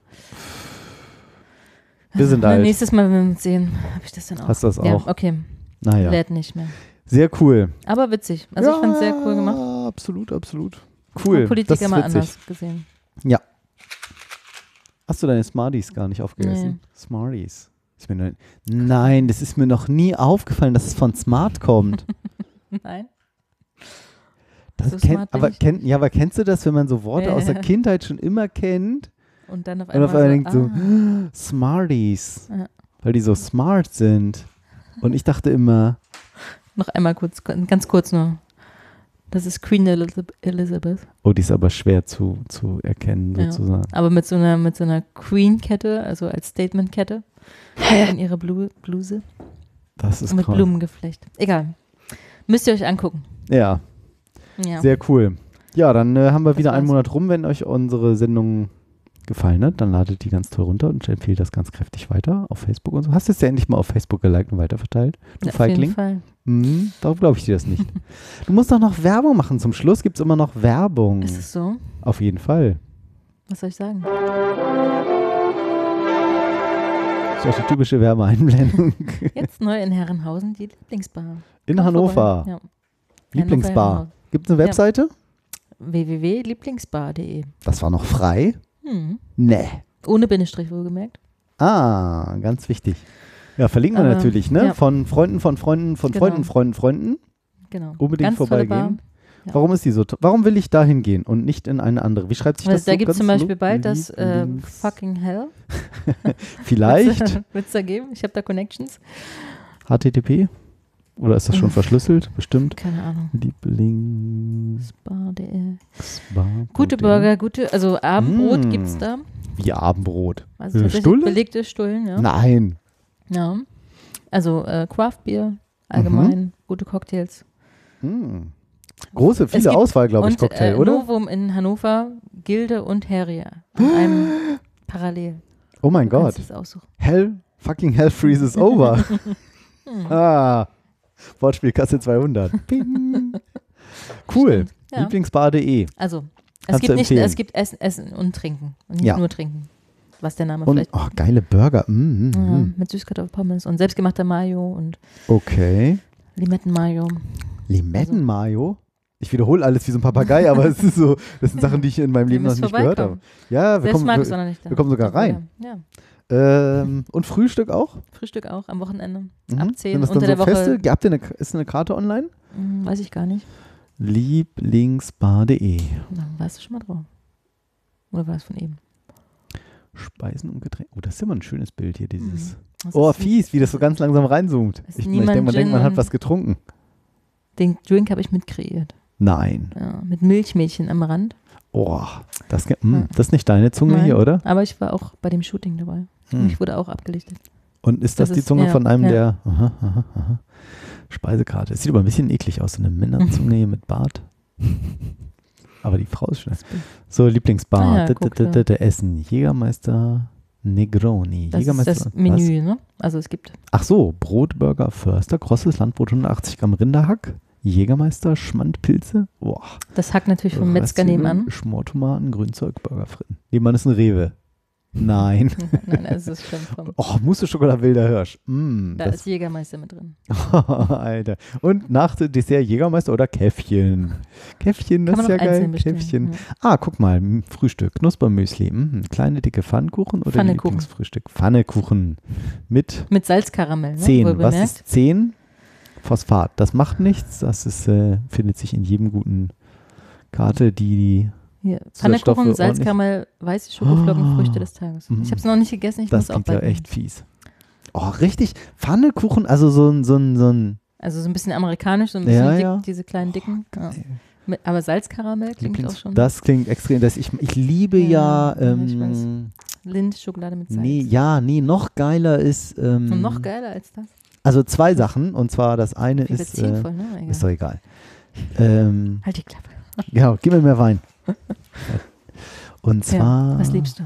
[SPEAKER 2] Wir sind alt.
[SPEAKER 3] Nächstes Mal, wenn wir uns sehen, habe ich das dann auch.
[SPEAKER 2] Hast du das auch?
[SPEAKER 3] Ja, okay.
[SPEAKER 2] Naja.
[SPEAKER 3] Lädt nicht mehr.
[SPEAKER 2] Sehr cool.
[SPEAKER 3] Aber witzig. Also ich fand es sehr cool gemacht.
[SPEAKER 2] Absolut, absolut. Cool.
[SPEAKER 3] Politiker mal anders gesehen.
[SPEAKER 2] Ja. Hast du deine Smarties gar nicht aufgegessen? Nee. Smarties. Nein, das ist mir noch nie aufgefallen, dass es von Smart kommt.
[SPEAKER 3] Nein.
[SPEAKER 2] Das
[SPEAKER 3] So
[SPEAKER 2] kennt,
[SPEAKER 3] smart bin
[SPEAKER 2] aber,
[SPEAKER 3] ich
[SPEAKER 2] aber kennst du das, wenn man so Worte aus der Kindheit schon immer kennt
[SPEAKER 3] Und dann auf
[SPEAKER 2] und
[SPEAKER 3] einmal,
[SPEAKER 2] auf einmal denkt so,
[SPEAKER 3] ah,
[SPEAKER 2] Smarties,
[SPEAKER 3] Ja.
[SPEAKER 2] weil die so smart sind. Und ich dachte immer,
[SPEAKER 3] noch einmal ganz kurz nur. Das ist Queen Elizabeth.
[SPEAKER 2] oh, die ist aber schwer zu erkennen
[SPEAKER 3] Ja.
[SPEAKER 2] sozusagen.
[SPEAKER 3] Aber mit so einer Queen-Kette, also als Statement-Kette in ihrer Bluse.
[SPEAKER 2] Das ist
[SPEAKER 3] Mit
[SPEAKER 2] krass.
[SPEAKER 3] Blumengeflecht. Egal. Müsst ihr euch angucken.
[SPEAKER 2] Ja,
[SPEAKER 3] Ja.
[SPEAKER 2] sehr cool. Ja, dann haben wir
[SPEAKER 3] Das
[SPEAKER 2] wieder einen
[SPEAKER 3] war's.
[SPEAKER 2] Monat rum. Wenn euch unsere Sendung gefallen hat, dann ladet die ganz toll runter und empfehlt das ganz kräftig weiter auf Facebook und so. Hast du es ja endlich mal auf Facebook geliked und weiterverteilt? Du
[SPEAKER 3] Ja, auf jeden
[SPEAKER 2] Feigling?
[SPEAKER 3] Fall.
[SPEAKER 2] Darum glaube ich dir das nicht. Du musst doch noch Werbung machen. Zum Schluss gibt es immer noch Werbung.
[SPEAKER 3] Ist es so?
[SPEAKER 2] Auf jeden Fall.
[SPEAKER 3] Was soll ich sagen?
[SPEAKER 2] Das ist auch die typische Werbeeinblendung.
[SPEAKER 3] Jetzt neu in Herrenhausen die Lieblingsbar.
[SPEAKER 2] In
[SPEAKER 3] Kommt
[SPEAKER 2] Hannover.
[SPEAKER 3] vorbei. Ja.
[SPEAKER 2] Lieblingsbar.
[SPEAKER 3] Herrenhausen.
[SPEAKER 2] Gibt es eine Webseite?
[SPEAKER 3] www.lieblingsbar.de.
[SPEAKER 2] Das war noch frei? Nee.
[SPEAKER 3] Ohne Bindestrich wohlgemerkt.
[SPEAKER 2] Ah, ganz wichtig. Ja, verlinken wir natürlich, ne?
[SPEAKER 3] ja.
[SPEAKER 2] Von Freunden, von Freunden, von
[SPEAKER 3] Genau.
[SPEAKER 2] Freunden.
[SPEAKER 3] Genau.
[SPEAKER 2] Unbedingt
[SPEAKER 3] Ganz tolle
[SPEAKER 2] vorbeigehen.
[SPEAKER 3] Bar. Ja.
[SPEAKER 2] Warum ist die so toll? Warum will ich da hingehen und nicht in eine andere? Wie schreibt sich das
[SPEAKER 3] Da
[SPEAKER 2] so
[SPEAKER 3] gibt es
[SPEAKER 2] ganz
[SPEAKER 3] zum Beispiel
[SPEAKER 2] lo-
[SPEAKER 3] bald das
[SPEAKER 2] Lieblings-
[SPEAKER 3] Fucking Hell.
[SPEAKER 2] Vielleicht
[SPEAKER 3] Wird es da geben? Ich habe da Connections.
[SPEAKER 2] HTTP? Oder ist das schon verschlüsselt? Bestimmt.
[SPEAKER 3] Keine Ahnung.
[SPEAKER 2] Lieblingsbar.
[SPEAKER 3] Bar.de. Gute Burger, also Abendbrot gibt es da.
[SPEAKER 2] Wie Abendbrot.
[SPEAKER 3] Also
[SPEAKER 2] Eine
[SPEAKER 3] tatsächlich
[SPEAKER 2] Stulle?
[SPEAKER 3] belegte Stullen, ja.
[SPEAKER 2] Nein.
[SPEAKER 3] Ja. Also Craft Beer, allgemein, gute Cocktails.
[SPEAKER 2] Hm. Große,
[SPEAKER 3] Es
[SPEAKER 2] viele
[SPEAKER 3] gibt-
[SPEAKER 2] Auswahl, glaube ich,
[SPEAKER 3] und
[SPEAKER 2] Cocktail, oder?
[SPEAKER 3] Novum in Hannover, Gilde und Harrier. An einem parallel.
[SPEAKER 2] Oh mein
[SPEAKER 3] Du
[SPEAKER 2] Gott.
[SPEAKER 3] kannst es aussuchen.
[SPEAKER 2] Fucking hell freezes over. Wortspielkasse 200. Ping. Cool.
[SPEAKER 3] Stimmt, ja.
[SPEAKER 2] Lieblingsbar.de.
[SPEAKER 3] Also,
[SPEAKER 2] Kannst du empfehlen.
[SPEAKER 3] es gibt Essen und Trinken. Und nicht
[SPEAKER 2] Ja.
[SPEAKER 3] nur Trinken. Was der Name
[SPEAKER 2] Und
[SPEAKER 3] vielleicht.
[SPEAKER 2] geile Burger.
[SPEAKER 3] Ja, mit Süßkartoffelpommes und selbstgemachter Mayo und
[SPEAKER 2] Okay.
[SPEAKER 3] Limettenmayo.
[SPEAKER 2] Limettenmayo. Ich wiederhole alles wie so ein Papagei, aber es ist so, das sind Sachen, die ich in meinem Leben noch nicht gehört habe. Ja, wir
[SPEAKER 3] Selbst mag es
[SPEAKER 2] kommen,
[SPEAKER 3] auch noch nicht da.
[SPEAKER 2] wir kommen sogar rein.
[SPEAKER 3] Ja.
[SPEAKER 2] Und Frühstück auch?
[SPEAKER 3] Frühstück auch am Wochenende.
[SPEAKER 2] Mhm.
[SPEAKER 3] Ab
[SPEAKER 2] Sind
[SPEAKER 3] 10
[SPEAKER 2] das dann
[SPEAKER 3] unter
[SPEAKER 2] so
[SPEAKER 3] der Woche.
[SPEAKER 2] feste? Habt ihr ist eine Karte online?
[SPEAKER 3] Weiß ich gar nicht.
[SPEAKER 2] Lieblingsbar.de.
[SPEAKER 3] Da warst du schon mal drauf. Oder war es von eben?
[SPEAKER 2] Speisen und Getränke. Oh, das ist immer ein schönes Bild hier, dieses.
[SPEAKER 3] Das
[SPEAKER 2] Oh,
[SPEAKER 3] ist
[SPEAKER 2] fies, wie das so ganz langsam reinzoomt.
[SPEAKER 3] ist
[SPEAKER 2] Ich
[SPEAKER 3] niemand
[SPEAKER 2] denke, man denkt, man
[SPEAKER 3] Gin
[SPEAKER 2] hat was getrunken.
[SPEAKER 3] Den Drink habe ich mitkreiert.
[SPEAKER 2] Nein.
[SPEAKER 3] Ja, mit Milchmädchen am Rand.
[SPEAKER 2] Oh, das ist nicht deine Zunge
[SPEAKER 3] Nein,
[SPEAKER 2] hier, oder?
[SPEAKER 3] Aber ich war auch bei dem Shooting dabei. Ich wurde auch abgelichtet.
[SPEAKER 2] Und ist das
[SPEAKER 3] Das
[SPEAKER 2] die
[SPEAKER 3] ist-
[SPEAKER 2] Zunge
[SPEAKER 3] ja,
[SPEAKER 2] von einem
[SPEAKER 3] ja.
[SPEAKER 2] der Speisekarte? Es sieht aber ein bisschen eklig aus, so eine Männerzunge mit Bart. Aber die Frau ist schön. So, Lieblingsbar.
[SPEAKER 3] Ah ja, guck, ja.
[SPEAKER 2] Essen. Jägermeister Negroni.
[SPEAKER 3] Das ist
[SPEAKER 2] Jägermeister.
[SPEAKER 3] das Menü, ne? Also es gibt
[SPEAKER 2] Ach so, Brot, Burger, Förster, krosses Landbrot, 180 Gramm Rinderhack, Jägermeister, Schmandpilze, boah,
[SPEAKER 3] das Hack natürlich vom Metzger nebenan.
[SPEAKER 2] Schmortomaten, Grünzeug, Burger, Fritten. Nebenan ist ein Rewe. Nein.
[SPEAKER 3] Nein, das ist schon vom.
[SPEAKER 2] Oh, Mousse Schokolade Wilder Hirsch.
[SPEAKER 3] Da
[SPEAKER 2] Das
[SPEAKER 3] ist Jägermeister mit drin.
[SPEAKER 2] Alter. Und nach dem Dessert Jägermeister oder Käffchen. Käffchen, das
[SPEAKER 3] Kann
[SPEAKER 2] ist
[SPEAKER 3] man
[SPEAKER 2] ja
[SPEAKER 3] auch
[SPEAKER 2] geil.
[SPEAKER 3] einzeln bestellen.
[SPEAKER 2] Käffchen.
[SPEAKER 3] Ja.
[SPEAKER 2] Ah, guck mal, Frühstück, Knuspermüsli. Kleine, dicke Pfannkuchen oder
[SPEAKER 3] Pfannekuchen.
[SPEAKER 2] Lieblingsfrühstück? Pfannekuchen mit
[SPEAKER 3] Mit Salzkaramell, ne?
[SPEAKER 2] 10. Was
[SPEAKER 3] Wohlbemerkt.
[SPEAKER 2] ist 10? Phosphat. Das macht nichts. Das ist, findet sich in jedem guten Karte, die
[SPEAKER 3] Hier,
[SPEAKER 2] Zusatzstoffe
[SPEAKER 3] Pfannekuchen, Salzkaramell, weiße Schokoflocken, Früchte des Tages. Ich habe es noch nicht gegessen, ich
[SPEAKER 2] das
[SPEAKER 3] muss auch
[SPEAKER 2] klingt ja
[SPEAKER 3] bald nehmen.
[SPEAKER 2] echt fies. Oh, richtig. Pfannekuchen, also so ein
[SPEAKER 3] Also so ein bisschen amerikanisch, so ein bisschen
[SPEAKER 2] Ja,
[SPEAKER 3] dick,
[SPEAKER 2] ja.
[SPEAKER 3] diese kleinen dicken. Ja. Aber Salzkaramell klingt auch schon.
[SPEAKER 2] Das klingt extrem. Ich liebe ja,
[SPEAKER 3] Ja, ich weiß. Lindschokolade mit Salz.
[SPEAKER 2] nee, noch geiler ist,
[SPEAKER 3] Und noch geiler als das.
[SPEAKER 2] also zwei Sachen, und zwar das eine
[SPEAKER 3] Viele
[SPEAKER 2] ist,
[SPEAKER 3] ziehen voll, ne? Egal.
[SPEAKER 2] ist doch egal.
[SPEAKER 3] Halt die Klappe.
[SPEAKER 2] Ja, gib mir mehr Wein. Und zwar,
[SPEAKER 3] Ja, was liebst du?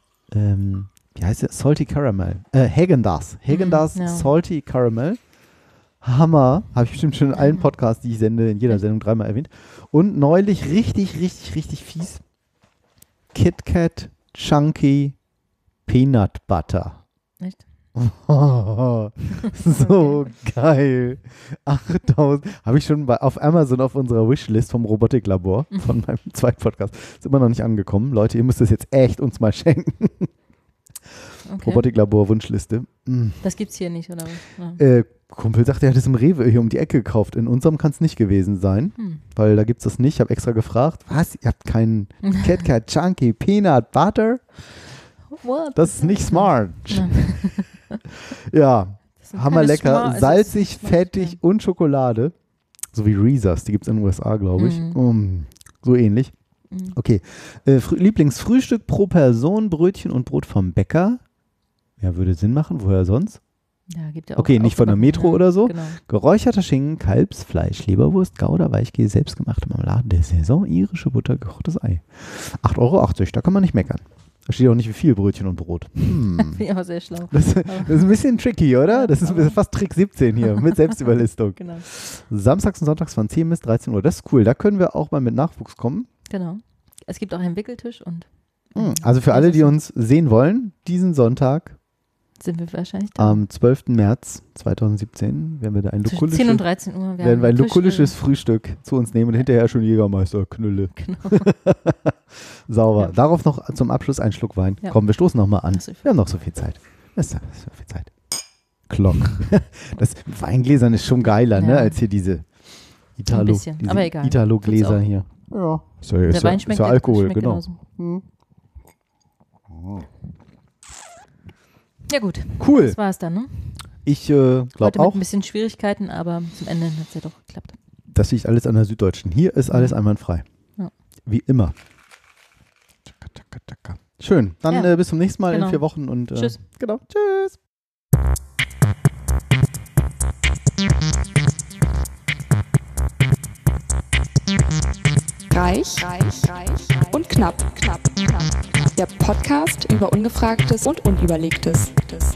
[SPEAKER 2] Wie heißt es? Salty Caramel. Häagen-Dazs. Häagen-Dazs
[SPEAKER 3] ja.
[SPEAKER 2] Salty Caramel. Hammer. Habe ich bestimmt schon in allen Podcasts, die ich sende, in jeder Sendung dreimal erwähnt. Und neulich richtig fies. Kit Kat Chunky Peanut Butter.
[SPEAKER 3] Echt?
[SPEAKER 2] So geil. 8000. Habe ich schon auf Amazon auf unserer Wishlist vom Robotiklabor von meinem zweiten Podcast. Ist immer noch nicht angekommen. Leute, ihr müsst das jetzt echt uns mal schenken.
[SPEAKER 3] Okay.
[SPEAKER 2] Robotiklabor Wunschliste.
[SPEAKER 3] Das gibt's hier nicht, oder was? Ja.
[SPEAKER 2] Kumpel sagt, er hat es im Rewe hier um die Ecke gekauft. In unserem kann es nicht gewesen sein, weil da gibt es das nicht. Ich habe extra gefragt, was, ihr habt keinen KitKat Chunky Peanut Butter?
[SPEAKER 3] What?
[SPEAKER 2] Das ist nicht smart. Ja, hammerlecker, salzig, fettig und Schokolade. So wie Reese's, die gibt es in den USA, glaube ich. So ähnlich. Okay, Lieblingsfrühstück pro Person, Brötchen und Brot vom Bäcker. Ja, würde Sinn machen, woher sonst?
[SPEAKER 3] Ja, gibt ja auch
[SPEAKER 2] Okay, nicht von der Metro oder so.
[SPEAKER 3] Genau.
[SPEAKER 2] Geräucherter Schinken, Kalbsfleisch, Leberwurst, Gouda, Weichkäse, selbstgemachte Marmelade der Saison, irische Butter, gekochtes Ei. 8,80 €, da kann man nicht meckern. Da steht auch nicht, wie viel Brötchen und Brot.
[SPEAKER 3] Finde ich auch sehr schlau.
[SPEAKER 2] Das ist ein bisschen tricky, oder? Das ist fast Trick 17 hier mit Selbstüberlistung.
[SPEAKER 3] Genau.
[SPEAKER 2] Samstags und sonntags von 10 bis 13 Uhr. Das ist cool. Da können wir auch mal mit Nachwuchs kommen.
[SPEAKER 3] Genau. Es gibt auch einen Wickeltisch und
[SPEAKER 2] Also für alle, die uns sehen wollen, diesen Sonntag
[SPEAKER 3] sind wir wahrscheinlich da.
[SPEAKER 2] am 12. März 2017 werden wir da ein
[SPEAKER 3] Zwischen 10 und 13 Uhr
[SPEAKER 2] werden wir ein lukulisches Frühstück zu uns nehmen und hinterher schon Jägermeister Knülle.
[SPEAKER 3] Genau.
[SPEAKER 2] Sauber.
[SPEAKER 3] Ja.
[SPEAKER 2] Darauf noch zum Abschluss ein Schluck Wein.
[SPEAKER 3] Ja.
[SPEAKER 2] Komm, wir stoßen nochmal an.
[SPEAKER 3] Ach so.
[SPEAKER 2] Wir haben noch so viel Zeit. Das ist so viel Zeit. Glock. Das Weingläsern ist schon geiler, ne, als hier diese
[SPEAKER 3] bisschen, aber egal.
[SPEAKER 2] Italo-Gläser hier. Ja.
[SPEAKER 3] Der Wein schmeckt
[SPEAKER 2] ja Alkohol,
[SPEAKER 3] schmeckt
[SPEAKER 2] genau.
[SPEAKER 3] genauso. Ja gut,
[SPEAKER 2] Cool.
[SPEAKER 3] das war's dann, ne?
[SPEAKER 2] Ich
[SPEAKER 3] Heute
[SPEAKER 2] glaube
[SPEAKER 3] mit
[SPEAKER 2] auch,
[SPEAKER 3] ein bisschen Schwierigkeiten, aber zum Ende hat es ja doch geklappt.
[SPEAKER 2] das liegt alles an der Süddeutschen. Hier ist alles einwandfrei.
[SPEAKER 3] Ja.
[SPEAKER 2] Wie immer. Schön. Dann
[SPEAKER 3] Ja.
[SPEAKER 2] bis zum nächsten Mal
[SPEAKER 3] Genau.
[SPEAKER 2] in 4 Wochen. Und,
[SPEAKER 3] Tschüss.
[SPEAKER 2] Genau. Tschüss.
[SPEAKER 1] Reich und knapp. Der Podcast über Ungefragtes und Unüberlegtes.